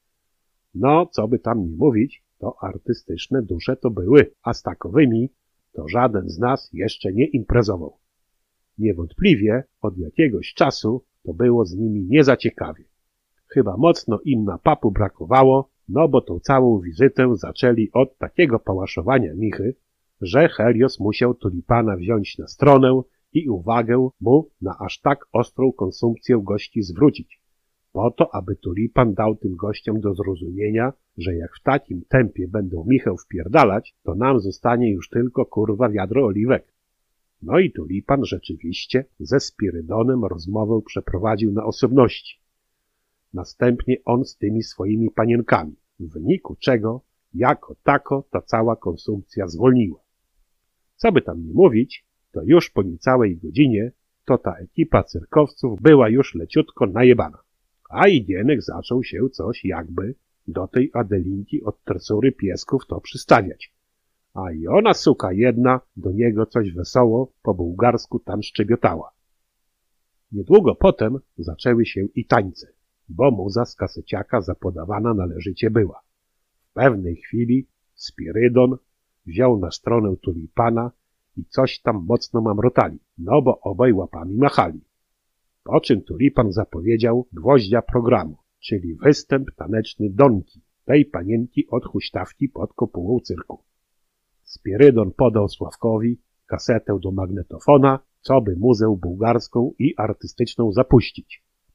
H: Co by tam nie mówić, to artystyczne dusze to były, a z takowymi to żaden z nas jeszcze nie imprezował. Niewątpliwie od jakiegoś czasu to było z nimi nie za ciekawie. Chyba mocno im na papu brakowało, bo tą całą wizytę zaczęli od takiego pałaszowania Michy, że Helios musiał Tulipana wziąć na stronę i uwagę mu na aż tak ostrą konsumpcję gości zwrócić, po to, aby Tulipan dał tym gościom do zrozumienia, że jak w takim tempie będą Michę wpierdalać, to nam zostanie już tylko wiadro oliwek. I Tulipan rzeczywiście ze Spirydonem rozmowę przeprowadził na osobności. Następnie on z tymi swoimi panienkami, w wyniku czego jako tako ta cała konsumpcja zwolniła. Co by tam nie mówić, to już po niecałej godzinie to ta ekipa cyrkowców była już leciutko najebana. A i Gienek zaczął się coś jakby do tej Adelinki od tresury piesków to przystawiać. A i ona, suka jedna, do niego coś wesoło po bułgarsku tam szczebiotała. Niedługo potem zaczęły się i tańce, bo muza z kaseciaka zapodawana należycie była. W pewnej chwili Spirydon wziął na stronę Tulipana i coś tam mocno mamrotali, bo obaj łapami machali. Po czym Tulipan zapowiedział gwoździa programu, czyli występ taneczny Donki, tej panienki od huśtawki pod kopułą cyrku. Spirydon podał Sławkowi kasetę do magnetofona, co by muzę bułgarską i artystyczną zapuścić.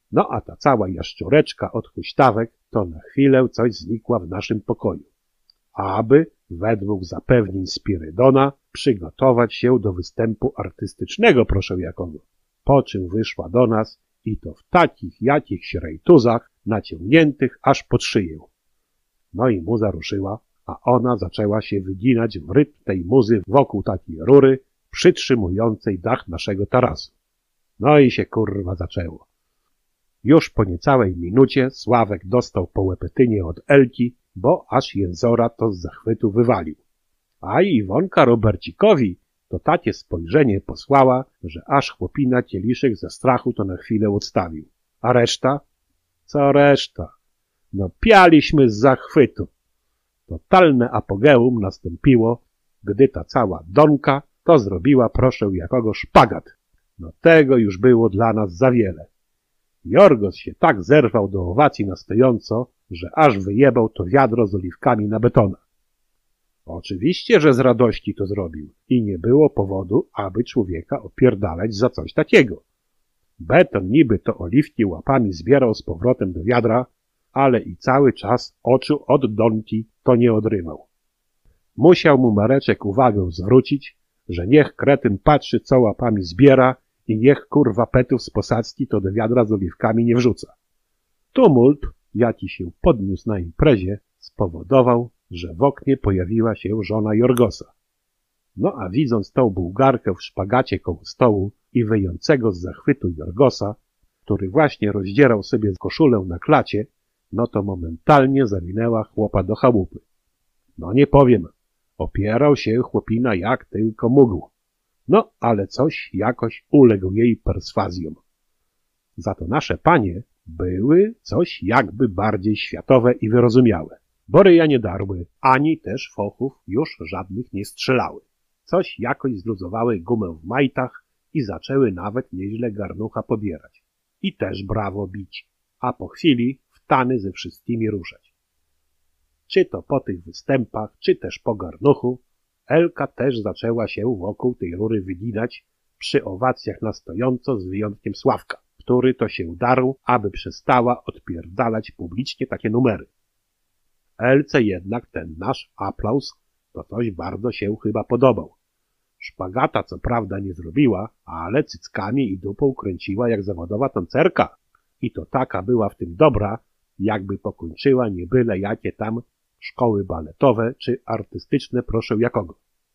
H: No a ta cała jaszczureczka od huśtawek to na chwilę coś znikła w naszym pokoju, aby, według zapewnień Spirydona, przygotować się do występu artystycznego, proszę jakogo. Po czym wyszła do nas i to w takich jakichś rejtuzach naciągniętych aż pod szyję. No i muza ruszyła, a ona zaczęła się wyginać w rytm tej muzy wokół takiej rury przytrzymującej dach naszego tarasu. No i się kurwa zaczęło. Już po niecałej minucie Sławek dostał po łepetynie od Elki, bo aż jęzora to z zachwytu wywalił. A Iwonka Robercikowi to takie spojrzenie posłała, że aż chłopina kieliszek ze strachu to na chwilę odstawił. A reszta? Co reszta? No pialiśmy z zachwytu. Totalne apogeum nastąpiło, gdy ta cała Donka to zrobiła, proszę jakogo, szpagat. No tego już było dla nas za wiele. Jorgos się tak zerwał do owacji na stojąco, że aż wyjebał to wiadro z oliwkami na betona. Oczywiście, że z radości to zrobił i nie było powodu, aby człowieka opierdalać za coś takiego. Beton niby to oliwki łapami zbierał z powrotem do wiadra, ale i cały czas oczu od Donki to nie odrywał. Musiał mu Mareczek uwagę zwrócić, że niech kretyn patrzy, co łapami zbiera i niech kurwa petów z posadzki to do wiadra z oliwkami nie wrzuca. Tumult, jaki się podniósł na imprezie, spowodował, że w oknie pojawiła się żona Jorgosa. No a widząc tą Bułgarkę w szpagacie koło stołu i wyjącego z zachwytu Jorgosa, który właśnie rozdzierał sobie koszulę na klacie, no to momentalnie zawinęła chłopa do chałupy. No nie powiem, opierał się chłopina jak tylko mógł. No, ale coś jakoś uległ jej perswazjom. Za to nasze panie były coś jakby bardziej światowe i wyrozumiałe. Bo ryja nie darły, ani też fochów już żadnych nie strzelały. Coś jakoś zluzowały gumę w majtach i zaczęły nawet nieźle garnucha pobierać. I też brawo bić, a po chwili w tany ze wszystkimi ruszać. Czy to po tych występach, czy też po garnuchu, Elka też zaczęła się wokół tej rury wyginać przy owacjach na stojąco z wyjątkiem Sławka, który to się darł, aby przestała odpierdalać publicznie takie numery. Elce jednak ten nasz aplauz to coś bardzo się chyba podobał. Szpagata co prawda nie zrobiła, ale cyckami i dupą kręciła jak zawodowa tancerka. I to taka była w tym dobra, jakby pokończyła nie byle jakie tam szkoły baletowe czy artystyczne, proszę jakogo.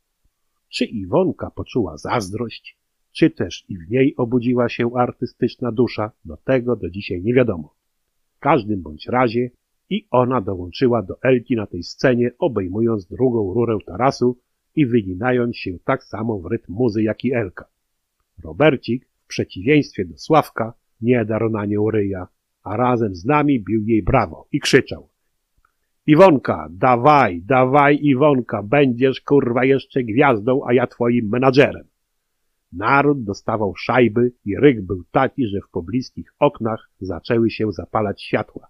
H: Czy Iwonka poczuła zazdrość, czy też i w niej obudziła się artystyczna dusza, no tego do dzisiaj nie wiadomo. W każdym bądź razie i ona dołączyła do Elki na tej scenie, obejmując drugą rurę tarasu i wyginając się tak samo w rytm muzy jak i Elka. Robercik, w przeciwieństwie do Sławka, nie darł na nią ryja, a razem z nami bił jej brawo i krzyczał: Iwonka, dawaj, dawaj Iwonka, będziesz kurwa jeszcze gwiazdą, a ja twoim menadżerem. Naród dostawał szajby i ryk był taki, że w pobliskich oknach zaczęły się zapalać światła.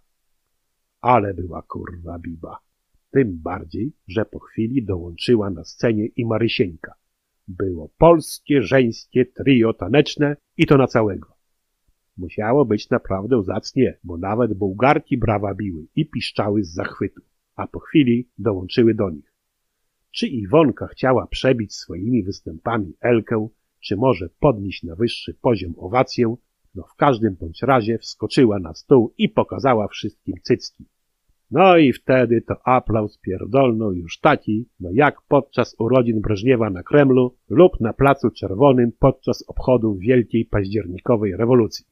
H: Ale była kurwa biba. Tym bardziej, że po chwili dołączyła na scenie i Marysieńka. Było polskie, żeńskie trio taneczne i to na całego. Musiało być naprawdę zacnie, bo nawet Bułgarki brawa biły i piszczały z zachwytu, a po chwili dołączyły do nich. Czy Iwonka chciała przebić swoimi występami Elkę, czy może podnieść na wyższy poziom owację, no w każdym bądź razie wskoczyła na stół i pokazała wszystkim cycki. No i wtedy to aplauz pierdolnął już taki, no jak podczas urodzin Breżniewa na Kremlu lub na Placu Czerwonym podczas obchodów Wielkiej Październikowej Rewolucji.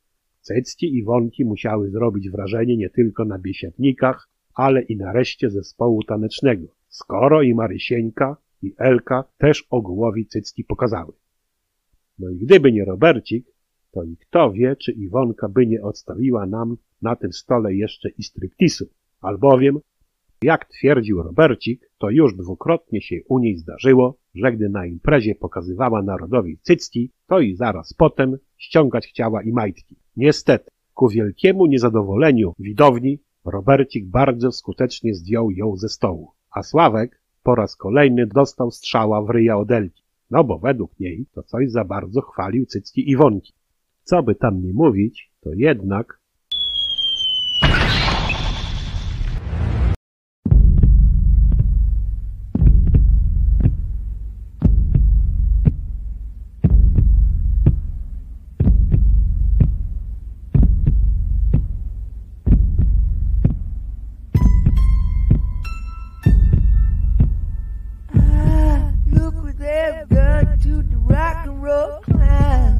H: Cycki Iwonki musiały zrobić wrażenie nie tylko na biesiadnikach, ale i na reszcie zespołu tanecznego, skoro i Marysieńka i Elka też ogółowi cycki pokazały. No i gdyby nie Robercik, to i kto wie, czy Iwonka by nie odstawiła nam na tym stole jeszcze i striptisu, albowiem, jak twierdził Robercik, to już dwukrotnie się u niej zdarzyło, że gdy na imprezie pokazywała narodowi cycki, to i zaraz potem ściągać chciała i majtki. Niestety, ku wielkiemu niezadowoleniu widowni, Robercik bardzo skutecznie zdjął ją ze stołu, a Sławek po raz kolejny dostał strzała w ryja od Elki, no bo według niej to coś za bardzo chwalił cycki Iwonki. Co by tam nie mówić, to jednak
A: Look what they've done to the rock and roll clown.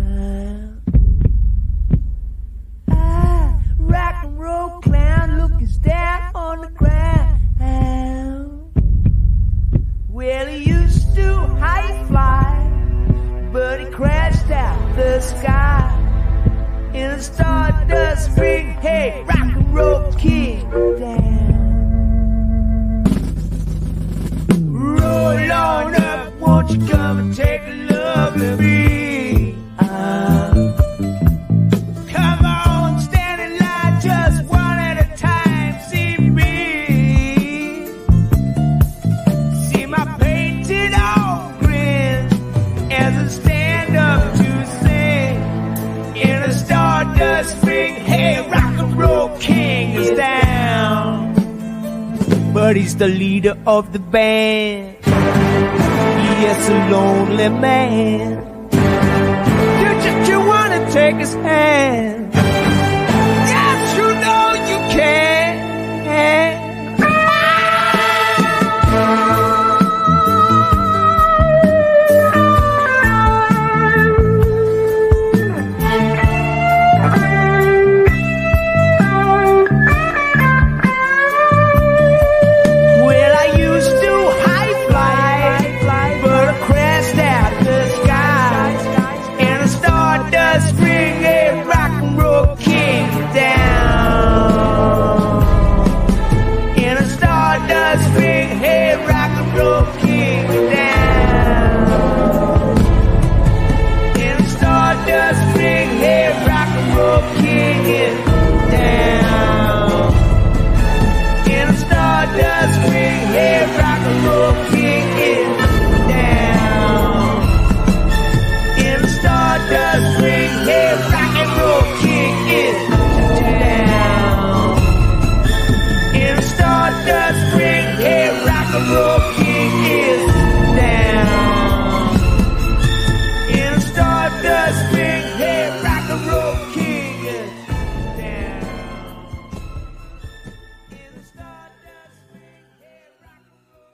A: Rock and roll clown looking down on the ground. Well, he used to high fly, but he crashed out the sky in a stardust ring. Hey, rock and roll king down. Roll on up, won't you come and take a look at me? Come on, stand in line, just one at a time. See me, see my painted on grin as I stand up to sing in a stardust ring. Hey, rock and roll king is down, but he's the leader of the band. Yes, a lonely man. You wanna take his hand? Yes, you know you can. Well, I used to high fly, but I crashed out the sky in a stardust ring. A rock and roll king down in a stardust ring. Hey, rock and roll king down in a stardust ring. Hey, rock and roll king is down in a stardust ring. Hey, rock and roll king is down in a stardust ring. Hey, rock and roll king is down in a stardust ring. Hey, rock and roll king is down in a stardust ring. Hey, rock and roll king is down in a stardust ring. Hey, rock and roll.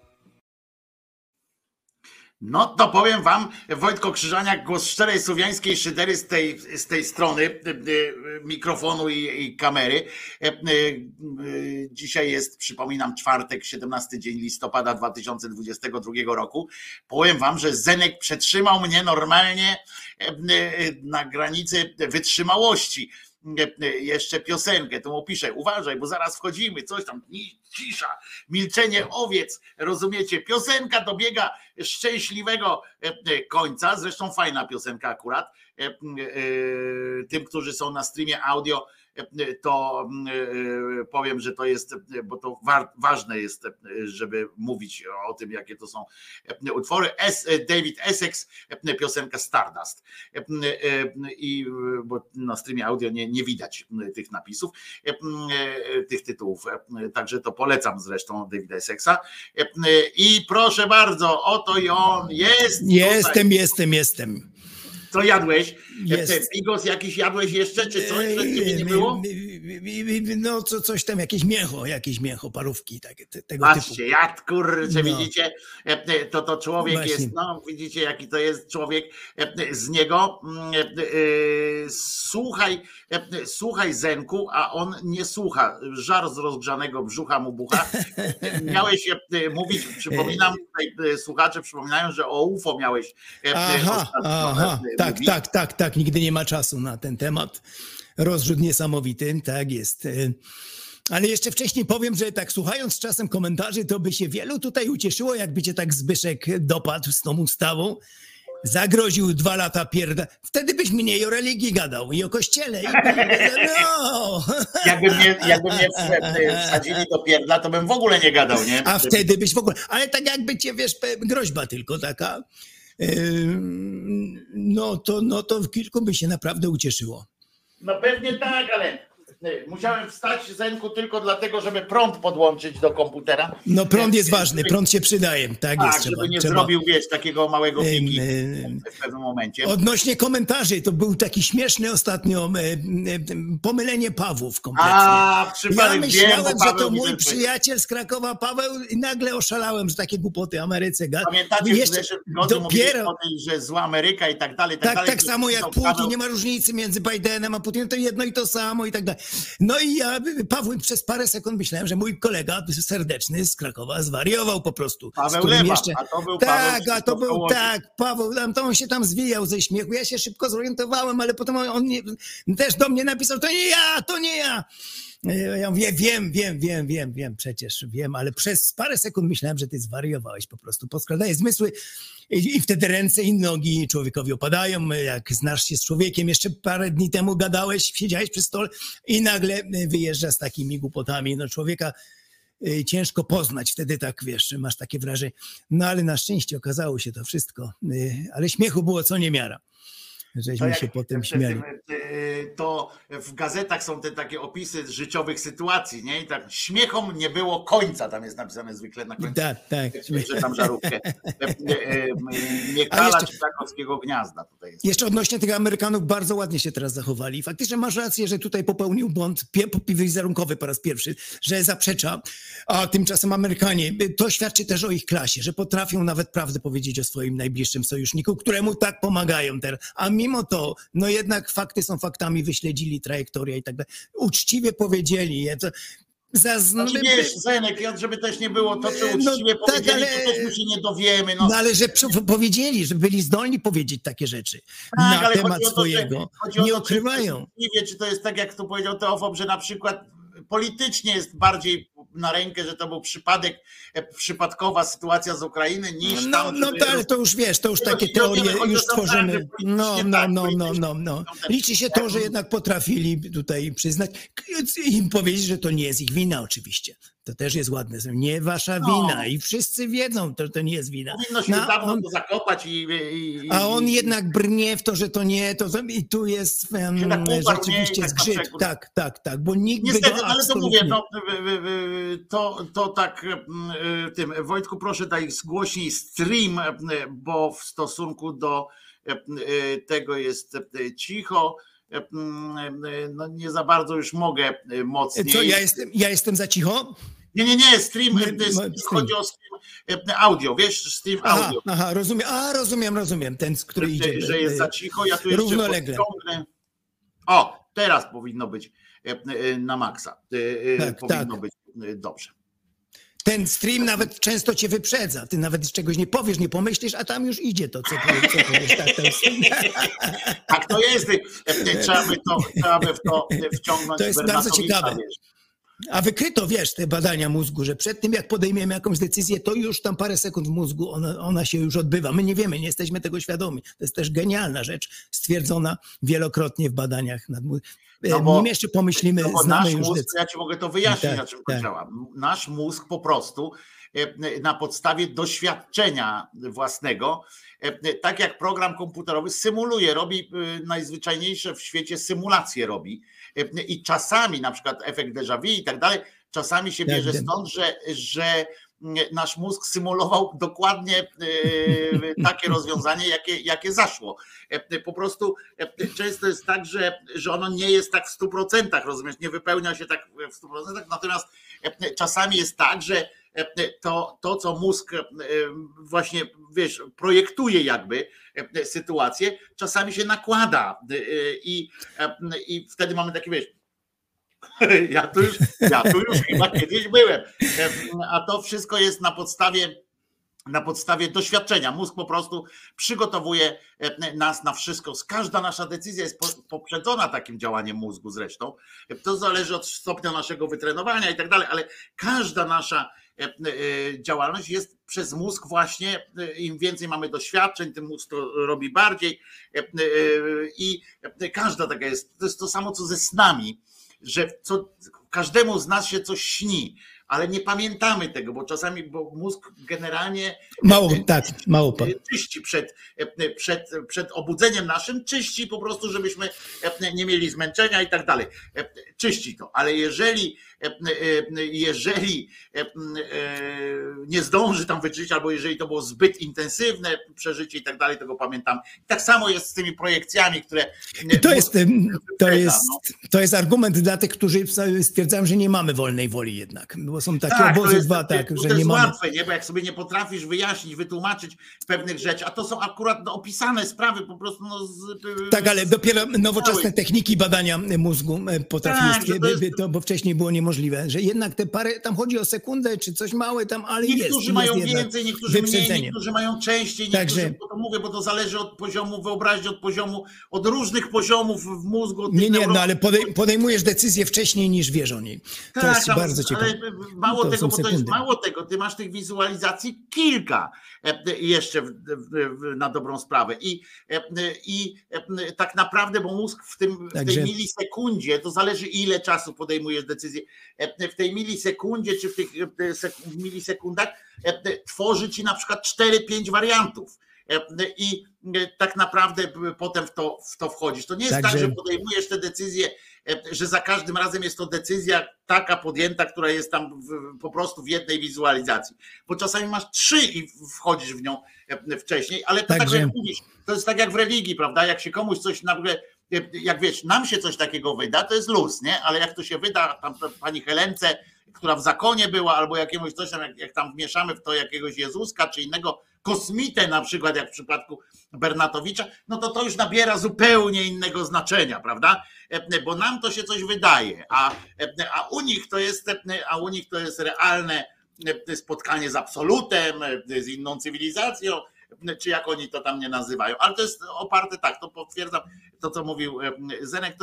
D: No to powiem wam, Wojtko Krzyżaniak, głos szczerej słowiańskiej szydery z tej strony mikrofonu i kamery. Dzisiaj jest, przypominam, czwartek, 17 dzień listopada 2022 roku. Powiem wam, że Zenek przetrzymał mnie normalnie na granicy wytrzymałości. Jeszcze piosenkę, to mu piszę, uważaj, bo zaraz wchodzimy, coś tam, cisza, milczenie owiec, rozumiecie, piosenka dobiega szczęśliwego końca, zresztą fajna piosenka akurat, tym, którzy są na streamie audio, to powiem, że to jest, bo to ważne jest, żeby mówić o tym, jakie to są utwory. David Essex, piosenka Stardust. I bo na streamie audio nie widać tych napisów, tych tytułów. Także to polecam zresztą Davida Essexa. I proszę bardzo, oto i on jest.
I: Jestem.
D: Co jadłeś?
I: Jest.
D: Bigos jakiś jadłeś jeszcze, czy coś, że ciebie nie było?
I: No coś tam, jakieś mięcho, parówki tego typu.
D: Patrzcie, jad, kurczę, widzicie, to człowiek
I: Właśnie.
D: jest, no widzicie jaki to jest człowiek, z niego słuchaj Zenku, a on nie słucha, żar z rozgrzanego brzucha mu bucha. Miałeś mówić, przypominam, tutaj słuchacze przypominają, że o UFO miałeś
I: mówić. Tak, nigdy nie ma czasu na ten temat. Rozrzut niesamowity, tak jest. Ale jeszcze wcześniej powiem, że tak słuchając czasem komentarzy, to by się wielu tutaj ucieszyło, jakby cię tak Zbyszek dopadł z tą ustawą, zagroził 2 lata pierda. Wtedy byś mniej o religii gadał i o kościele. No.
D: Jakby mnie wsadzili do pierdla, to bym w ogóle nie gadał, nie?
I: A wtedy byś w ogóle, ale tak jakby cię, wiesz, groźba tylko taka, no to kilku by się naprawdę ucieszyło.
D: No pewnie tak, ale musiałem wstać, Zenku, tylko dlatego, żeby prąd podłączyć do komputera.
I: No prąd jest ważny, prąd się przydaje. Tak jest,
D: żeby nie zrobił, wiesz, takiego małego piki w pewnym momencie.
I: Odnośnie komentarzy, to był taki śmieszny ostatnio pomylenie Pawłów kompletnie.
D: Przypadek,
I: ja myślałem,
D: że
I: to mój przyjaciel z Krakowa Paweł i nagle oszalałem, że takie głupoty Ameryce.
D: Pamiętacie, jeszcze dopiero o tym, że zła Ameryka i tak dalej.
I: Tak samo jak Putin, nie ma różnicy między Bidenem a Putinem, to jedno i to samo i tak dalej. No i ja, Paweł, przez parę sekund myślałem, że mój kolega serdeczny z Krakowa zwariował po prostu.
D: Paweł Lewa, a to był
I: Paweł, to on się tam zwijał ze śmiechu. Ja się szybko zorientowałem, ale potem on też do mnie napisał, to nie ja. Ja mówię, wiem, przecież wiem, ale przez parę sekund myślałem, że ty zwariowałeś po prostu. Poskładałeś zmysły i wtedy ręce i nogi człowiekowi opadają. Jak znasz się z człowiekiem, jeszcze parę dni temu gadałeś, siedziałeś przy stole i nagle wyjeżdża z takimi głupotami. No człowieka ciężko poznać, wtedy tak, wiesz, masz takie wrażenie. No ale na szczęście okazało się to wszystko, ale śmiechu było co niemiara. Żeśmy się potem śmiali.
D: To w gazetach są te takie opisy życiowych sytuacji, nie? I tak śmiechom nie było końca, tam jest napisane zwykle na końcu.
I: Tak.
D: Że tam żarówkę. Nie kalać krakowskiego gniazda tutaj jest.
I: Jeszcze odnośnie tych Amerykanów bardzo ładnie się teraz zachowali. Faktycznie masz rację, że tutaj popełnił błąd wizerunkowy po raz pierwszy, że zaprzecza, a tymczasem Amerykanie, to świadczy też o ich klasie, że potrafią nawet prawdę powiedzieć o swoim najbliższym sojuszniku, któremu tak pomagają teraz. A mimo to, no jednak fakty są faktami, wyśledzili trajektorię i tak dalej. Uczciwie powiedzieli.
D: Wiesz, Zenek, żeby też nie było to, czy uczciwie powiedzieli, to też my się nie dowiemy.
I: No ale że powiedzieli, że byli zdolni powiedzieć takie rzeczy na temat swojego. Nie ukrywają.
D: Nie wiem, czy to jest tak, jak tu powiedział Teofop, że na przykład politycznie jest bardziej na rękę, że to był przypadkowa sytuacja z Ukrainy niż tam...
I: ale to już wiesz, to już takie teorie już tworzymy. No. Liczy się to, że jednak potrafili tutaj przyznać i im powiedzieć, że to nie jest ich wina oczywiście. To też jest ładne. Nie wasza wina i wszyscy wiedzą, to nie jest wina.
D: Powinno się dawno to zakopać
I: a on jednak brnie w to, że to nie, i tu jest rzeczywiście zgrzyt. Tak, bo nikt
D: niestety, ale to mówię, to tak tym, Wojtku, proszę daj zgłośnij stream, bo w stosunku do tego jest cicho. No nie za bardzo już mogę mocniej.
I: Co, ja jestem za cicho?
D: Nie, stream, chodzi o stream audio, wiesz, stream audio.
I: Aha, rozumiem, ten, z który idzie.
D: Że jest za cicho, ja tu jeszcze
I: równolegle.
D: podciągnę. O, teraz powinno być na maksa. Powinno być dobrze.
I: Ten stream nawet często cię wyprzedza. Ty nawet czegoś nie powiesz, nie pomyślisz, a tam już idzie to, co powiesz.
D: Tak to jest. Trzeba by w to wciągnąć.
I: To jest bardzo ciekawe. A wykryto, wiesz, te badania mózgu, że przed tym, jak podejmiemy jakąś decyzję, to już tam parę sekund w mózgu ona się już odbywa. My nie wiemy, nie jesteśmy tego świadomi. To jest też genialna rzecz, stwierdzona wielokrotnie w badaniach nad mózgiem. Nim jeszcze pomyślimy, znamy już
D: mózg, ja ci mogę to wyjaśnić, na czym to działa. Nasz mózg po prostu na podstawie doświadczenia własnego, tak jak program komputerowy symuluje, robi najzwyczajniejsze w świecie symulacje robi i czasami na przykład efekt déjà vu i tak dalej, czasami się bierze stąd, że nasz mózg symulował dokładnie takie rozwiązanie, jakie zaszło. Po prostu często jest tak, że ono nie jest tak w 100%, rozumiesz, nie wypełnia się tak w 100%, natomiast czasami jest tak, że to co mózg właśnie, wiesz, projektuje jakby sytuację, czasami się nakłada i wtedy mamy takie, wiesz, ja tu już chyba kiedyś byłem, a to wszystko jest na podstawie doświadczenia. Mózg po prostu przygotowuje nas na wszystko. Każda nasza decyzja jest poprzedzona takim działaniem mózgu zresztą. To zależy od stopnia naszego wytrenowania i tak dalej, ale każda nasza działalność jest przez mózg właśnie, im więcej mamy doświadczeń, tym mózg to robi bardziej i każda taka jest. To jest to samo co ze snami, że każdemu z nas się coś śni, ale nie pamiętamy tego, bo czasami, bo mózg generalnie
I: mało
D: czyści przed obudzeniem naszym, czyści po prostu, żebyśmy nie mieli zmęczenia i tak dalej. Czyści to, ale jeżeli nie zdąży tam wyczyścić, albo jeżeli to było zbyt intensywne przeżycie i tak dalej, tego pamiętam. Tak samo jest z tymi projekcjami, które...
I: To jest argument dla tych, którzy stwierdzają, że nie mamy wolnej woli jednak, bo są takie obozy że nie mamy.
D: To jest łatwe, nie? Bo jak sobie nie potrafisz wyjaśnić, wytłumaczyć pewnych rzeczy, a to są akurat opisane sprawy po prostu...
I: Tak, ale dopiero nowoczesne techniki badania mózgu potrafiły, bo wcześniej było niemożliwe, że jednak te parę, tam chodzi o sekundę, czy coś małe tam, ale
D: niektórzy mają więcej, niektórzy mniej, niektórzy mają częściej, niektórzy, bo to mówię, bo to zależy od poziomu wyobraźni, od poziomu, od różnych poziomów w mózgu.
I: No ale podejmujesz decyzję wcześniej niż wiesz o niej. To jest bardzo ciekawe.
D: Ale mało tego, bo to jest mało tego, ty masz tych wizualizacji kilka jeszcze na dobrą sprawę i tak naprawdę, bo mózg w tej milisekundzie, to zależy ile czasu podejmujesz decyzję, w tej milisekundzie czy w tych milisekundach tworzy ci na przykład 4-5 wariantów. I tak naprawdę potem w to wchodzisz. To nie jest tak, że podejmujesz te decyzje, że za każdym razem jest to decyzja taka podjęta, która jest tam po prostu w jednej wizualizacji. Bo czasami masz 3 i wchodzisz w nią wcześniej, ale to tak jak mówisz, to jest tak jak w religii, prawda? Jak się komuś coś nagle, jak wiesz, nam się coś takiego wyda, to jest luz, nie? Ale jak to się wyda tam pani Helence, która w zakonie była, albo jakiemuś coś tam, jak tam wmieszamy w to jakiegoś Jezuska, czy innego kosmitę na przykład, jak w przypadku Bernatowicza, no to już nabiera zupełnie innego znaczenia, prawda? Bo nam to się coś wydaje, a u nich to jest realne spotkanie z absolutem, z inną cywilizacją, czy jak oni to tam nie nazywają, ale to jest oparte tak, to potwierdzam to, co mówił Zenek,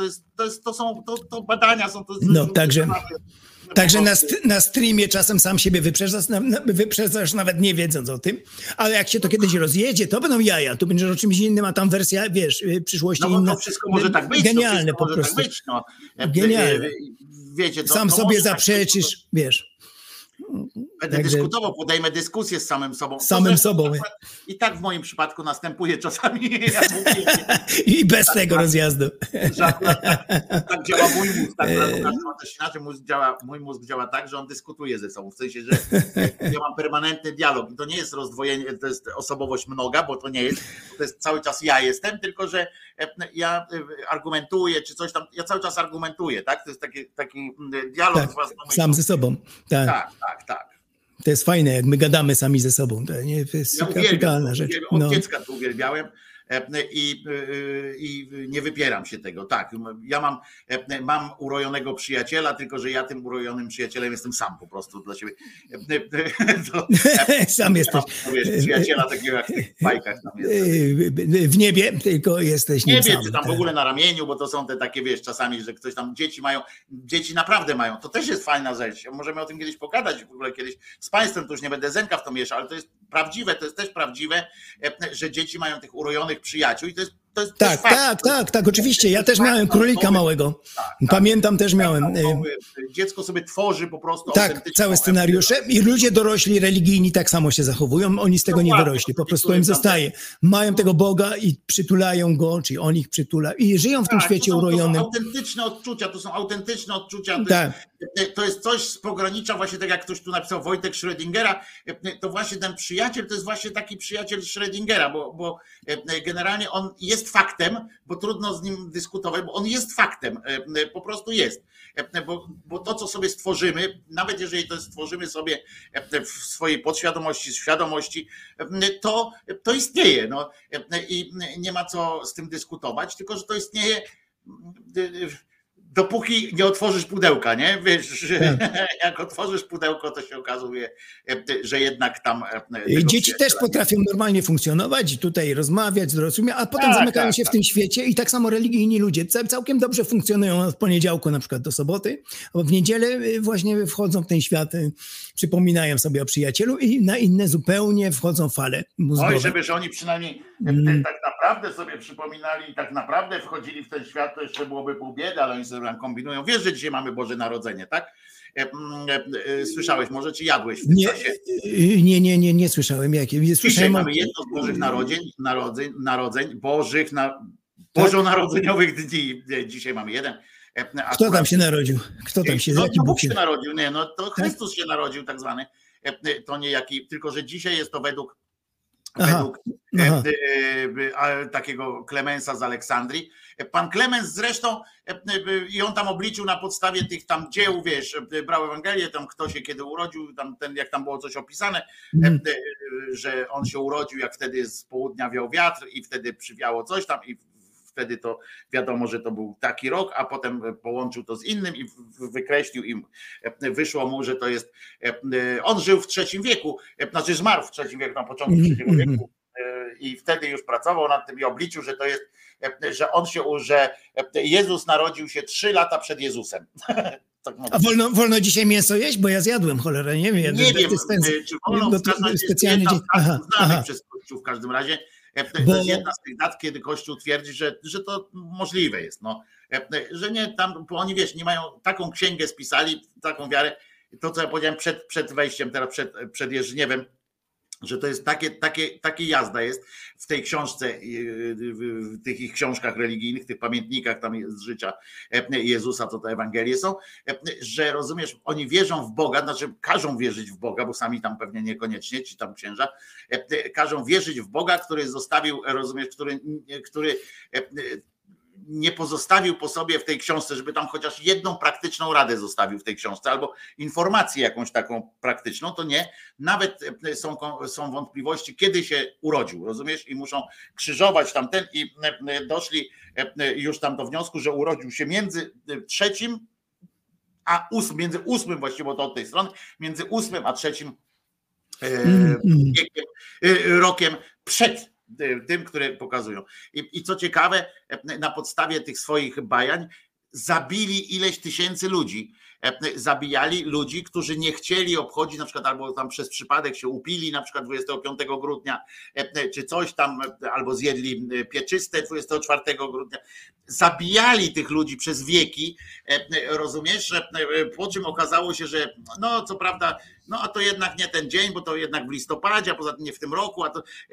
D: to badania są to.
I: No, Także na streamie czasem sam siebie wyprzedzasz nawet nie wiedząc o tym, ale jak się to kiedyś rozjedzie, to będą jaja, tu będziesz o czymś innym, a tam wersja, wiesz, przyszłości inna.
D: To wszystko może tak być.
I: Genialne po prostu.
D: Tak być, no.
I: Genialne.
D: Wiecie,
I: sam sobie zaprzeczysz, tak, wiesz.
D: Będę dyskutował, podejmę dyskusję z samym sobą. I tak w moim przypadku następuje czasami.
I: I bez tego rozjazdu.
D: Tak działa mój mózg. Tak, inaczej mój mózg działa tak, że on dyskutuje ze sobą. W sensie, że ja mam permanentny dialog. I to nie jest rozdwojenie, to jest osobowość mnoga, bo to nie jest. To jest cały czas ja jestem, tylko że ja argumentuję, czy coś tam. Ja cały czas argumentuję, tak? To jest taki dialog
I: tak, z własną sam ze sobą. Tak. To jest fajne, jak my gadamy sami ze sobą. To jest kapitalna rzecz.
D: Od dziecka to uwielbiałem i nie wypieram się tego. Tak, ja mam urojonego przyjaciela, tylko że ja tym urojonym przyjacielem jestem sam po prostu dla siebie.
I: Sam jesteś.
D: Przyjaciela takiego jak w tych bajkach tam jest.
I: W niebie, tylko jesteś nim sam.
D: Nie wiem, czy tam w ogóle na ramieniu, bo to są te takie, wiesz, czasami, że ktoś tam dzieci naprawdę mają. To też jest fajna rzecz. Możemy o tym kiedyś pogadać, w ogóle kiedyś z państwem, to już nie będę Zenka w to mieszał, ale to jest prawdziwe, to jest też prawdziwe, że dzieci mają tych urojonych przyjaciół i to jest
I: tak, oczywiście. Ja też miałem królika małego. Pamiętam, też miałem.
D: Dziecko sobie tworzy po prostu.
I: Tak, całe scenariusze i ludzie dorośli, religijni tak samo się zachowują. Oni z tego nie wyrośli, po prostu im zostaje. Mają tego Boga i przytulają go, czy on ich przytula i żyją w tym świecie urojonym.
D: To są autentyczne odczucia. To jest coś z pogranicza, właśnie tak jak ktoś tu napisał, Wojtek Schrödingera, to właśnie ten przyjaciel, to jest właśnie taki przyjaciel Schrödingera, bo generalnie on jest faktem, bo trudno z nim dyskutować, bo on jest faktem, po prostu jest. Bo to, co sobie stworzymy, nawet jeżeli to stworzymy sobie w swojej podświadomości, świadomości, to istnieje. No. I nie ma co z tym dyskutować, tylko że to istnieje, dopóki nie otworzysz pudełka, nie? Wiesz, że jak otworzysz pudełko, to się okazuje, że jednak tam...
I: Dzieci też potrafią normalnie funkcjonować i tutaj rozmawiać, zrozumieć, a potem zamykają się w tym świecie i tak samo religijni ludzie całkiem dobrze funkcjonują od poniedziałku na przykład do soboty, bo w niedzielę właśnie wchodzą w ten świat, przypominają sobie o przyjacielu i na inne zupełnie wchodzą fale mózgowe.
D: Oj, żeby oni przynajmniej tak naprawdę sobie przypominali i tak naprawdę wchodzili w ten świat, to jeszcze byłoby pół biedy, ale oni sobie tam kombinują. Wiesz, że dzisiaj mamy Boże Narodzenie, tak? Słyszałeś może, czy jadłeś w tym
I: Nie,
D: czasie?
I: nie słyszałem. Jakie?
D: Dzisiaj mamy jedno z Bożych bożonarodzeniowych dni. Dzisiaj mamy jeden.
I: Kto tam się narodził? Kto tam się, jaki Bóg
D: się narodził? Nie, no to Chrystus się narodził tak zwany. To nie jaki, tylko że dzisiaj jest to według takiego Klemensa z Aleksandrii. Pan Klemens zresztą i on tam obliczył na podstawie tych tam dzieł, wiesz, brał Ewangelię, tam kto się kiedy urodził, tam ten, jak tam było coś opisane, że on się urodził, jak wtedy z południa wiał wiatr i wtedy przywiało coś tam i wtedy to wiadomo, że to był taki rok, a potem połączył to z innym i wykreślił i wyszło mu, że to jest, on żył w III wieku, znaczy zmarł w III wieku, na początku III wieku i wtedy już pracował nad tym i obliczył, że to jest, że Jezus narodził się 3 lata przed Jezusem.
I: A wolno dzisiaj mięso jeść? Bo ja zjadłem, cholera, nie wiem.
D: Nie wiem, czy wolno, specjalnie znanych przez Kościół w każdym razie. To jest jedna z tych dat, kiedy Kościół twierdzi, że to możliwe jest. No. Że nie tam, bo oni wiesz, nie mają taką księgę spisali, taką wiarę. To, co ja powiedziałem przed wejściem, teraz przed Jerzyniewem, że to jest takie jazda jest w tej książce, w tych ich książkach religijnych, tych pamiętnikach tam z życia Jezusa, co to Ewangelie są, że rozumiesz, oni wierzą w Boga, znaczy każą wierzyć w Boga, bo sami tam pewnie niekoniecznie, ci tam księża, każą wierzyć w Boga, który zostawił, rozumiesz, który nie pozostawił po sobie w tej książce, żeby tam chociaż jedną praktyczną radę zostawił w tej książce, albo informację jakąś taką praktyczną, to nie. Nawet są wątpliwości, kiedy się urodził, rozumiesz? I muszą krzyżować tamten i doszli już tam do wniosku, że urodził się między 3. a 8, między 8 właściwie, bo to od tej strony, między 8 a 3 rokiem przed tym, które pokazują. I co ciekawe, na podstawie tych swoich bajań zabili ileś tysięcy ludzi. Zabijali ludzi, którzy nie chcieli obchodzić, na przykład albo tam przez przypadek się upili, na przykład 25 grudnia, czy coś tam, albo zjedli pieczyste 24 grudnia. Zabijali tych ludzi przez wieki, rozumiesz, po czym okazało się, że no co prawda, no a to jednak nie ten dzień, bo to jednak w listopadzie, a poza tym nie w tym roku,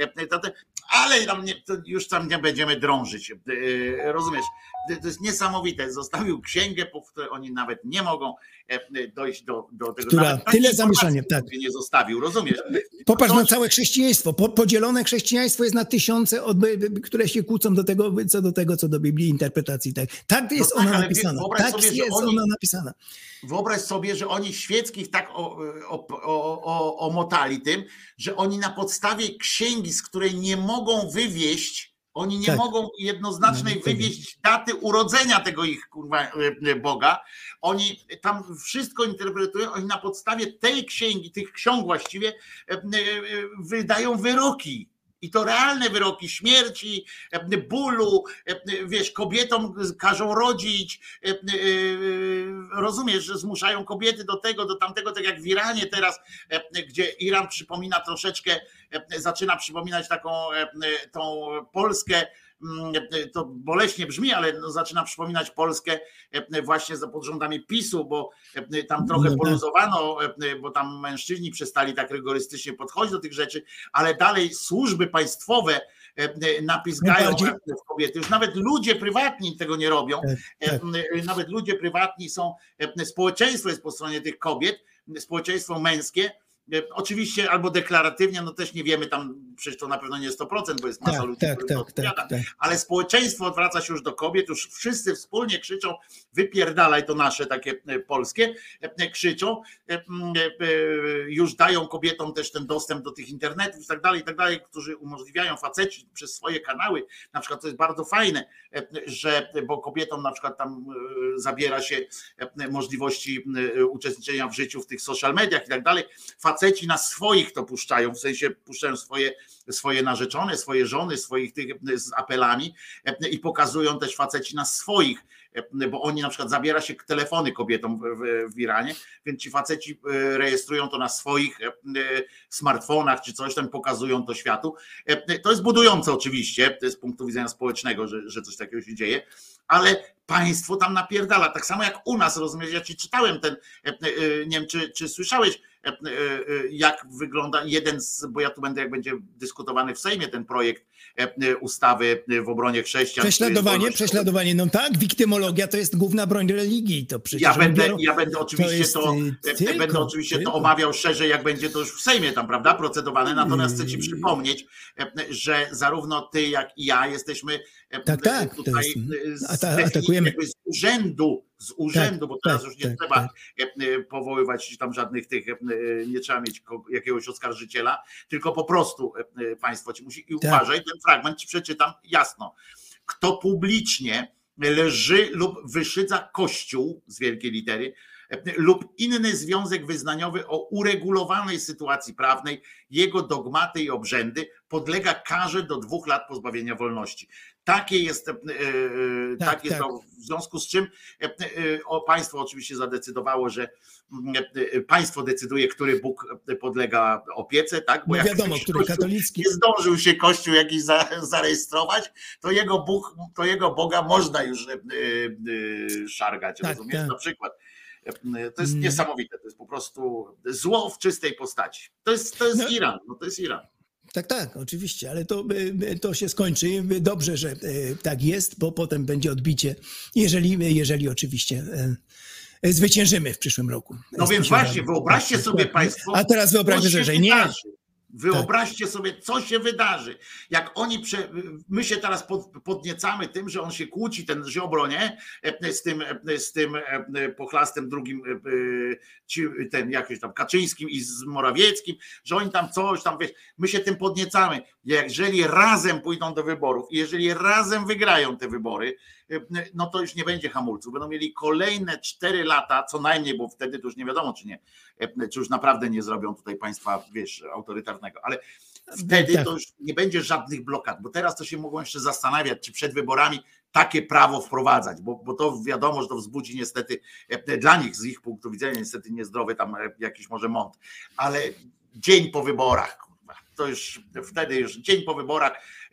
D: ale tam już tam nie będziemy drążyć, rozumiesz, to jest niesamowite, zostawił księgę, po której oni nawet nie mogą dojść do tego.
I: Która tyle zamieszania, tak.
D: Nie zostawił, rozumiesz?
I: Popatrz na całe chrześcijaństwo, podzielone chrześcijaństwo jest na tysiące, które się kłócą co do Biblii, interpretacji. Tak jest ona napisana. Tak jest ona napisana.
D: Wyobraź sobie, że oni świeckich tak omotali tym, że oni na podstawie księgi, z której nie mogą wywieść, oni nie mogą jednoznacznej wywieźć daty urodzenia tego ich kurwa Boga. Oni tam wszystko interpretują, oni na podstawie tej księgi, tych ksiąg właściwie wydają wyroki. I to realne wyroki śmierci, bólu, wiesz, kobietom każą rodzić, rozumiesz, że zmuszają kobiety do tego, do tamtego, tak jak w Iranie teraz, gdzie Iran przypomina troszeczkę, zaczyna przypominać taką tą Polskę, to boleśnie brzmi, ale no zaczyna przypominać Polskę właśnie pod rządami PiS-u, bo tam trochę poluzowano, bo tam mężczyźni przestali tak rygorystycznie podchodzić do tych rzeczy, ale dalej służby państwowe napisgają w kobiety. Już nawet ludzie prywatni tego nie robią. Nawet ludzie prywatni są, społeczeństwo jest po stronie tych kobiet, społeczeństwo męskie, oczywiście albo deklaratywnie, no też nie wiemy, tam przecież to na pewno nie 100%, bo jest masa ludzi, którym to odpowiada, ale społeczeństwo odwraca się już do kobiet, już wszyscy wspólnie krzyczą, wypierdalaj, to nasze takie polskie, krzyczą, już dają kobietom też ten dostęp do tych internetów i tak dalej, którzy umożliwiają faceci przez swoje kanały, na przykład to jest bardzo fajne, że, bo kobietom na przykład tam zabiera się możliwości uczestniczenia w życiu w tych social mediach i tak dalej, faceci na swoich to puszczają, w sensie puszczają swoje narzeczone, swoje żony, swoich tych z apelami i pokazują też faceci na swoich, bo oni na przykład zabiera się telefony kobietom w Iranie, więc ci faceci rejestrują to na swoich smartfonach czy coś tam, pokazują to światu. To jest budujące oczywiście z punktu widzenia społecznego, że coś takiego się dzieje, ale państwo tam napierdala. Tak samo jak u nas, rozumiesz, ja ci czytałem nie wiem, czy słyszałeś, jak wygląda bo ja tu będę, jak będzie dyskutowany w Sejmie ten projekt ustawy w obronie chrześcijan.
I: Prześladowanie, no tak, wiktymologia to jest główna broń religii. To przecież
D: ja będę oczywiście to omawiał szerzej, jak będzie to już w Sejmie tam, prawda, procedowane, natomiast chcę ci przypomnieć, że zarówno ty, jak i ja jesteśmy tutaj
I: atakujemy
D: z urzędu, bo teraz już nie trzeba powoływać tam żadnych tych, nie trzeba mieć jakiegoś oskarżyciela, tylko po prostu państwo ci musi. I uważaj, ten fragment ci przeczytam jasno. Kto publicznie lży lub wyszydza Kościół z wielkiej litery lub inny związek wyznaniowy o uregulowanej sytuacji prawnej, jego dogmaty i obrzędy, podlega karze do 2 lat pozbawienia wolności. Takie jest to, w związku z czym państwo oczywiście zadecydowało, że państwo decyduje, który Bóg podlega opiece, tak? Bo jak
I: wiadomo, który katolicki
D: nie zdążył się Kościół jakiś zarejestrować, to jego Boga można już szargać, rozumiesz? Na przykład. To jest niesamowite, to jest po prostu zło w czystej postaci. To jest Iran, to jest Iran.
I: Tak, oczywiście, ale to się skończy. Dobrze, że tak jest, bo potem będzie odbicie, jeżeli oczywiście zwyciężymy w przyszłym roku.
D: No więc właśnie, wyobraźcie sobie państwo...
I: A teraz wyobraźcie, że nie.
D: Wyobraźcie sobie, co się wydarzy. Jak my się teraz podniecamy tym, że on się kłóci, ten Ziobro, nie? Z tym pochlastem drugim, ten jakiś tam Kaczyńskim i z Morawieckim, że oni tam coś tam, wiesz, my się tym podniecamy. Jeżeli razem pójdą do wyborów i jeżeli razem wygrają te wybory, no to już nie będzie hamulców. Będą mieli kolejne 4 lata, co najmniej, bo wtedy to już nie wiadomo, czy już naprawdę nie zrobią tutaj państwa, wiesz, autorytarnego, ale wtedy to już nie będzie żadnych blokad, bo teraz to się mogą jeszcze zastanawiać, czy przed wyborami takie prawo wprowadzać, bo to wiadomo, że to wzbudzi niestety dla nich, z ich punktu widzenia, niestety niezdrowy tam jakiś może mąd, ale dzień po wyborach, to już wtedy dzień po wyborach.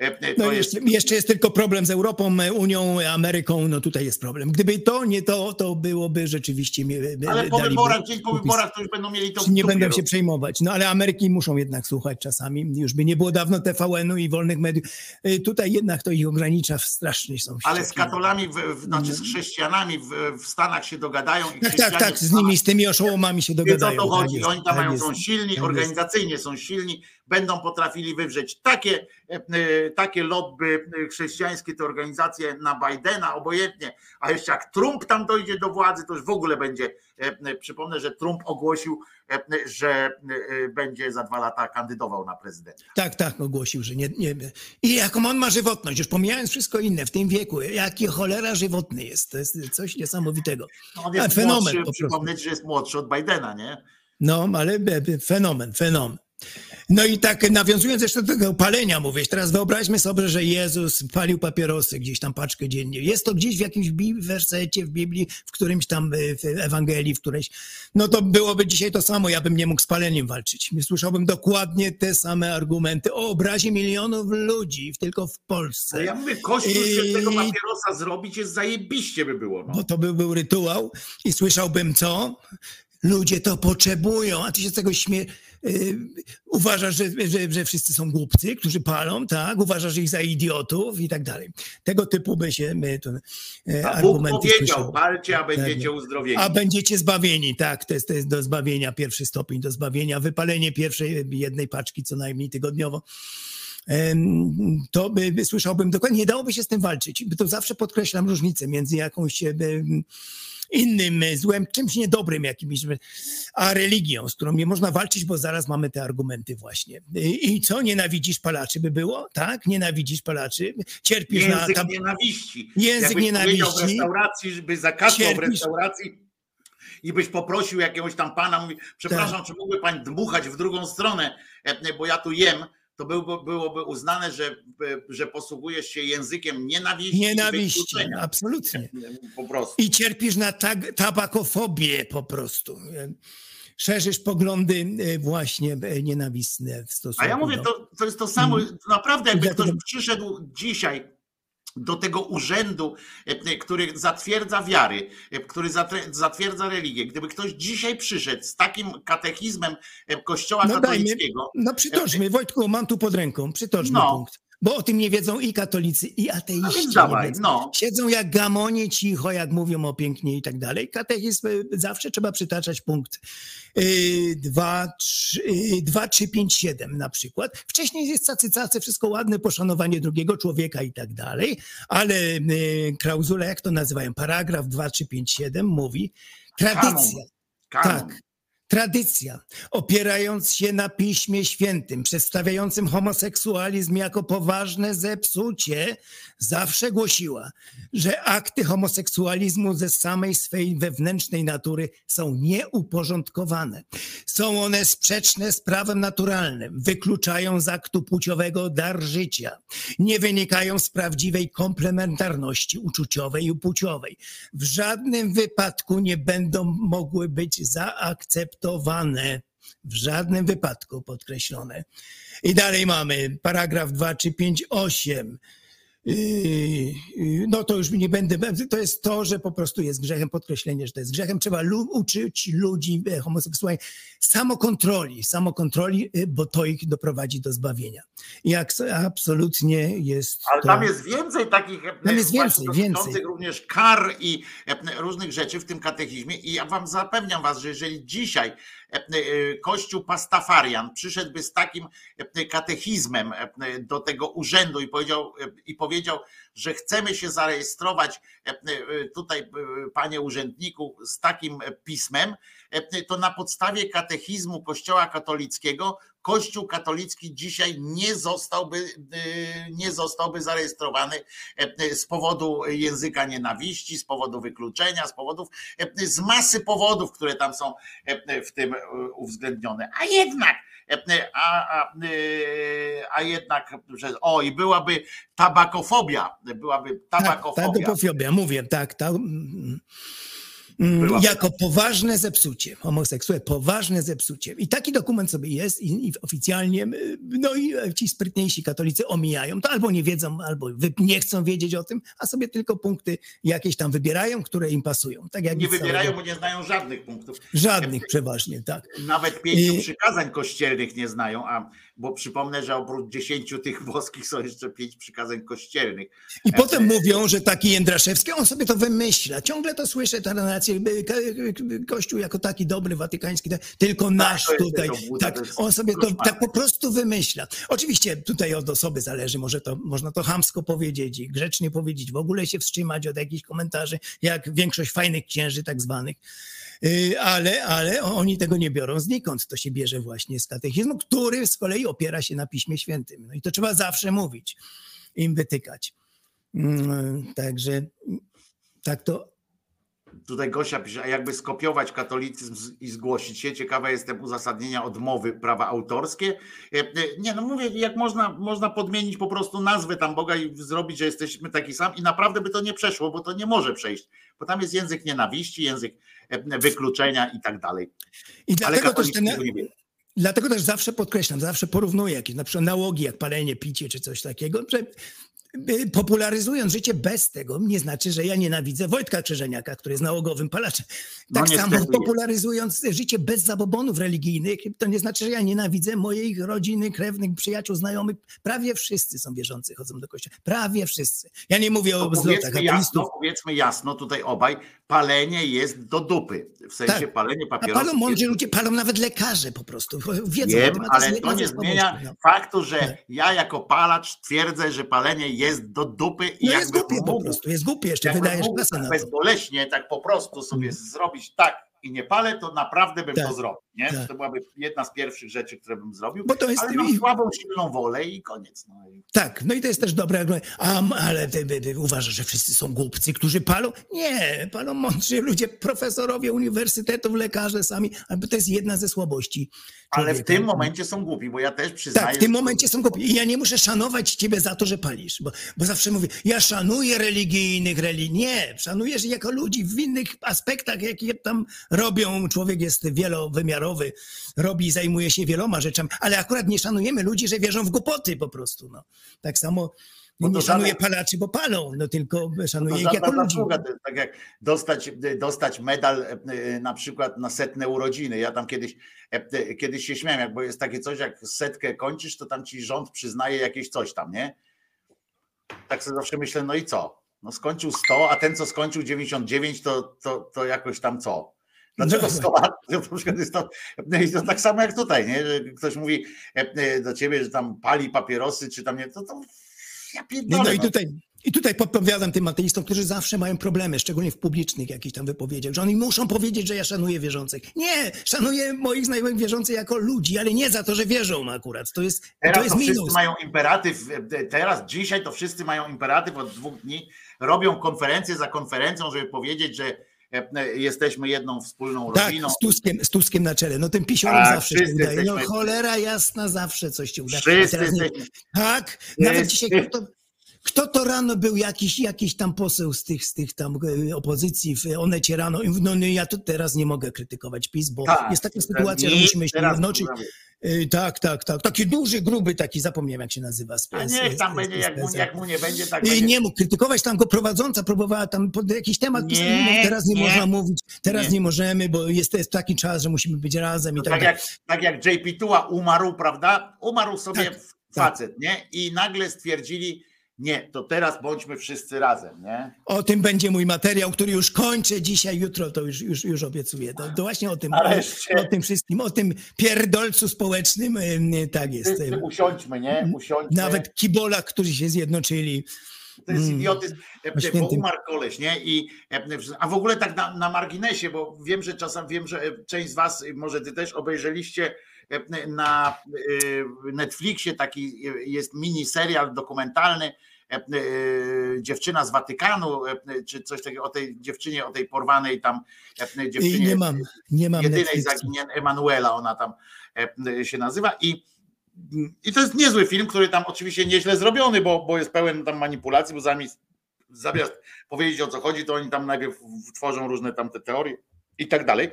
I: Jeszcze jest tylko problem z Europą, Unią, Ameryką, no tutaj jest problem. Gdyby nie to byłoby rzeczywiście...
D: Ale po wyborach, dzień po wyborach to już będą mieli to...
I: Nie będą się przejmować, no ale Ameryki muszą jednak słuchać czasami, już by nie było dawno TVN-u i wolnych mediów. Tutaj jednak to ich ogranicza, strasznie są.
D: Ale z katolami, znaczy z chrześcijanami w Stanach się dogadają.
I: Tak, z nimi, z tymi oszołomami się dogadają.
D: Więc o to chodzi, oni tam są silni, organizacyjnie są silni, będą potrafili wywrzeć takie lobby chrześcijańskie, te organizacje na Bidena, obojętnie, a jeszcze jak Trump tam dojdzie do władzy, to już w ogóle będzie, przypomnę, że Trump ogłosił, że będzie za 2 lata kandydował na prezydenta.
I: Tak, ogłosił, że nie. I jaką on ma żywotność, już pomijając wszystko inne w tym wieku, jaki cholera żywotny jest, to jest coś niesamowitego.
D: No on jest fenomen. Przypomnieć, że jest młodszy od Bidena, nie?
I: No, ale fenomen. No i tak nawiązując jeszcze do tego palenia, mówisz, teraz wyobraźmy sobie, że Jezus palił papierosy gdzieś tam paczkę dziennie. Jest to gdzieś w jakimś wersecie w Biblii, w którymś tam w Ewangelii, w którejś, no to byłoby dzisiaj to samo, ja bym nie mógł z paleniem walczyć. Słyszałbym dokładnie te same argumenty o obrazie milionów ludzi tylko w Polsce.
D: Ale ja mówię, Kościół się tego papierosa zrobić jest zajebiście by było. No.
I: Bo to by był rytuał i słyszałbym co? Ludzie to potrzebują, a ty się z tego uważasz, że wszyscy są głupcy, którzy palą, tak? Uważasz ich za idiotów i tak dalej. Tego typu by się
D: argumenty Bóg powiedział, palcie, a będziecie uzdrowieni.
I: A będziecie zbawieni, tak. To jest do zbawienia, 1. stopień do zbawienia. Wypalenie pierwszej jednej paczki co najmniej tygodniowo. To słyszałbym dokładnie, nie dałoby się z tym walczyć. To zawsze podkreślam różnicę między jakąś innym złem, czymś niedobrym jakimś, a religią, z którą nie można walczyć, bo zaraz mamy te argumenty właśnie. I co? Nienawidzisz palaczy by było? Tak? Nienawidzisz palaczy? Cierpisz
D: język
I: na...
D: nienawiści.
I: Język nienawiści.
D: W restauracji, żeby zakazał w restauracji i byś poprosił jakiegoś tam pana, mówi, przepraszam, czy mógłby pan dmuchać w drugą stronę, bo ja tu jem, to byłoby uznane, że posługujesz się językiem nienawiści.
I: Nienawiści, absolutnie.
D: Po prostu.
I: I cierpisz na tabakofobię po prostu. Szerzysz poglądy właśnie nienawistne w stosunku
D: A ja mówię, to jest to samo. Naprawdę, jakby ktoś przyszedł dzisiaj do tego urzędu, który zatwierdza wiary, który zatwierdza religię. Gdyby ktoś dzisiaj przyszedł z takim katechizmem Kościoła katolickiego...
I: Przytoczmy, Wojtku, mam tu pod ręką, przytoczmy punkt. Bo o tym nie wiedzą i katolicy, i ateiści.
D: Dawaj,
I: Siedzą jak gamonie, cicho, jak mówią o pięknie i tak dalej. Katechizm zawsze trzeba przytaczać punkt 2357 na przykład. Wcześniej jest cacy, wszystko ładne, poszanowanie drugiego człowieka i tak dalej, ale klauzula, jak to nazywają, paragraf 2357 mówi, tradycja. Tak. Tradycja, opierając się na Piśmie Świętym, przedstawiającym homoseksualizm jako poważne zepsucie, zawsze głosiła, że akty homoseksualizmu ze samej swej wewnętrznej natury są nieuporządkowane. Są one sprzeczne z prawem naturalnym, wykluczają z aktu płciowego dar życia, nie wynikają z prawdziwej komplementarności uczuciowej i płciowej. W żadnym wypadku nie będą mogły być zaakceptowane. W żadnym wypadku, podkreślone. I dalej mamy paragraf 2358. No to już nie będę, to jest to, że po prostu jest grzechem, podkreślenie, że to jest grzechem. Trzeba uczyć ludzi homoseksualnych samokontroli, bo to ich doprowadzi do zbawienia. I absolutnie jest.
D: Ale tam jest więcej takich,
I: tam jest więcej.
D: Również kar i różnych rzeczy w tym katechizmie. I ja zapewniam was, że jeżeli dzisiaj Kościół Pastafarian przyszedłby z takim katechizmem do tego urzędu i powiedział, że chcemy się zarejestrować tutaj, panie urzędniku, z takim pismem, to na podstawie katechizmu Kościoła katolickiego Kościół katolicki dzisiaj nie zostałby zarejestrowany z powodu języka nienawiści, z powodu wykluczenia, z masy powodów, które tam są w tym uwzględnione. A jednak, i byłaby tabakofobia.
I: Tabakofobia, mówię, tak. Jako poważne zepsucie, poważne zepsucie. I taki dokument sobie jest i oficjalnie, no i ci sprytniejsi katolicy omijają to, albo nie wiedzą, albo nie chcą wiedzieć o tym, a sobie tylko punkty jakieś tam wybierają, które im pasują. Tak jak
D: nie wybierają, bo nie znają żadnych punktów.
I: Żadnych przeważnie, tak.
D: Nawet 5 przykazań kościelnych nie znają, bo przypomnę, że oprócz 10 tych boskich są jeszcze 5 przykazań kościelnych.
I: I potem mówią, że taki Jędraszewski, on sobie to wymyśla. Ciągle to słyszę, te relacje, Kościół jako taki dobry, watykański, tylko nasz tutaj. On sobie to tak po prostu wymyśla. Oczywiście tutaj od osoby zależy, można to chamsko powiedzieć i grzecznie powiedzieć, w ogóle się wstrzymać od jakichś komentarzy, jak większość fajnych księży tak zwanych. Ale oni tego nie biorą znikąd. To się bierze właśnie z katechizmu, który z kolei opiera się na Piśmie Świętym. No i to trzeba zawsze mówić, im wytykać. Także tak to.
D: Tutaj Gosia pisze, a jakby skopiować katolicyzm i zgłosić się, ciekawa jestem uzasadnienia odmowy prawa autorskie. Nie, no mówię, jak można podmienić po prostu nazwę tam Boga i zrobić, że jesteśmy taki sam i naprawdę by to nie przeszło, bo to nie może przejść, bo tam jest język nienawiści, język wykluczenia i tak dalej.
I: I dlatego też zawsze podkreślam, zawsze porównuję jakieś na przykład nałogi, jak palenie, picie czy coś takiego, że popularyzując życie bez tego, nie znaczy, że ja nienawidzę Wojtka Krzyżeniaka, który jest nałogowym palaczem. Tak samo popularyzując życie bez zabobonów religijnych, to nie znaczy, że ja nienawidzę mojej rodziny, krewnych, przyjaciół, znajomych. Prawie wszyscy są wierzący, chodzą do kościoła. Prawie wszyscy. Ja nie mówię o zlotach.
D: Powiedzmy jasno tutaj obaj, palenie jest do dupy. W sensie palenie papierosów.
I: A palą mądrzy ludzie, palą nawet lekarze po prostu. Wiedzą,
D: ale to nie zmienia faktu, że ja jako palacz twierdzę, że palenie jest do dupy i
I: jest głupie po prostu, jest głupie, jeszcze wydajesz kasę na to.
D: Bezboleśnie tak po prostu sobie zrobić tak i nie palę, to naprawdę bym to zrobił. Nie? Tak. To byłaby jedna z pierwszych rzeczy, które bym zrobił, bo to jest, ale mam słabą, silną wolę i koniec. No.
I: Tak, no i to jest też dobre. Ale ty uważasz, że wszyscy są głupcy, którzy palą? Nie, palą mądrzy ludzie, profesorowie uniwersytetów, lekarze sami, ale to jest jedna ze słabości człowieka.
D: Ale w tym momencie są głupi, bo ja też przyznaję.
I: Tak, w tym momencie są głupi i ja nie muszę szanować ciebie za to, że palisz, bo zawsze mówię, ja szanuję religijnych, nie, szanujesz jako ludzi w innych aspektach, jakie tam robią. Człowiek jest wielowymiarowy, zajmuje się wieloma rzeczami, ale akurat nie szanujemy ludzi, że wierzą w głupoty po prostu. No. Tak samo
D: Bo
I: Nie
D: to
I: szanuję
D: żadne-
I: palaczy, bo palą, no tylko
D: To
I: szanuję ich jako
D: żadna
I: ludzi.
D: zasługa, to jest tak jak dostać medal na przykład na 100. urodziny. Ja tam kiedyś się śmiałem, bo jest takie coś, jak 100 kończysz, to tam ci rząd przyznaje jakieś coś tam, nie? Tak sobie zawsze myślę, no i co? No skończył 100, a ten co skończył 99, to jakoś tam co? Dlaczego
I: No.
D: 100 lat? Na przykład jest to tak samo jak tutaj, nie? Że ktoś mówi do ciebie, że tam pali papierosy, czy tam nie, to ja pierdolę.
I: No i tutaj podpowiadam tym ateistom, którzy zawsze mają problemy, szczególnie w publicznych jakichś tam wypowiedziach, że oni muszą powiedzieć, że ja szanuję wierzących. Nie, szanuję moich znajomych wierzących jako ludzi, ale nie za to, że wierzą akurat. To jest
D: Wszyscy
I: minus.
D: mają imperatyw, dzisiaj to wszyscy mają imperatyw od 2 dni, robią konferencję za konferencją, żeby powiedzieć, że jesteśmy jedną wspólną
I: Tak,
D: rodziną.
I: z Tuskiem na czele. No tym pisiorem
D: Tak,
I: zawsze się
D: wszyscy
I: udaje. No
D: jesteśmy-
I: cholera jasna, zawsze coś się uda.
D: Wszyscy
I: Teraz
D: jesteśmy-
I: Tak, nawet dzisiaj kto to rano był jakiś tam poseł z tych tam opozycji w Onecie rano i mówi, no ja tu teraz nie mogę krytykować PiS, bo
D: Tak,
I: jest taka sytuacja, że
D: nic
I: musimy się
D: teraz,
I: jednoczyć.
D: prawie.
I: Tak. Taki duży, gruby taki, zapomniałem jak się nazywa.
D: A niech tam będzie, jak mu nie będzie, tak
I: I
D: będzie.
I: nie mógł krytykować, tam go prowadząca próbowała tam pod jakiś temat, teraz nie można mówić, teraz nie możemy, bo jest taki czas, że musimy być razem i tak dalej.
D: Tak jak JP Tuła umarł, prawda? Umarł sobie
I: Tak,
D: facet, nie? I nagle stwierdzili, nie, to teraz bądźmy wszyscy razem, nie?
I: O tym będzie mój materiał, który już kończę dzisiaj, jutro to już obiecuję. To właśnie o tym,
D: Nareszcie.
I: o tym wszystkim, o tym pierdolcu społecznym, tak jest.
D: Wszyscy usiądźmy, nie? Usiądźmy.
I: Nawet kibolach, którzy się zjednoczyli.
D: To jest idiotyzm, bo
I: świętym.
D: umarł koleś, nie? A w ogóle tak na marginesie, bo wiem, że część z was, może ty też obejrzeliście na Netflixie taki jest mini serial dokumentalny Dziewczyna z Watykanu, czy coś takiego o tej dziewczynie, o tej porwanej tam dziewczynie.
I: Nie mam
D: jedynej
I: Netflixa.
D: zaginionej, Emanuela ona tam się nazywa i to jest niezły film, który tam oczywiście nieźle zrobiony, bo jest pełen tam manipulacji, bo zamiast powiedzieć o co chodzi, to oni tam najpierw tworzą różne tam te teorie i tak dalej.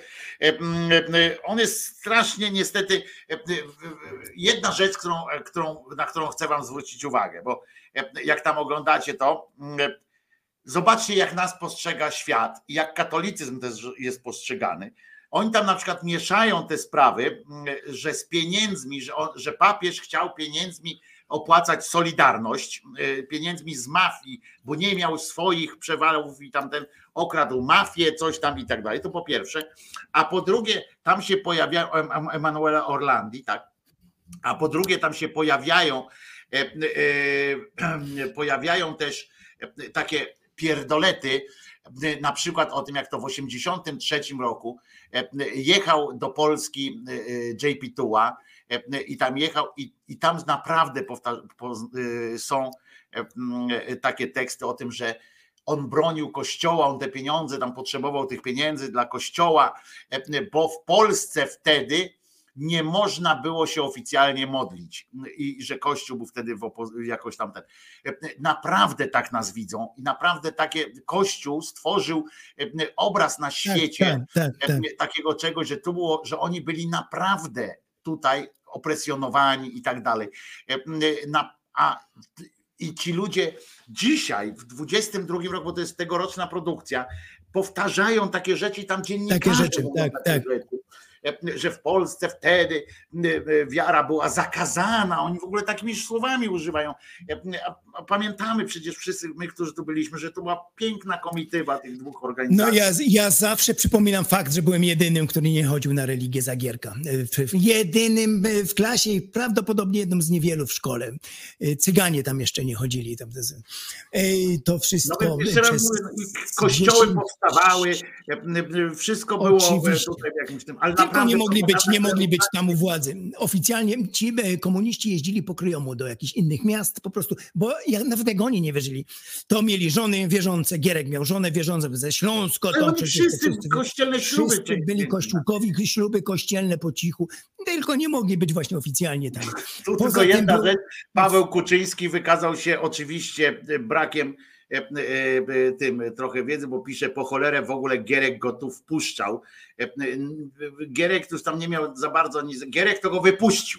D: On jest strasznie niestety, jedna rzecz, na którą chcę wam zwrócić uwagę, bo jak tam oglądacie to, zobaczcie jak nas postrzega świat i jak katolicyzm też jest postrzegany. Oni tam na przykład mieszają te sprawy, że z pieniędzmi, że papież chciał pieniędzmi opłacać Solidarność, pieniędzmi z mafii, bo nie miał swoich przewalów i tamten okradł mafię, coś tam i tak dalej. To po pierwsze. A po drugie, tam się pojawiają Emanuela Orlandi, tak? A po drugie, tam się pojawiają też takie pierdolety, na przykład o tym, jak to w 1983 roku jechał do Polski JP Tuła i tam jechał i tam naprawdę są takie teksty o tym, że on bronił kościoła, on te pieniądze, tam potrzebował tych pieniędzy dla kościoła, bo w Polsce wtedy nie można było się oficjalnie modlić i że Kościół był wtedy jakoś tam ten. Naprawdę tak nas widzą i naprawdę Kościół stworzył obraz na świecie takiego czegoś, że tu było, że oni byli naprawdę tutaj opresjonowani i tak dalej. I ci ludzie dzisiaj w 22 roku, bo to jest tegoroczna produkcja, powtarzają takie rzeczy i tam dziennikarze mówią takie rzeczy, że w Polsce wtedy wiara była zakazana. Oni w ogóle takimi słowami używają. A pamiętamy przecież wszyscy my, którzy tu byliśmy, że to była piękna komitywa tych dwóch organizacji.
I: No ja zawsze przypominam fakt, że byłem jedynym, który nie chodził na religię Zagierka. Jedynym w klasie i prawdopodobnie jednym z niewielu w szkole. Cyganie tam jeszcze nie chodzili. To wszystko...
D: Kościoły powstawały, wszystko było tutaj w jakimś tym... Ale
I: tylko nie mogli być tam u władzy. Oficjalnie ci komuniści jeździli po kryjomu do jakichś innych miast po prostu, bo nawet jak oni nie wierzyli, to mieli żony wierzące, Gierek miał żonę wierzącą ze Śląsko.
D: To wszyscy kościelne śluby.
I: Wszyscy byli kościółkowi, śluby kościelne po cichu, tylko nie mogli być właśnie oficjalnie tam.
D: Tu tylko jedna rzecz, Paweł Kuczyński wykazał się oczywiście brakiem tym trochę wiedzy, bo pisze, po cholerę w ogóle Gierek go tu wpuszczał. Gierek to już tam nie miał za bardzo nic. Gierek to go wypuścił.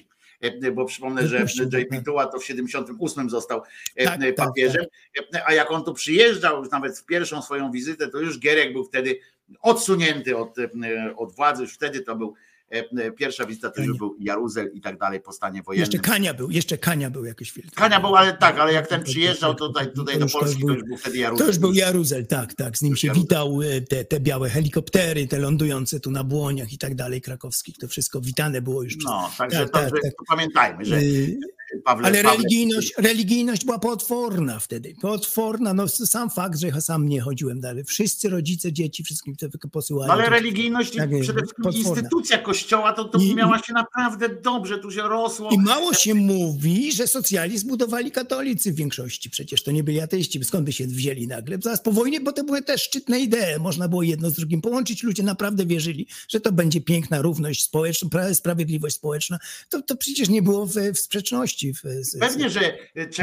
D: bo przypomnę, że J.P. Tuła to w 78 został papieżem, a jak on tu przyjeżdżał, już nawet w pierwszą swoją wizytę, to już Gierek był wtedy odsunięty od władzy, już wtedy to był pierwsza wizyta, to już był Jaruzel i tak dalej po stanie wojennym.
I: Jeszcze Kania był jakiś wielki.
D: Kania był, ale jak ten przyjeżdżał tutaj do Polski, to już był wtedy Jaruzel.
I: To już był Jaruzel, tak, z nim się witał, te białe helikoptery, te lądujące tu na Błoniach i tak dalej, krakowskich, to wszystko witane było już.
D: Także pamiętajmy, że
I: ale religijność była potworna wtedy. Potworna. No sam fakt, że ja sam nie chodziłem dalej. Wszyscy rodzice, dzieci, wszystkim to posyłali.
D: Ale religijność, przede wszystkim instytucja kościoła, to miała się naprawdę dobrze, tu się rosło.
I: I mało się mówi, że socjalizm budowali katolicy w większości. Przecież to nie byli ateiści. Skąd by się wzięli nagle? Zaraz po wojnie, bo to były też szczytne idee. Można było jedno z drugim połączyć. Ludzie naprawdę wierzyli, że to będzie piękna równość społeczna, sprawiedliwość społeczna. To przecież nie było w sprzeczności.
D: Pewnie, że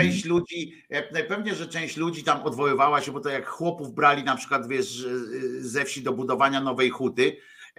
D: część ludzi tam odwoływała się, bo to jak chłopów brali na przykład, wiesz, ze wsi do budowania nowej huty,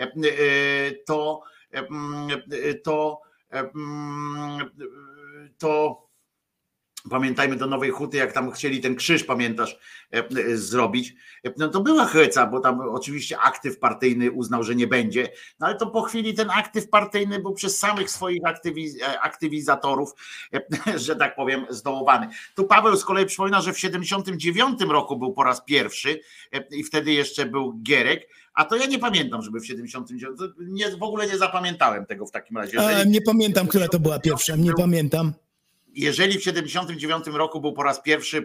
D: to pamiętajmy do nowej huty, jak tam chcieli ten krzyż, pamiętasz, zrobić, no to była heca, bo tam oczywiście aktyw partyjny uznał, że nie będzie, no ale to po chwili ten aktyw partyjny był przez samych swoich aktywizatorów, że tak powiem, zdołowany. Tu Paweł z kolei przypomina, że w 79 roku był po raz pierwszy i wtedy jeszcze był Gierek, a to ja nie pamiętam, żeby w 79, w ogóle nie zapamiętałem tego w takim razie.
I: Nie pamiętam, która to była pierwsza, nie pamiętam.
D: Jeżeli w 79 roku był po raz pierwszy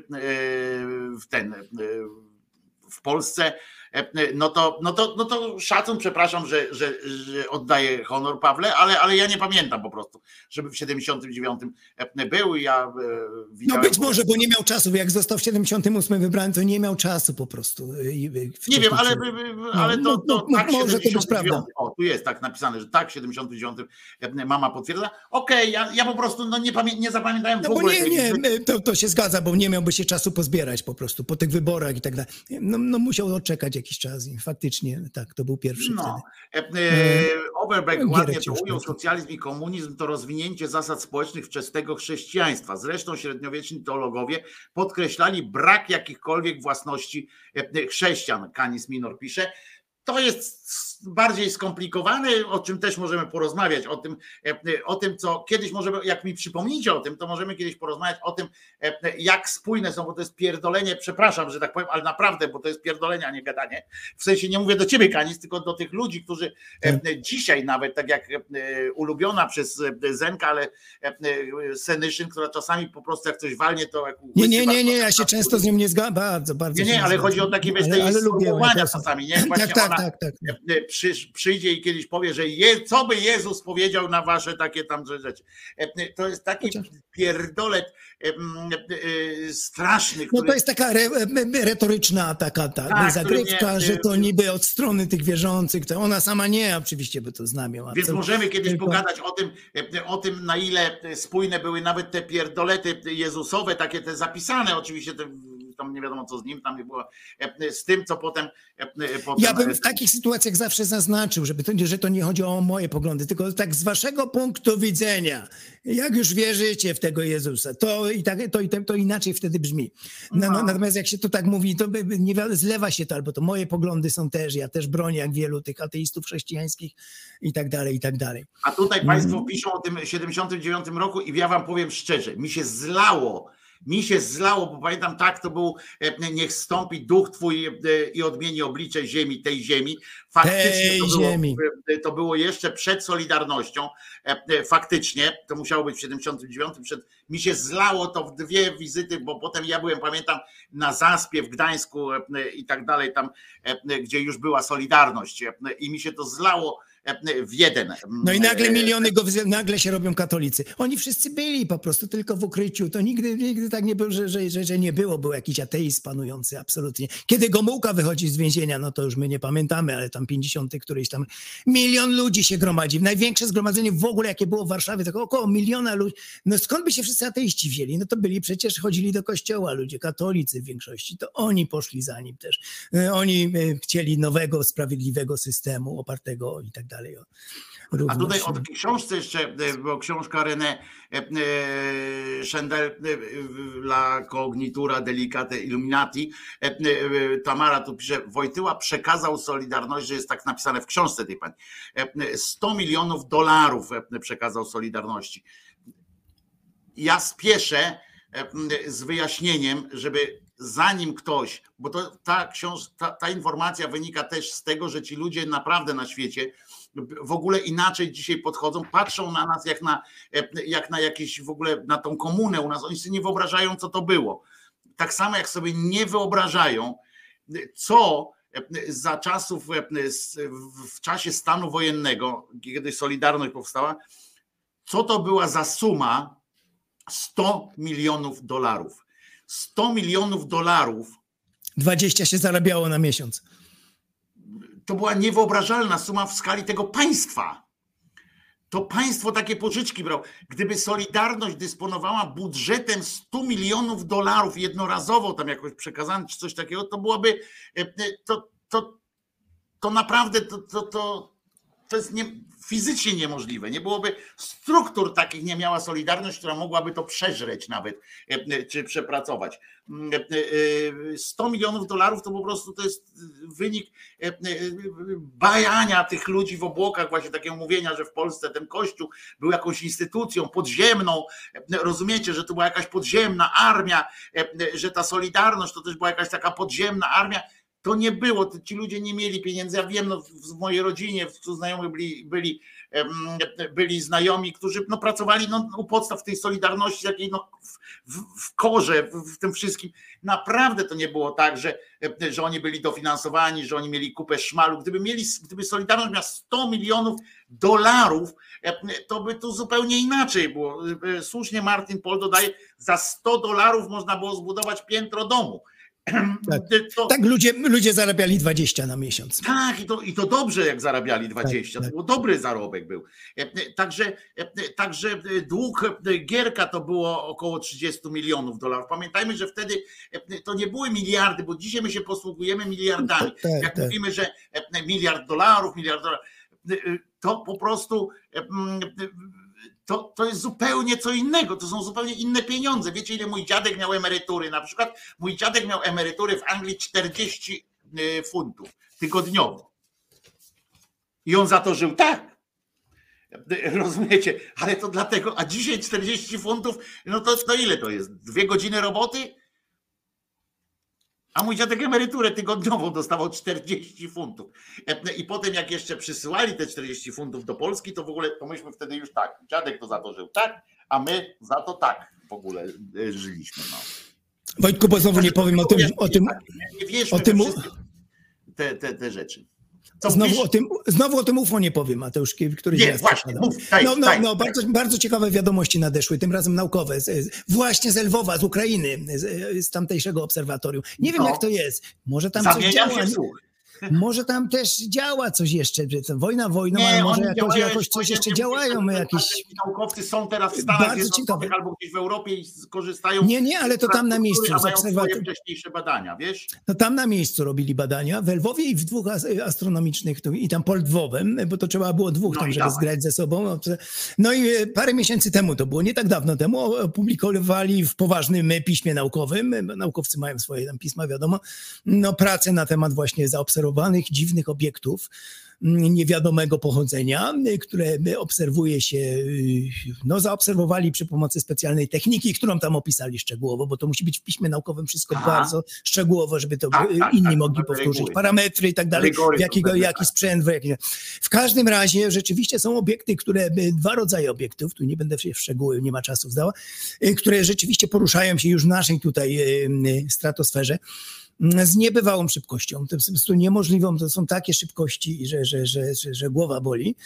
D: w Polsce, no to szacun, przepraszam, że oddaję honor, Pawle, ale ja nie pamiętam po prostu, żeby w 79 był. Ja
I: no być może, bo nie miał czasu, jak został w 78 wybrany, to nie miał czasu po prostu.
D: Nie wiem, ale to tak,
I: może to być prawda.
D: O, tu jest tak napisane, że tak, w 79 mama potwierdza. Okej, ja po prostu nie zapamiętałem w ogóle.
I: To się zgadza, bo nie miałby się czasu pozbierać po prostu po tych wyborach i tak dalej. No musiał odczekać jakiś czas i faktycznie tak, to był pierwszy wtedy.
D: Overbeck ładnie to ujął, socjalizm i komunizm to rozwinięcie zasad społecznych wczesnego chrześcijaństwa. Zresztą średniowieczni teologowie podkreślali brak jakichkolwiek własności chrześcijan. Canis Minor pisze. To jest bardziej skomplikowane, o czym też możemy porozmawiać, o tym, co kiedyś możemy, jak mi przypomnicie o tym, to możemy kiedyś porozmawiać o tym, jak spójne są, bo to jest pierdolenie, przepraszam, że tak powiem, ale naprawdę, bo to jest pierdolenie, a nie gadanie. W sensie nie mówię do ciebie, Kanis, tylko do tych ludzi, którzy dzisiaj nawet, tak jak ulubiona przez Zenka, ale Senyszyn, która czasami po prostu jak coś walnie, to jak...
I: Nie, ja się często z nim nie zgadzam, bardzo.
D: Nie, ale chodzi o takie, wiesz, te sformułowania czasami, nie? Właśnie
I: tak.
D: Przyjdzie i kiedyś powie, że co by Jezus powiedział na wasze takie tam rzeczy. To jest taki pierdolet straszny.
I: No to jest taka retoryczna zagrywka, że to niby od strony tych wierzących, to ona sama nie, oczywiście by to znamiał.
D: Więc możemy kiedyś pogadać o tym, na ile spójne były nawet te pierdolety jezusowe, takie te zapisane, oczywiście tam nie wiadomo co z nim, tam nie było z tym, co potem...
I: Ja bym w takich sytuacjach zawsze zaznaczył, że to nie chodzi o moje poglądy, tylko tak z waszego punktu widzenia, jak już wierzycie w tego Jezusa, to inaczej wtedy brzmi. Natomiast jak się to tak mówi, to zlewa się to, albo to moje poglądy są też, ja też bronię jak wielu tych ateistów chrześcijańskich i tak dalej, i tak dalej.
D: A tutaj państwo piszą o tym 79 roku i ja wam powiem szczerze, mi się zlało, bo pamiętam, tak to był, niech stąpi duch twój i odmieni oblicze ziemi, tej ziemi. Faktycznie to było jeszcze przed Solidarnością. Faktycznie, to musiało być w 79. Mi się zlało to w 2 wizyty, bo potem ja byłem, pamiętam, na Zaspie w Gdańsku i tak dalej, tam, gdzie już była Solidarność i mi się to zlało w jeden.
I: No i nagle miliony nagle się robią katolicy. Oni wszyscy byli po prostu tylko w ukryciu. To nigdy tak nie było, że nie było. Był jakiś ateizm panujący, absolutnie. Kiedy Gomułka wychodzi z więzienia, no to już my nie pamiętamy, ale tam 50 któryś tam 1 000 000 ludzi się gromadzi. Największe zgromadzenie w ogóle, jakie było w Warszawie, tak około 1 000 000 ludzi. No skąd by się wszyscy wszyscy ateiści wzięli? No to byli przecież, chodzili do kościoła ludzie, katolicy w większości, to oni poszli za nim też. Oni chcieli nowego, sprawiedliwego systemu opartego i tak dalej.
D: A tutaj o takiej książce jeszcze, bo książka René Schendel, La Cognitura Delicate Illuminati. Tamara tu pisze, Wojtyła przekazał Solidarność, że jest tak napisane w książce tej pani, $100 milionów przekazał Solidarności. Ja spieszę z wyjaśnieniem, żeby zanim ktoś, bo to ta informacja wynika też z tego, że ci ludzie naprawdę na świecie w ogóle inaczej dzisiaj podchodzą, patrzą na nas jak na jakieś w ogóle, na tą komunę u nas, oni sobie nie wyobrażają, co to było. Tak samo jak sobie nie wyobrażają, co za czasów, w czasie stanu wojennego, kiedy Solidarność powstała, co to była za suma $100 milionów. $100 milionów.
I: 20 się zarabiało na miesiąc.
D: To była niewyobrażalna suma w skali tego państwa. To państwo takie pożyczki brało. Gdyby Solidarność dysponowała budżetem $100 milionów jednorazowo tam jakoś przekazane czy coś takiego, to byłoby to naprawdę to jest fizycznie niemożliwe. Nie byłoby struktur takich, nie miała Solidarność, która mogłaby to przeżreć nawet, czy przepracować. $100 milionów to po prostu to jest wynik bajania tych ludzi w obłokach, właśnie takiego mówienia, że w Polsce ten Kościół był jakąś instytucją podziemną. Rozumiecie, że to była jakaś podziemna armia, że ta Solidarność to też była jakaś taka podziemna armia. To nie było, ci ludzie nie mieli pieniędzy. Ja wiem, w mojej rodzinie, w znajomych byli znajomi, którzy pracowali u podstaw tej Solidarności, takiej w korze, w tym wszystkim. Naprawdę to nie było tak, że oni byli dofinansowani, że oni mieli kupę szmalu. Gdyby Solidarność miała $100 milionów, to by tu zupełnie inaczej było. Słusznie Martin Pol dodaje, za $100 można było zbudować piętro domu.
I: Tak, ludzie zarabiali 20 na miesiąc.
D: Tak, i to dobrze, jak zarabiali 20. Tak. To był dobry zarobek był. Także dług Gierka to było około $30 milionów. Pamiętajmy, że wtedy to nie były miliardy, bo dzisiaj my się posługujemy miliardami. Jak mówimy, że $1 miliard, to po prostu to jest zupełnie co innego, to są zupełnie inne pieniądze. Wiecie, ile mój dziadek miał emerytury? Na przykład mój dziadek miał emerytury w Anglii 40 funtów tygodniowo. I on za to żył tak. Rozumiecie? Ale to dlatego, a dzisiaj 40 funtów, no to ile to jest? 2 godziny roboty? A mój dziadek emeryturę tygodniową dostawał 40 funtów. I potem jak jeszcze przysyłali te 40 funtów do Polski, to w ogóle to myśmy wtedy już tak, dziadek to za to żył tak, a my za to tak w ogóle żyliśmy. No.
I: Wojtku, bo znowu nie powiem
D: Nie wierzmy te rzeczy.
I: Znowu o tym UFO nie powiem, Mateusz, który
D: nie, właśnie,
I: bardzo ciekawe wiadomości nadeszły, tym razem naukowe, właśnie z Lwowa, z Ukrainy, z tamtejszego obserwatorium. Nie wiem, jak to jest. Może tam coś działa. Może tam też działa coś jeszcze. Wojna wojną, ale może jakoś coś jeszcze działają.
D: Naukowcy są teraz w Stanach Zjednoczonych albo gdzieś w Europie i korzystają.
I: Nie, ale to tam na miejscu.
D: Mają swoje wcześniejsze badania, wiesz?
I: No tam na miejscu robili badania, w Lwowie i w 2 astronomicznych, i tam pod Lwowem, bo to trzeba było 2 tam, żeby zgrać ze sobą. No i parę miesięcy temu, to było nie tak dawno temu, opublikowali w poważnym piśmie naukowym, naukowcy mają swoje tam pisma, wiadomo, pracę na temat właśnie zaobserwowanych dziwnych obiektów niewiadomego pochodzenia, które obserwuje się, zaobserwowali przy pomocy specjalnej techniki, którą tam opisali szczegółowo, bo to musi być w piśmie naukowym wszystko bardzo szczegółowo, żeby to inni mogli powtórzyć. Parametry i tak dalej, jaki sprzęt. W każdym razie rzeczywiście są obiekty, 2 rodzaje obiektów, tu nie będę się w szczegóły, nie ma czasu zdała, które rzeczywiście poruszają się już w naszej tutaj stratosferze z niebywałą szybkością. To jest po prostu niemożliwą, to są takie szybkości, że głowa boli.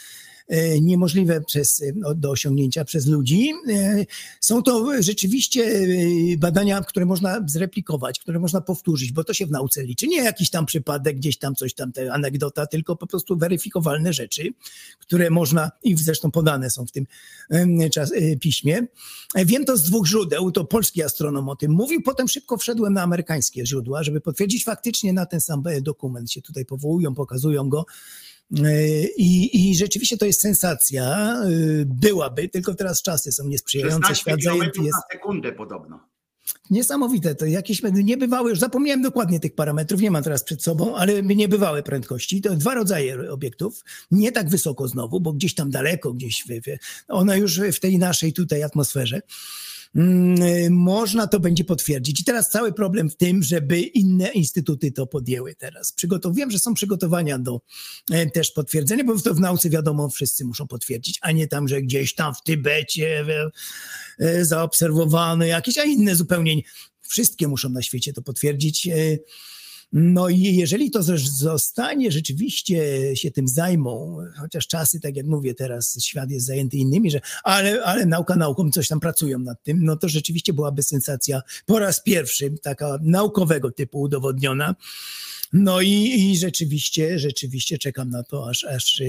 I: niemożliwe do osiągnięcia przez ludzi. Są to rzeczywiście badania, które można zreplikować, które można powtórzyć, bo to się w nauce liczy. Nie jakiś tam przypadek, gdzieś tam coś tam, anegdota, tylko po prostu weryfikowalne rzeczy, które można, i zresztą podane są w tym piśmie. Wiem to z 2 źródeł, to polski astronom o tym mówił, potem szybko wszedłem na amerykańskie źródła, żeby potwierdzić faktycznie na ten sam dokument się tutaj powołują, pokazują go. I rzeczywiście to jest sensacja, byłaby, tylko teraz czasy są niesprzyjające.
D: 16 km na sekundę podobno.
I: Niesamowite, to jakieś niebywałe, już zapomniałem dokładnie tych parametrów, nie mam teraz przed sobą, ale niebywałe prędkości. To 2 rodzaje obiektów, nie tak wysoko znowu, bo gdzieś tam daleko, ona już w tej naszej tutaj atmosferze. Można to będzie potwierdzić. I teraz cały problem w tym, żeby inne instytuty to podjęły teraz. Wiem, że są przygotowania do też potwierdzenia, bo to w nauce wiadomo, wszyscy muszą potwierdzić, a nie tam, że gdzieś tam w Tybecie zaobserwowano jakieś, a inne zupełnie. Wszystkie muszą na świecie to potwierdzić. No i jeżeli to zostanie, rzeczywiście się tym zajmą, chociaż czasy, tak jak mówię teraz, świat jest zajęty innymi, ale nauka nauką, coś tam pracują nad tym, no to rzeczywiście byłaby sensacja po raz pierwszy, taka naukowego typu udowodniona. No i rzeczywiście czekam na to, aż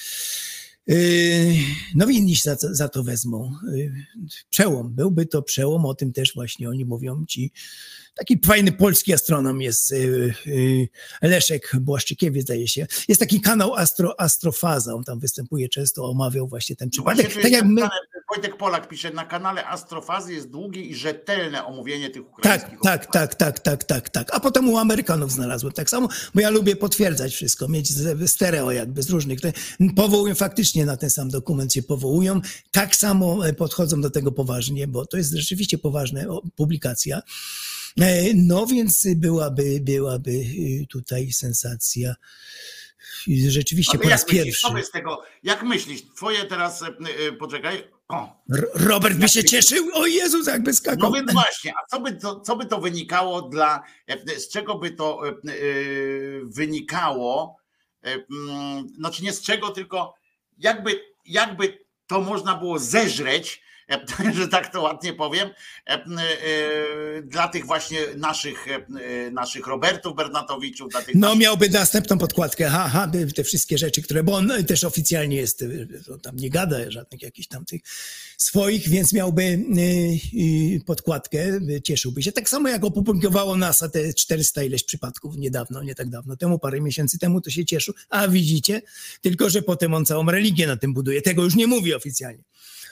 I: no inni za to wezmą. Przełom, byłby to przełom, o tym też właśnie oni mówią ci. Taki fajny polski astronom jest Leszek Błaszczykiewicz, zdaje się. Jest taki kanał Astrofaza, on tam występuje często, omawiał właśnie ten przypadek.
D: Właśnie
I: tak jak my...
D: Wojtek Polak pisze, na kanale Astrofazy jest długie i rzetelne omówienie tych ukraińskich.
I: Tak. A potem u Amerykanów znalazłem tak samo, bo ja lubię potwierdzać wszystko, mieć stereo jakby z różnych. Powołują faktycznie na ten sam dokument, się powołują. Tak samo podchodzą do tego poważnie, bo to jest rzeczywiście poważna publikacja. No więc byłaby tutaj sensacja. Rzeczywiście po raz pierwszy.
D: Jak myślisz? Twoje teraz, poczekaj.
I: Robert by się cieszył? O Jezus, jakby skakał.
D: No więc właśnie, a co by to wynikało z czego by to wynikało? Znaczy nie z czego, tylko jakby to można było zeżreć, że tak to ładnie powiem, dla tych właśnie naszych Robertów Bernatowiczów. Dla tych
I: miałby następną podkładkę, te wszystkie rzeczy, bo on też oficjalnie jest, tam nie gada żadnych jakichś tam tych swoich, więc miałby podkładkę, cieszyłby się. Tak samo jak opublikowało NASA te 400 ileś przypadków niedawno, nie tak dawno temu, parę miesięcy temu, to się cieszył. A widzicie, tylko że potem on całą religię na tym buduje. Tego już nie mówi oficjalnie.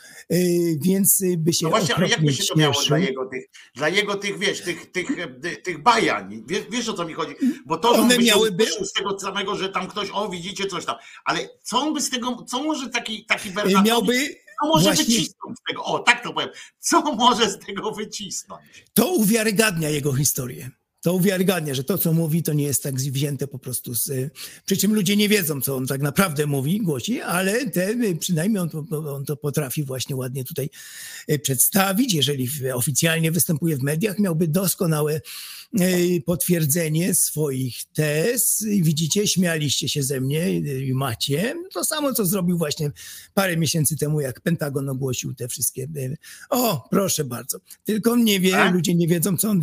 I: Więc by się.
D: No właśnie, ale jakby się to miało dla jego tych, wiesz, tych bajań. Wiesz o co mi chodzi? Bo to
I: one miałyby
D: z tego samego, że tam ktoś, widzicie coś tam. Ale co on by z tego, co może taki Bernatowicz,
I: miałby.
D: Co może wycisnąć z tego? Tak to powiem. Co może z tego wycisnąć?
I: To uwiarygadnia jego historię. To uwiarygadnia, że to, co mówi, to nie jest tak wzięte po prostu przy czym ludzie nie wiedzą, co on tak naprawdę mówi, głosi, ale przynajmniej on to potrafi właśnie ładnie tutaj przedstawić. Jeżeli oficjalnie występuje w mediach, miałby doskonałe potwierdzenie swoich tez. Widzicie, śmialiście się ze mnie i macie. To samo, co zrobił właśnie parę miesięcy temu, jak Pentagon ogłosił te wszystkie. Proszę bardzo. Tylko on nie wie, ludzie nie wiedzą, co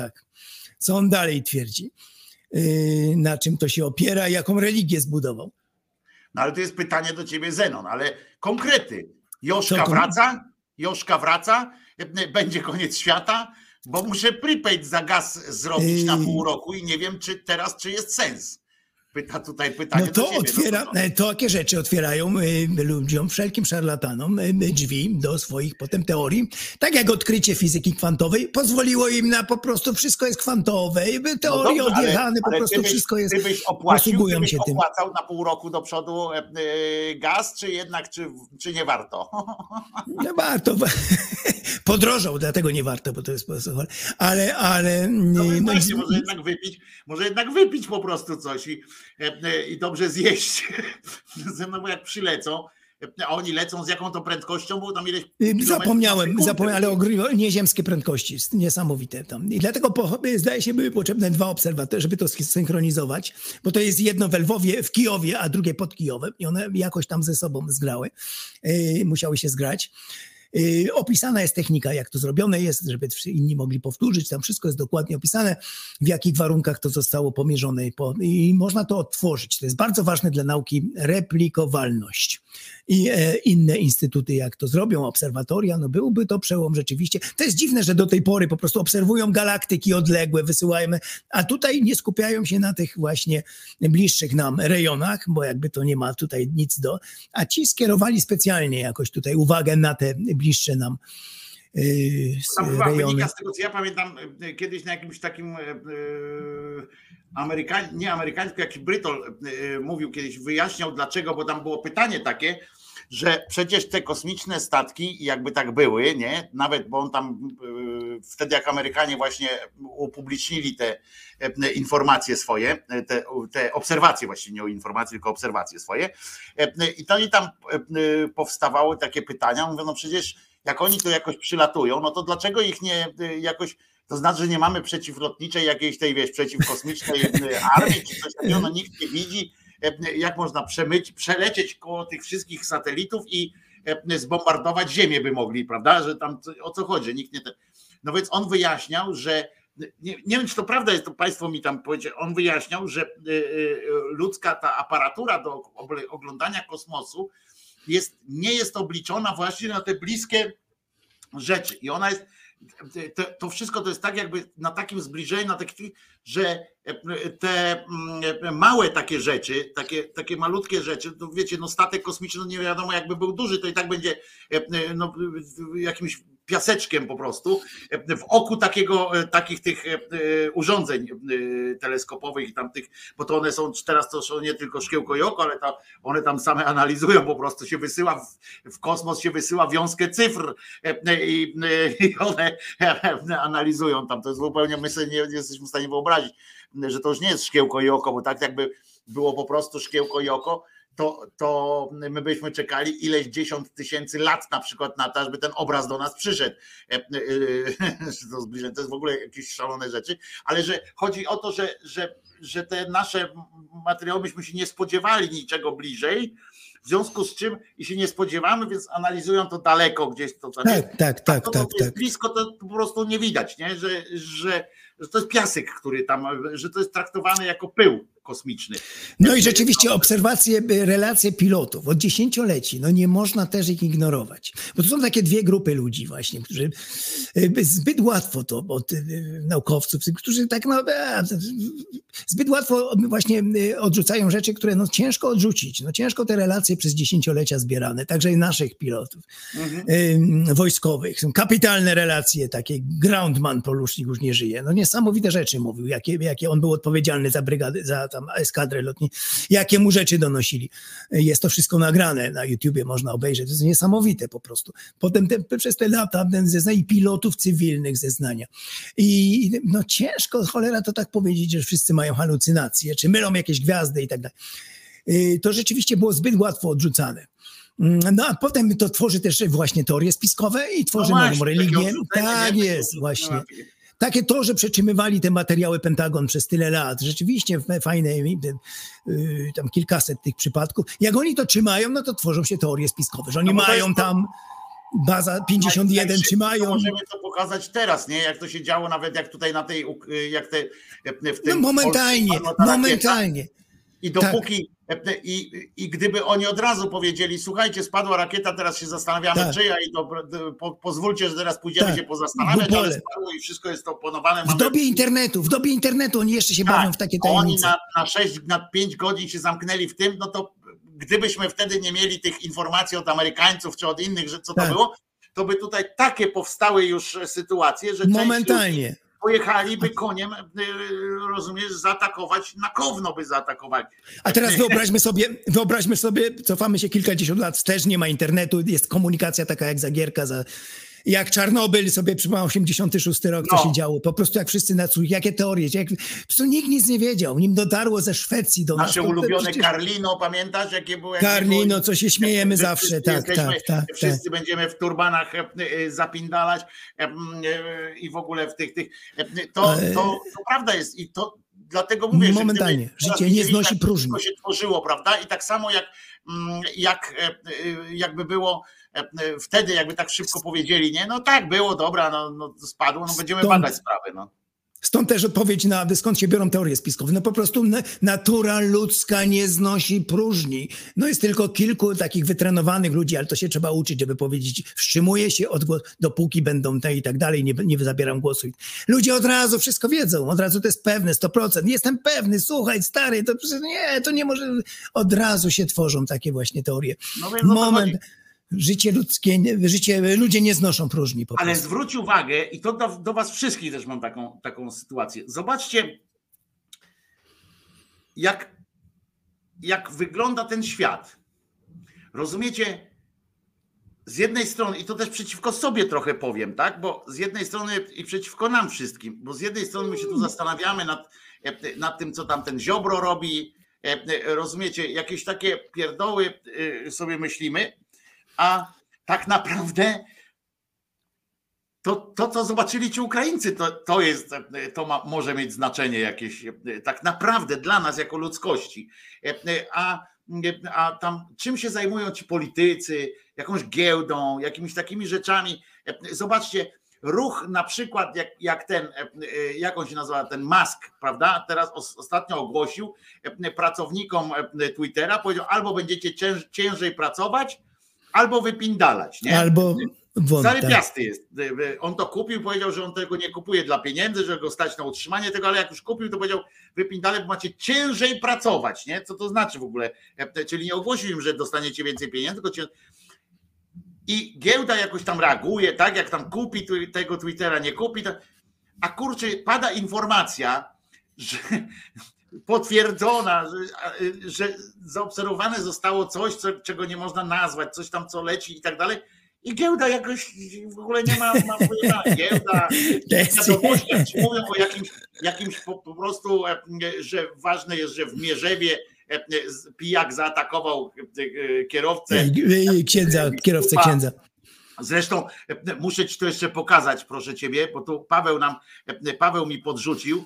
I: on dalej twierdzi, na czym to się opiera, jaką religię zbudował.
D: No ale to jest pytanie do ciebie, Zenon, ale konkrety. Joszka wraca, będzie koniec świata, bo muszę prepaid za gaz zrobić na pół roku i nie wiem, czy jest sens. Pytanie
I: no to do ciebie. To takie rzeczy otwierają ludziom, wszelkim szarlatanom drzwi do swoich potem teorii. Tak jak odkrycie fizyki kwantowej pozwoliło im na po prostu wszystko jest kwantowe, teorie odjechane, po prostu wszystko jest.
D: Gdybyś opłacał na pół roku do przodu gaz, czy jednak, czy nie warto?
I: Nie warto. Podrożał, dlatego nie warto, bo to jest po prostu. Ale
D: właśnie, może jednak wypić po prostu coś i dobrze zjeść. Ze mną jak przylecą, a oni lecą z jaką to prędkością, bo tam ileś
I: Zapomniałem, ale nieziemskie prędkości, niesamowite tam. I dlatego zdaje się były potrzebne 2 obserwatory, żeby to synchronizować, bo to jest jedno w Lwowie, w Kijowie, a drugie pod Kijowem i one jakoś tam ze sobą zgrały, musiały się zgrać. Opisana jest technika, jak to zrobione jest, żeby inni mogli powtórzyć. Tam wszystko jest dokładnie opisane, w jakich warunkach to zostało pomierzone i można to odtworzyć. To jest bardzo ważne dla nauki replikowalność. I inne instytuty, jak to zrobią, obserwatoria, no byłby to przełom rzeczywiście. To jest dziwne, że do tej pory po prostu obserwują galaktyki odległe, wysyłajmy, a tutaj nie skupiają się na tych właśnie bliższych nam rejonach, bo jakby to nie ma tutaj nic a ci skierowali specjalnie jakoś tutaj uwagę na te bliższe nam
D: tam chyba
I: rejony.
D: wynika z tego, co ja pamiętam kiedyś na jakimś takim nie amerykański, jakiś Brytol mówił kiedyś, wyjaśniał dlaczego, bo tam było pytanie takie, że przecież te kosmiczne statki jakby tak były, nie? Nawet, bo on tam wtedy jak Amerykanie właśnie upublicznili te informacje swoje, te obserwacje właściwie, nie o informacje, tylko obserwacje swoje i to i tam powstawały takie pytania, mówią, no przecież jak oni to jakoś przylatują, no to dlaczego ich nie jakoś, to znaczy, że nie mamy przeciwlotniczej jakiejś tej, wiesz, przeciwkosmicznej armii, czy coś takiego, no nikt nie widzi, jak można przelecieć koło tych wszystkich satelitów i zbombardować Ziemię by mogli, prawda, że tam o co chodzi, nikt nie... No więc on wyjaśniał, że nie wiem, czy to prawda jest, to państwo mi tam powiedzieli, on wyjaśniał, że ludzka ta aparatura do oglądania kosmosu nie jest obliczona właśnie na te bliskie rzeczy i ona jest, to wszystko to jest tak jakby na takim zbliżeniu, na takich, że te małe takie rzeczy, takie malutkie rzeczy, to wiecie, no statek kosmiczny, no nie wiadomo jakby był duży, to i tak będzie no, jakimś piaseczkiem po prostu w oku takich tych urządzeń teleskopowych i tamtych, bo to one są teraz to są nie tylko szkiełko i oko, ale one tam same analizują, po prostu się wysyła w kosmos, się wysyła wiązkę cyfr i one analizują tam, to jest zupełnie, my sobie nie jesteśmy w stanie wyobrazić, że to już nie jest szkiełko i oko, bo tak jakby było po prostu szkiełko i oko, to my byśmy czekali ileś 10 000 lat na przykład na to, żeby ten obraz do nas przyszedł. To jest w ogóle jakieś szalone rzeczy, ale że chodzi o to, że te nasze materiały byśmy się nie spodziewali niczego bliżej, w związku z czym i się nie spodziewamy, więc analizują to daleko gdzieś. Tak. Blisko to po prostu nie widać, nie? Że to jest piasek, który tam, że to jest traktowane jako pył kosmiczny.
I: No i rzeczywiście obserwacje, relacje pilotów od dziesięcioleci, no nie można też ich ignorować. Bo to są takie 2 grupy ludzi właśnie, którzy zbyt łatwo to od naukowców, którzy tak zbyt łatwo właśnie odrzucają rzeczy, które no ciężko odrzucić. No ciężko te relacje przez dziesięciolecia zbierane, także i naszych pilotów wojskowych. Są kapitalne relacje, takie Groundman, Polusznik już nie żyje. No niesamowite rzeczy mówił, jakie on był odpowiedzialny za brygadę, za tam eskadrę lotniczą, jakie mu rzeczy donosili. Jest to wszystko nagrane na YouTubie, można obejrzeć. To jest niesamowite po prostu. Potem przez te lata zeznania i pilotów cywilnych zeznania. I no ciężko, cholera to tak powiedzieć, że wszyscy mają halucynacje, czy mylą jakieś gwiazdy i tak dalej. To rzeczywiście było zbyt łatwo odrzucane. No a potem to tworzy też właśnie teorie spiskowe i tworzy nową religię. Tak jest, właśnie. Takie to, że przetrzymywali te materiały Pentagon przez tyle lat, rzeczywiście fajne, tam kilkaset tych przypadków. Jak oni to trzymają, no to tworzą się teorie spiskowe, że oni mają tam baza 51 trzymają.
D: Możemy to pokazać teraz, nie? Jak to się działo, nawet jak tutaj na tej, jak te w tym.
I: No momentalnie.
D: I dopóki, i gdyby oni od razu powiedzieli, słuchajcie, spadła rakieta, teraz się zastanawiamy czyja i to pozwólcie, że teraz pójdziemy się pozastanawiać, ale spadło i wszystko jest to oponowane.
I: W dobie internetu oni jeszcze się bawią w takie tajemnice.
D: Oni na 5 godzin się zamknęli w tym, no to gdybyśmy wtedy nie mieli tych informacji od Amerykańców czy od innych, że co to było, to by tutaj takie powstały już sytuacje, że
I: momentalnie
D: pojechaliby koniem, rozumiesz, zaatakować, na Kowno by zaatakowali.
I: A teraz wyobraźmy sobie, cofamy się kilkadziesiąt lat, też nie ma internetu, jest komunikacja taka jak za Gierka, Jak Czarnobyl, sobie przypomniał 86 rok, co się działo. Po prostu jak wszyscy jakie teorie. Po nikt nic nie wiedział. Nim dotarło ze Szwecji do nas.
D: Nasze ulubione Karlino, pamiętasz, jakie było?
I: Karlino, co się śmiejemy zawsze. Tak.
D: Wszyscy będziemy w turbanach zapindalać i w ogóle w tych to prawda jest i to dlatego mówię,
I: momentalnie,
D: że
I: życie nie znosi próżni.
D: To się tworzyło, prawda? I tak samo jakby było wtedy, jakby tak szybko powiedzieli, nie? No tak, było, dobra, no spadło, no będziemy badać sprawę, no.
I: Stąd też odpowiedź na skąd się biorą teorie spiskowe. No po prostu natura ludzka nie znosi próżni. No jest tylko kilku takich wytrenowanych ludzi, ale to się trzeba uczyć, żeby powiedzieć, wstrzymuję się od głosu, dopóki będą te i tak dalej, nie zabieram głosu. Ludzie od razu wszystko wiedzą, od razu to jest pewne, 100%. Jestem pewny, słuchaj stary, to przecież nie, to nie może... Od razu się tworzą takie właśnie teorie. Moment... Ludzie nie znoszą próżni.
D: Ale zwróć uwagę, i to do was wszystkich też mam taką sytuację. Zobaczcie, jak wygląda ten świat. Rozumiecie? Z jednej strony, i to też przeciwko sobie trochę powiem, tak? Bo z jednej strony i przeciwko nam wszystkim, bo z jednej strony my się tu zastanawiamy nad tym, co tam ten Ziobro robi. Rozumiecie? Jakieś takie pierdoły sobie myślimy. A tak naprawdę to co zobaczyli ci Ukraińcy, może mieć znaczenie jakieś tak naprawdę dla nas jako ludzkości. A tam czym się zajmują ci politycy, jakąś giełdą, jakimiś takimi rzeczami. Zobaczcie, ruch na przykład jak on się nazywa, ten Musk, prawda? Teraz ostatnio ogłosił pracownikom Twittera, powiedział, albo będziecie ciężej pracować, albo wypindalać, nie?
I: Albo
D: zarypiasty jest. On to kupił, powiedział, że on tego nie kupuje dla pieniędzy, że go stać na utrzymanie tego, ale jak już kupił, to powiedział, wypindalać, bo macie ciężej pracować, nie? Co to znaczy w ogóle? Czyli nie ogłosił im, że dostaniecie więcej pieniędzy, tylko i giełda jakoś tam reaguje, tak? Jak tam kupi tego Twittera, nie kupi, a kurczę, pada informacja, że potwierdzona, że zaobserwowane zostało coś, czego nie można nazwać, coś tam, co leci i tak dalej. I giełda jakoś w ogóle nie ma giełda. Wiadomości mówią o jakimś po prostu, że ważne jest, że w Mierzewie pijak zaatakował kierowcę.
I: Kierowcę księdza.
D: Zresztą muszę ci to jeszcze pokazać, proszę ciebie, bo tu Paweł mi podrzucił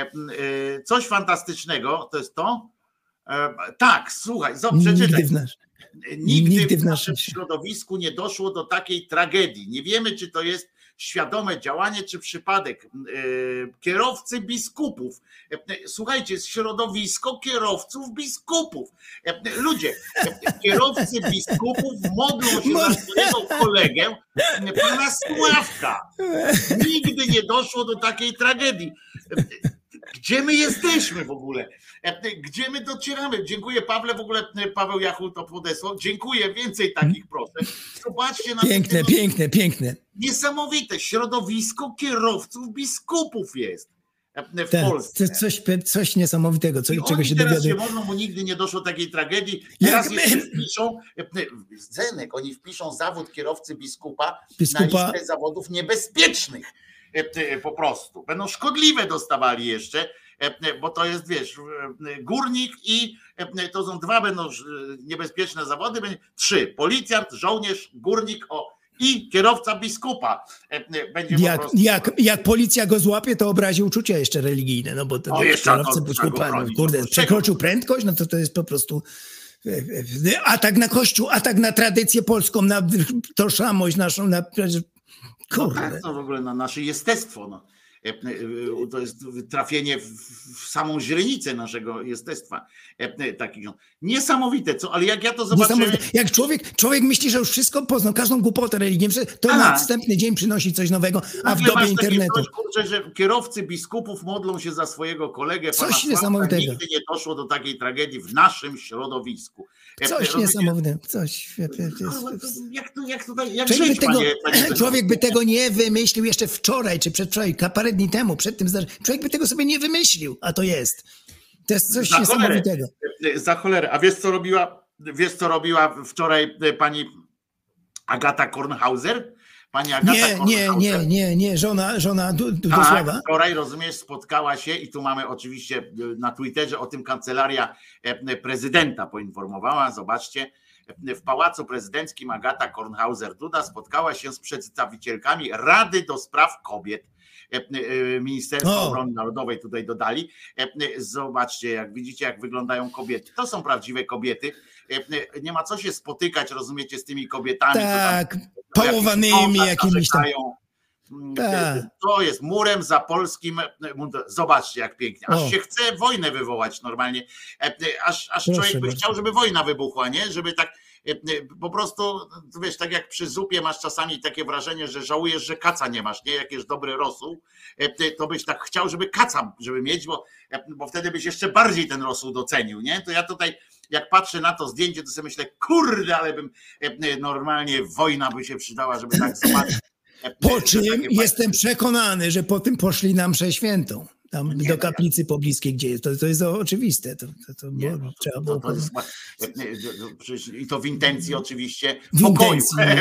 D: coś fantastycznego, to jest to. Tak, słuchaj, przeczytaj. Nigdy w naszym środowisku nie doszło do takiej tragedii. Nie wiemy, czy to jest świadome działanie, czy przypadek. Kierowcy biskupów. Słuchajcie, środowisko kierowców biskupów. Ludzie, kierowcy biskupów modlą się za swojego kolegę, pana Sławka. Nigdy nie doszło do takiej tragedii. Gdzie my jesteśmy w ogóle? Gdzie my docieramy? Dziękuję, Pawle, w ogóle Paweł Jachul to podesłał. Dziękuję, więcej takich proszę. Zobaczcie na
I: piękne.
D: Niesamowite. Środowisko kierowców biskupów jest w Polsce.
I: Coś niesamowitego, czego się
D: teraz
I: dowiaduję.
D: Się modlą, bo nigdy nie doszło do takiej tragedii. Teraz jeszcze wpiszą, Zenek, oni wpiszą zawód kierowcy biskupa na listę zawodów niebezpiecznych. Po prostu. Będą szkodliwe dostawali jeszcze, bo to jest, wiesz, górnik i to są dwa będą niebezpieczne zawody, 3. Policjant, żołnierz, górnik i kierowca biskupa. Będzie
I: jak policja go złapie, to obrazi uczucia jeszcze religijne, no bo kierowca biskupa, przekroczył prędkość, no to jest po prostu atak na Kościół, atak na tradycję polską, na tożsamość naszą, na...
D: Tak, to w ogóle na nasze jestestwo. No. To jest trafienie w samą źrenicę naszego jestestwa. Niesamowite, ale jak ja to zobaczyłem...
I: Jak człowiek myśli, że już wszystko poznał, każdą głupotę religijną, to na następny dzień przynosi coś nowego, a w dobie internetu...
D: Coś, kurczę, że kierowcy biskupów modlą się za swojego kolegę.
I: Coś niesamowitego.
D: Nigdy nie doszło do takiej tragedii w naszym środowisku.
I: Coś niesamowitego. Człowiek by tego nie wymyślił jeszcze wczoraj, czy przedwczoraj, parę dni temu, przed tym zdarzeniem. Człowiek by tego sobie nie wymyślił, a to jest. To jest coś niesamowitego.
D: Za cholerę. A wiesz, co robiła wczoraj pani Agata Kornhauser? Pani Agata
I: Nie, żona Dudosława.
D: Wczoraj, rozumiesz, spotkała się i tu mamy oczywiście na Twitterze o tym kancelaria prezydenta poinformowała, zobaczcie, w Pałacu Prezydenckim Agata Kornhauser-Duda spotkała się z przedstawicielkami Rady do Spraw Kobiet. Ministerstwa Obrony Narodowej tutaj dodali. Zobaczcie, jak widzicie, jak wyglądają kobiety. To są prawdziwe kobiety. Nie ma co się spotykać, rozumiecie, z tymi kobietami.
I: Tak, pałowanymi jakimiś tam.
D: To jest murem za polskim mundurem. Zobaczcie, jak pięknie. Aż się chce wojnę wywołać normalnie. Aż człowiek by chciał, żeby wojna wybuchła, nie? Żeby tak po prostu, wiesz, tak jak przy zupie masz czasami takie wrażenie, że żałujesz, że kaca nie masz, nie? Jakiś dobry rosół, to byś tak chciał, żeby kaca, żeby mieć, bo wtedy byś jeszcze bardziej ten rosół docenił, nie? To ja tutaj, jak patrzę na to zdjęcie, to sobie myślę, kurde, ale bym normalnie wojna by się przydała, żeby tak zobaczyć.
I: Po czym jestem przekonany, że po tym poszli na mszę świętą. Tam do kaplicy pobliskiej, gdzie jest. To jest oczywiste. Trzeba było
D: I to w intencji oczywiście
I: pokoju.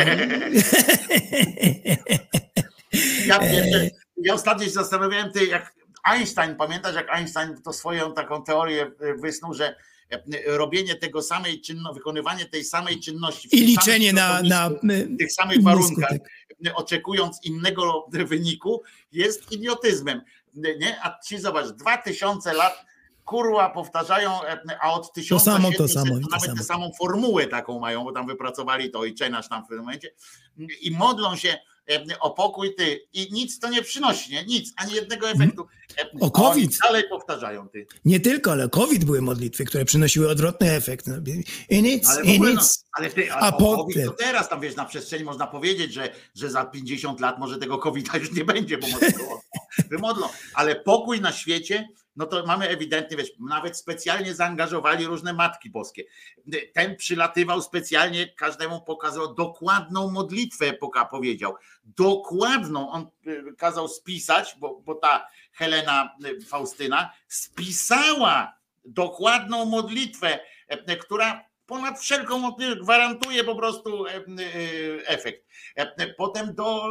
D: Ja ostatnio się zastanawiałem, jak Einstein, pamiętasz, jak Einstein to swoją taką teorię wysnuł, że robienie tego samej czynności, wykonywanie tej samej czynności
I: i liczenie
D: w tych samych warunkach, oczekując innego wyniku, jest idiotyzmem. Nie? A ci zobacz, 2000 lat kurwa powtarzają, a od 1700 nawet tę samą formułę taką mają, bo tam wypracowali to Ojczenasz tam w tym momencie i modlą się o pokój i nic to nie przynosi, nie? Nic, ani jednego efektu.
I: O COVID.
D: Dalej powtarzają ty.
I: Nie tylko, ale COVID były modlitwy, które przynosiły odwrotny efekt. I nic.
D: A COVID to teraz tam, wiesz, na przestrzeni można powiedzieć, że za 50 lat może tego COVID-a już nie będzie, bo może to wymodlą. Ale pokój na świecie, no to mamy ewidentnie, wiesz, nawet specjalnie zaangażowali różne matki boskie. Ten przylatywał specjalnie, każdemu pokazał dokładną modlitwę, powiedział. Dokładną, on kazał spisać, bo ta Helena Faustyna spisała dokładną modlitwę, która ponad wszelką możliwość gwarantuje po prostu efekt. Potem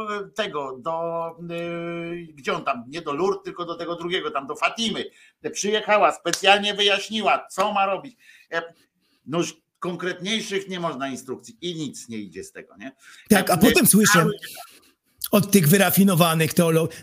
D: gdzie on tam, nie do Lourdes, tylko do tego drugiego, tam do Fatimy. Przyjechała, specjalnie wyjaśniła, co ma robić. No już konkretniejszych nie można instrukcji i nic nie idzie z tego, nie?
I: Tak, a potem słyszę od tych wyrafinowanych teologów,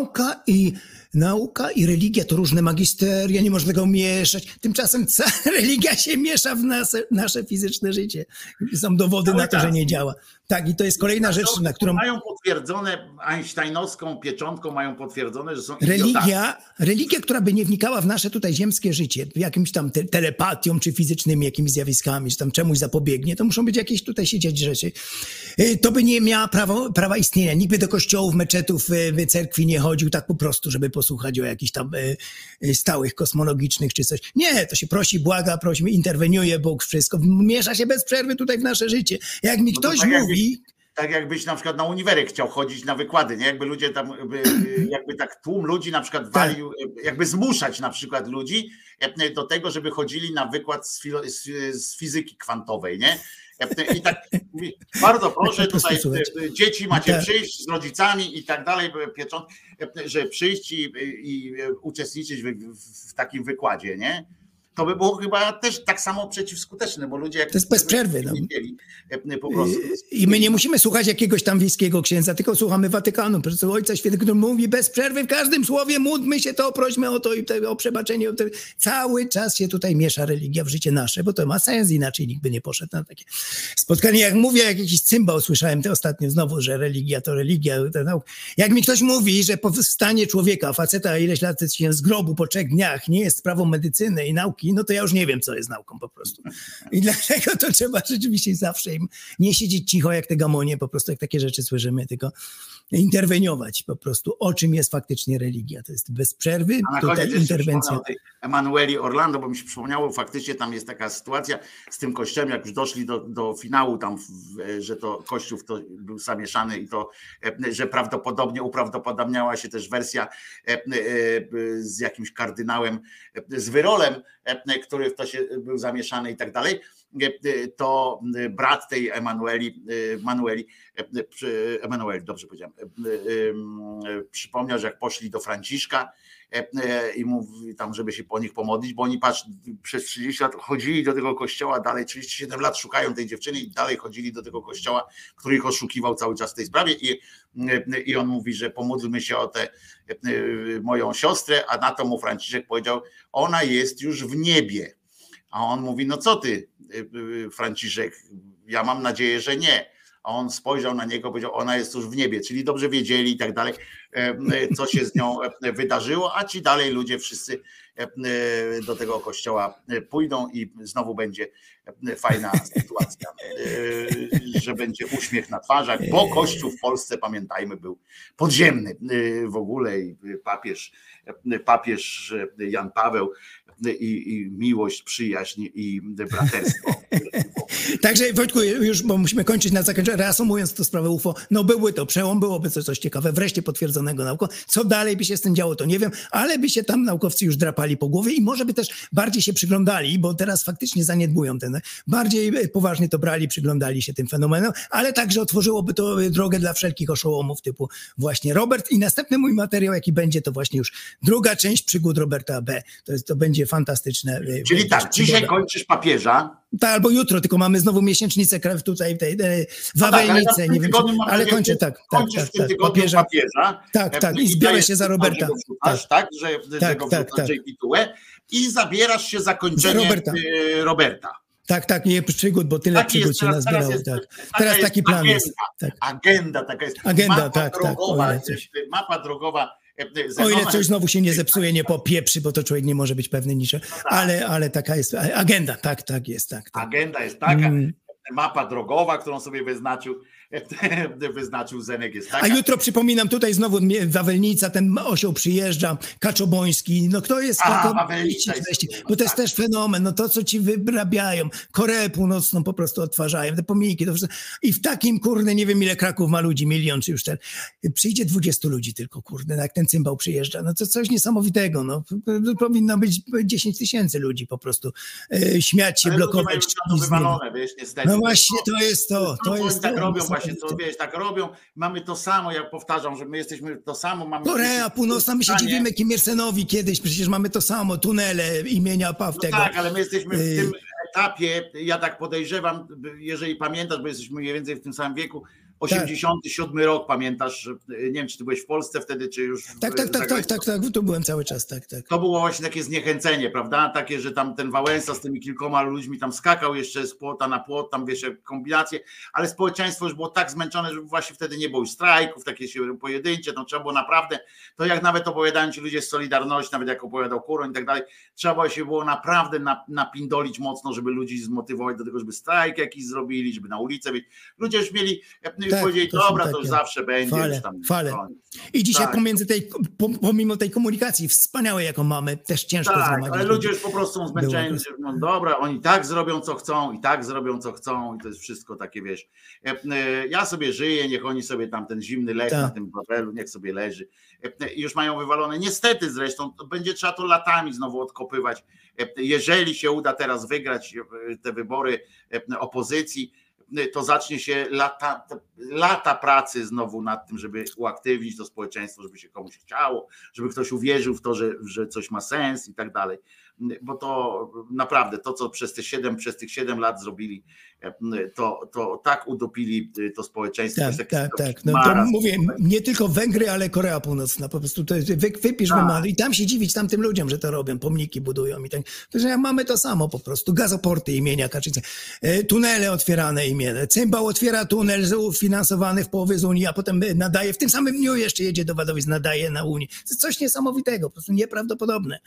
I: nauka i religia to różne magisteria, nie można tego mieszać. Tymczasem cała religia się miesza w nasze fizyczne życie. Są dowody na to, że nie działa. Tak, i to jest kolejna rzecz, na którą...
D: Mają potwierdzone, einsteinowską pieczątką mają potwierdzone, że są
I: religia, która by nie wnikała w nasze tutaj ziemskie życie, jakimś tam telepatią, czy fizycznymi jakimiś zjawiskami, czy tam czemuś zapobiegnie, to muszą być jakieś tutaj się dziać rzeczy. To by nie miała prawa istnienia. Nikt by do kościołów, meczetów, cerkwi nie chodził tak po prostu, żeby posłuchać o jakichś tam stałych kosmologicznych czy coś. Nie, to się prosi, błaga, prosimy, interweniuje Bóg, wszystko. Miesza się bez przerwy tutaj w nasze życie. Jak mi ktoś mówi...
D: Tak jakbyś na przykład na uniwersytet chciał chodzić na wykłady, nie? Jakby ludzie tam, jakby tak tłum ludzi na przykład walił, jakby zmuszać na przykład ludzi do tego, żeby chodzili na wykład z fizyki kwantowej, nie? I tak mówi, bardzo proszę, tutaj dzieci macie przyjść z rodzicami i tak dalej, że przyjść i uczestniczyć w takim wykładzie, nie? To by było chyba też tak samo przeciwskuteczne, bo ludzie...
I: To jest bez przerwy.
D: Po prostu.
I: I my nie musimy słuchać jakiegoś tam wiejskiego księdza, tylko słuchamy Watykanu, Ojca Świętego, który mówi bez przerwy w każdym słowie, módlmy się to, prośmy o to i o przebaczenie. Cały czas się tutaj miesza religia w życie nasze, bo to ma sens, inaczej nikt by nie poszedł na takie spotkanie. Jak mówię, jak jakiś cymbał słyszałem ostatnio znowu, że religia to religia. Jak mi ktoś mówi, że powstanie człowieka, faceta ileś lat się z grobu po 3 dniach nie jest sprawą medycyny i nauki, no to ja już nie wiem, co jest nauką po prostu. I dlatego to trzeba rzeczywiście zawsze im nie siedzieć cicho jak te gamonie, po prostu jak takie rzeczy słyszymy, tylko interweniować po prostu, o czym jest faktycznie religia. To jest bez przerwy, tutaj interwencja.
D: Emanueli Orlando, bo mi się przypomniało, faktycznie tam jest taka sytuacja z tym kościołem, jak już doszli do finału tam, że to kościół to był zamieszany i to, że prawdopodobnie uprawdopodobniała się też wersja z jakimś kardynałem, z Wyrolem, który w to się był zamieszany i tak dalej. to brat tej Manueli, dobrze powiedziałem, przypomniał, że jak poszli do Franciszka i mówi tam, żeby się po nich pomodlić, bo oni przez 30 lat chodzili do tego kościoła dalej, 37 lat szukają tej dziewczyny i dalej chodzili do tego kościoła, który ich oszukiwał cały czas w tej sprawie i on mówi, że pomódlmy się o tę moją siostrę, a na to mu Franciszek powiedział, ona jest już w niebie. A on mówi, no co ty, Franciszek, ja mam nadzieję, że nie. A on spojrzał na niego, powiedział, ona jest już w niebie, czyli dobrze wiedzieli i tak dalej, co się z nią wydarzyło, a ci dalej ludzie wszyscy do tego kościoła pójdą i znowu będzie fajna sytuacja, że będzie uśmiech na twarzach, bo Kościół w Polsce, pamiętajmy, był podziemny w ogóle i papież Jan Paweł i miłość, przyjaźń i braterstwo.
I: Także Wojtku, już bo musimy kończyć na zakończenie, reasumując tę sprawę UFO, no byłby to przełom, byłoby coś ciekawe, wreszcie potwierdzonego nauką. Co dalej by się z tym działo, to nie wiem, ale by się tam naukowcy już drapali po głowie i może by też bardziej się przyglądali, bo teraz faktycznie zaniedbują ten, bardziej poważnie to brali, przyglądali się tym fenomenom, ale także otworzyłoby to drogę dla wszelkich oszołomów typu właśnie Robert i następny mój materiał, jaki będzie, to właśnie już druga część przygód Roberta B. To będzie fantastyczne.
D: Czyli tak, dzisiaj kończysz papieża.
I: Tak, albo jutro, tylko mamy znowu miesięcznicę krew tutaj, Wawelnicę, tak, nie wiem, ale kończę, tak.
D: Kończysz w tym tygodniu papieża.
I: Tak, i zbiorę się za Roberta.
D: Tak, że go wrzucasz JP2E i zabierasz się zakończenie Roberta.
I: Tak, nie przygód, bo tyle przygód się nazbierało. Teraz taki plan jest.
D: Agenda taka jest. Mapa drogowa.
I: O ile coś znowu się nie zepsuje, nie popieprzy, bo to człowiek nie może być pewny niczego, ale taka jest agenda, tak jest. Tak.
D: Agenda jest taka, mapa drogowa, którą sobie wyznaczył Zenek jest taka.
I: A jutro przypominam, tutaj znowu Wawelnica, ten osioł przyjeżdża, Kaczoboński, no kto jest
D: Wawelnica?
I: Bo to jest też fenomen, no to co ci wyrabiają, Koreę Północną po prostu odtwarzają, te pomniki, to wszystko. I w takim, kurde, nie wiem ile Kraków ma ludzi, 1 milion czy już ten, przyjdzie 20 ludzi tylko, kurde, jak ten cymbał przyjeżdża, no to coś niesamowitego, no powinno być 10 000 ludzi po prostu, śmiać się, blokować. No właśnie, to jest to.
D: Tak robią właśnie, co wiesz, tak robią, mamy to samo, jak powtarzam, że my jesteśmy to samo. Mamy
I: Korea Północna, my się dziwimy Kim Il-senowi kiedyś, przecież mamy to samo, tunele imienia Pawtego.
D: No tak, ale my jesteśmy w tym etapie, ja tak podejrzewam, jeżeli pamiętasz, bo jesteśmy mniej więcej w tym samym wieku, 87 rok, pamiętasz, nie wiem, czy ty byłeś w Polsce wtedy, czy już...
I: Tak, tu byłem cały czas, tak.
D: To było właśnie takie zniechęcenie, prawda, takie, że tam ten Wałęsa z tymi kilkoma ludźmi tam skakał jeszcze z płota na płot, tam wiesz, kombinacje, ale społeczeństwo już było tak zmęczone, że właśnie wtedy nie było już strajków, takie się pojedyncze, to trzeba było naprawdę, to jak nawet opowiadają ci ludzie z Solidarności, nawet jak opowiadał Kuroń i tak dalej, trzeba się było naprawdę napindolić mocno, żeby ludzi zmotywować do tego, żeby strajk jakiś zrobili, żeby na ulicę być. Ludzie już mieli powiedzieli, dobra, to już zawsze będzie.
I: Fale. I dzisiaj pomimo tej komunikacji wspaniałej, jaką mamy, też ciężko zgromadzić.
D: Ale ludzie już po prostu są zmęczeni, że no dobra, oni tak zrobią, co chcą i tak zrobią, co chcą i to jest wszystko takie, wiesz, ja sobie żyję, niech oni sobie tam ten zimny lech na tym Wawelu, niech sobie leży. I już mają wywalone. Niestety zresztą będzie trzeba to latami znowu odkopywać. Jeżeli się uda teraz wygrać te wybory opozycji, to zacznie się lata pracy znowu nad tym, żeby uaktywnić to społeczeństwo, żeby się komuś chciało, żeby ktoś uwierzył w to, że coś ma sens i tak dalej. Bo to naprawdę to, co przez tych 7 lat zrobili, to tak utopili to społeczeństwo.
I: Tak. No, to mówię, nie tylko Węgry, ale Korea Północna. Po prostu wypisz i tam się dziwić tamtym ludziom, że to robią, pomniki budują i tak. Że mamy to samo po prostu. Gazoporty imienia Kaczyńcy, tunele otwierane imienia. Cymbał otwiera tunel finansowany w połowie z Unii, a potem nadaje, w tym samym dniu jeszcze jedzie do Wadowic, nadaje na Unii. To jest coś niesamowitego, po prostu nieprawdopodobne.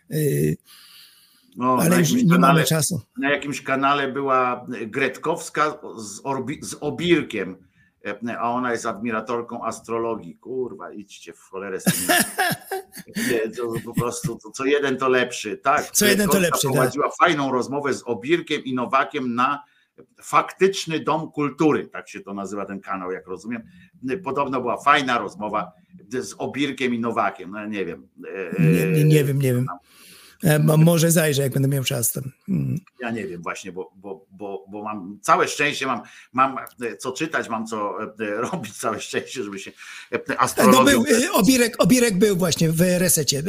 I: Ale już nie mamy czasu.
D: Na jakimś kanale była Gretkowska z Obirkiem, a ona jest admiratorką astrologii. Kurwa, idźcie w cholerę z tym. To po prostu co jeden to lepszy. Tak,
I: co jeden to lepszy.
D: Prowadziła fajną rozmowę z Obirkiem i Nowakiem na Faktyczny Dom Kultury. Tak się to nazywa ten kanał, jak rozumiem. Podobno była fajna rozmowa z Obirkiem i Nowakiem. No nie wiem.
I: Nie wiem. Może zajrzę, jak będę miał czas. To.
D: Ja nie wiem właśnie, bo mam całe szczęście, mam co czytać, mam co robić, całe szczęście, żeby się astrologią...
I: Obirek był właśnie w resecie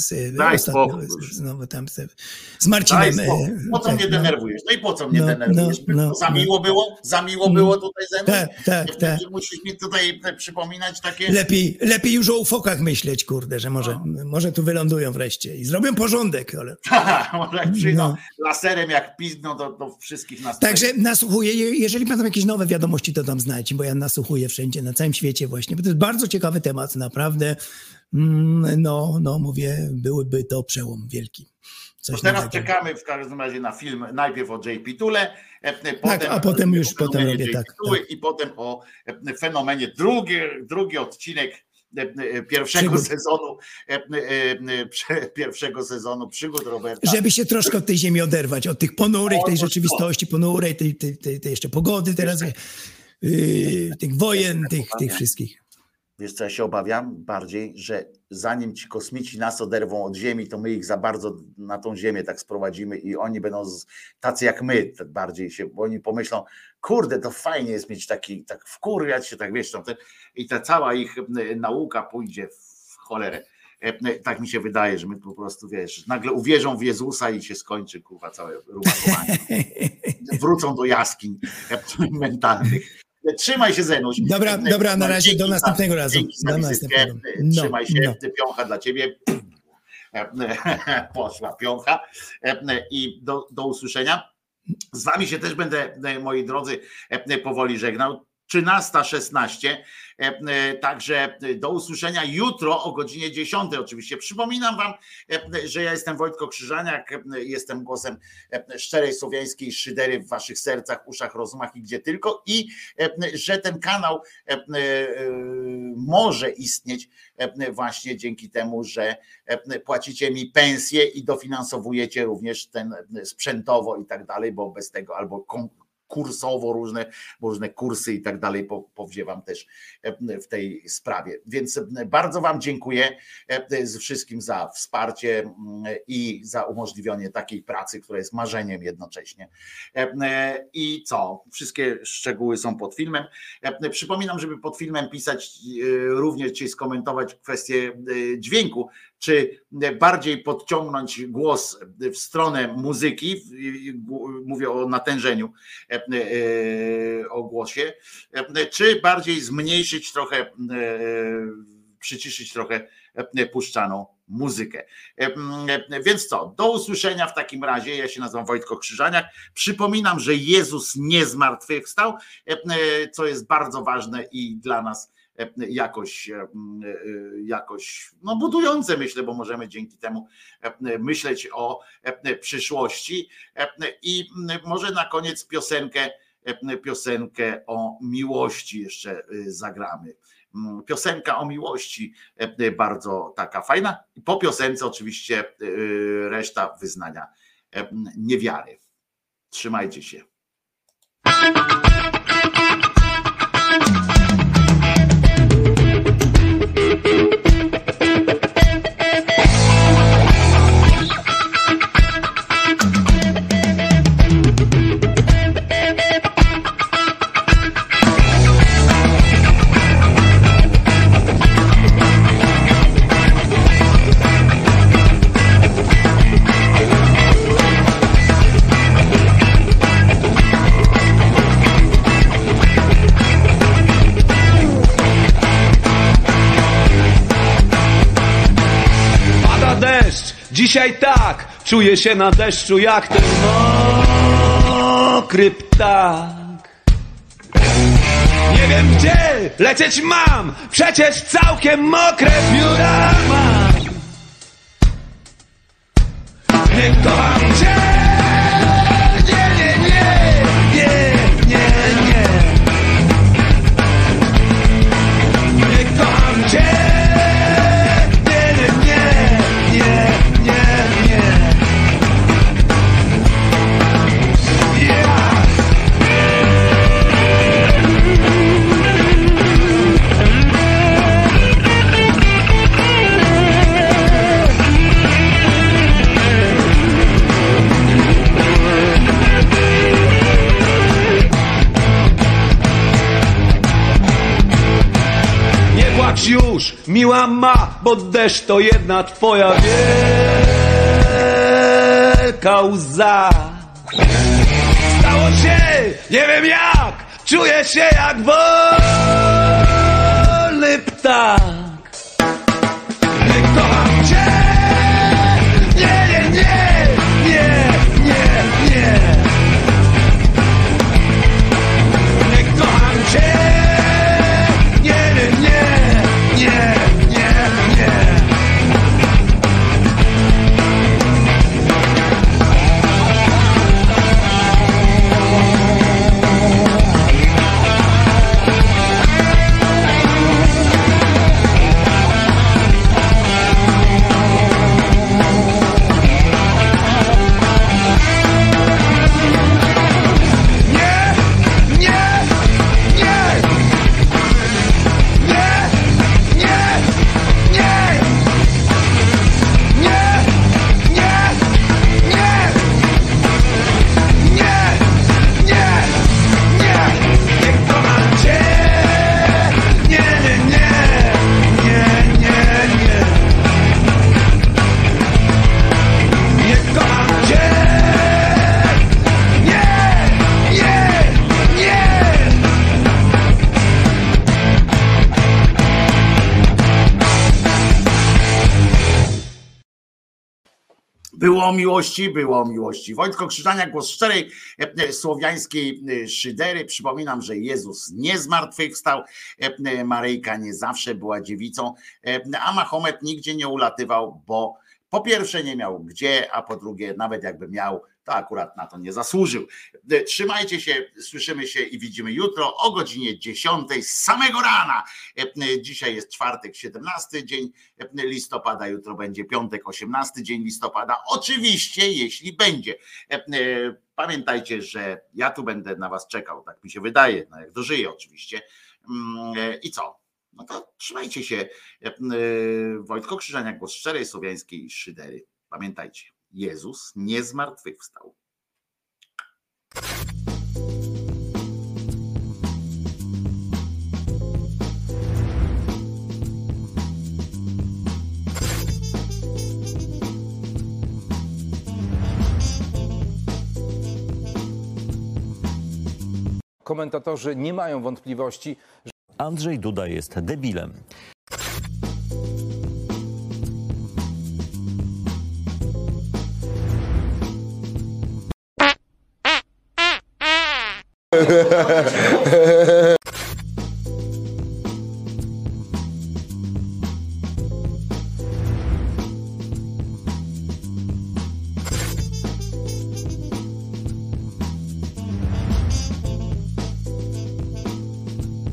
I: z Marcinem.
D: Po co mnie denerwujesz? No i po co mnie denerwujesz? Za miło było tutaj ze mną?
I: Tak.
D: Musisz mi tutaj przypominać takie...
I: Lepiej już o ufokach myśleć, kurde, że może tu wylądują wreszcie i zrobią porządek. Ale...
D: Może jak przyjdą laserem, jak pizną, to wszystkich nas...
I: Także nasłuchuję, jeżeli będą jakieś nowe wiadomości, to tam znajdźcie, bo ja nasłuchuję wszędzie, na całym świecie właśnie, bo to jest bardzo ciekawy temat, naprawdę, mówię, byłyby to przełom wielki.
D: To teraz czekamy w każdym razie na film, najpierw o J.P. Tule,
I: potem robię tak.
D: I potem o fenomenie, drugi odcinek pierwszego sezonu przygód Roberta.
I: Żeby się troszkę od tej ziemi oderwać, od tych ponurych, tej rzeczywistości ponurej, tej jeszcze pogody teraz, tych wojen, tych wszystkich.
D: Wiesz co, ja się obawiam bardziej, że zanim ci kosmici nas oderwą od ziemi, to my ich za bardzo na tą ziemię tak sprowadzimy i oni będą tacy jak my, tak bardziej się, bo oni pomyślą, kurde, to fajnie jest mieć tak wkurwiać się, tak wiesz, i ta cała ich nauka pójdzie w cholerę. Tak mi się wydaje, że my po prostu, wiesz, nagle uwierzą w Jezusa i się skończy, kurwa, całe rumakowanie. Wrócą do jaskiń mentalnych. Trzymaj się, Zenuś.
I: Dobra, na razie, do następnego razu.
D: Trzymaj się, piącha dla ciebie. Poszła piącha. I do usłyszenia. Z wami się też będę, moi drodzy, powoli żegnał. 13:16, także do usłyszenia jutro o godzinie 10 oczywiście. Przypominam wam, że ja jestem Wojtko Krzyżaniak, jestem głosem szczerej słowiańskiej szydery w waszych sercach, uszach, rozumach i gdzie tylko, i że ten kanał może istnieć właśnie dzięki temu, że płacicie mi pensję i dofinansowujecie również ten sprzętowo i tak dalej, bo bez tego albo kursowo różne kursy i tak dalej powziewam też w tej sprawie. Więc bardzo wam dziękuję z wszystkim za wsparcie i za umożliwienie takiej pracy, która jest marzeniem jednocześnie. I co? Wszystkie szczegóły są pod filmem. Przypominam, żeby pod filmem pisać również, czy skomentować kwestię dźwięku, czy bardziej podciągnąć głos w stronę muzyki, mówię o natężeniu, o głosie, czy bardziej zmniejszyć trochę, przyciszyć trochę puszczaną muzykę. Więc co, do usłyszenia w takim razie. Ja się nazywam Wojtko Krzyżaniak. Przypominam, że Jezus nie zmartwychwstał, co jest bardzo ważne i dla nas jakoś budujące, myślę, bo możemy dzięki temu myśleć o przyszłości. I może na koniec piosenkę o miłości jeszcze zagramy. Piosenka o miłości, bardzo taka fajna. Po piosence oczywiście reszta wyznania niewiary. Trzymajcie się.
J: Dzisiaj tak, czuję się na deszczu jak ten mokry ptak. Nie wiem gdzie lecieć mam, przecież całkiem mokre pióra mam. Nie kocham cię, nie. Nie kocham cię. już, miła ma, bo deszcz to jedna twoja wielka łza. Stało się, nie wiem jak, czuję się jak wolny ptak. Nie kocham cię, nie, nie, nie, nie, nie, nie. Nie kocham cię, nie, nie, nie, nie, nie, nie.
D: Było o miłości. Wojtko Krzyżaniak, głos szczerej słowiańskiej szydery. Przypominam, że Jezus nie zmartwychwstał, Maryjka nie zawsze była dziewicą, a Mahomet nigdzie nie ulatywał, bo po pierwsze nie miał gdzie, a po drugie nawet jakby miał, to akurat na to nie zasłużył. Trzymajcie się, słyszymy się i widzimy jutro o godzinie 10 z samego rana. Dzisiaj jest czwartek, 17 dzień listopada, jutro będzie piątek, 18 dzień listopada. Oczywiście, jeśli będzie. Pamiętajcie, że ja tu będę na was czekał, tak mi się wydaje, no jak dożyję oczywiście. I co? No to trzymajcie się. Wojtko Krzyżaniak, głos szczerej słowiańskiej szydery. Pamiętajcie, Jezus nie zmartwychwstał.
F: Komentatorzy nie mają wątpliwości, że
K: Andrzej Duda jest debilem.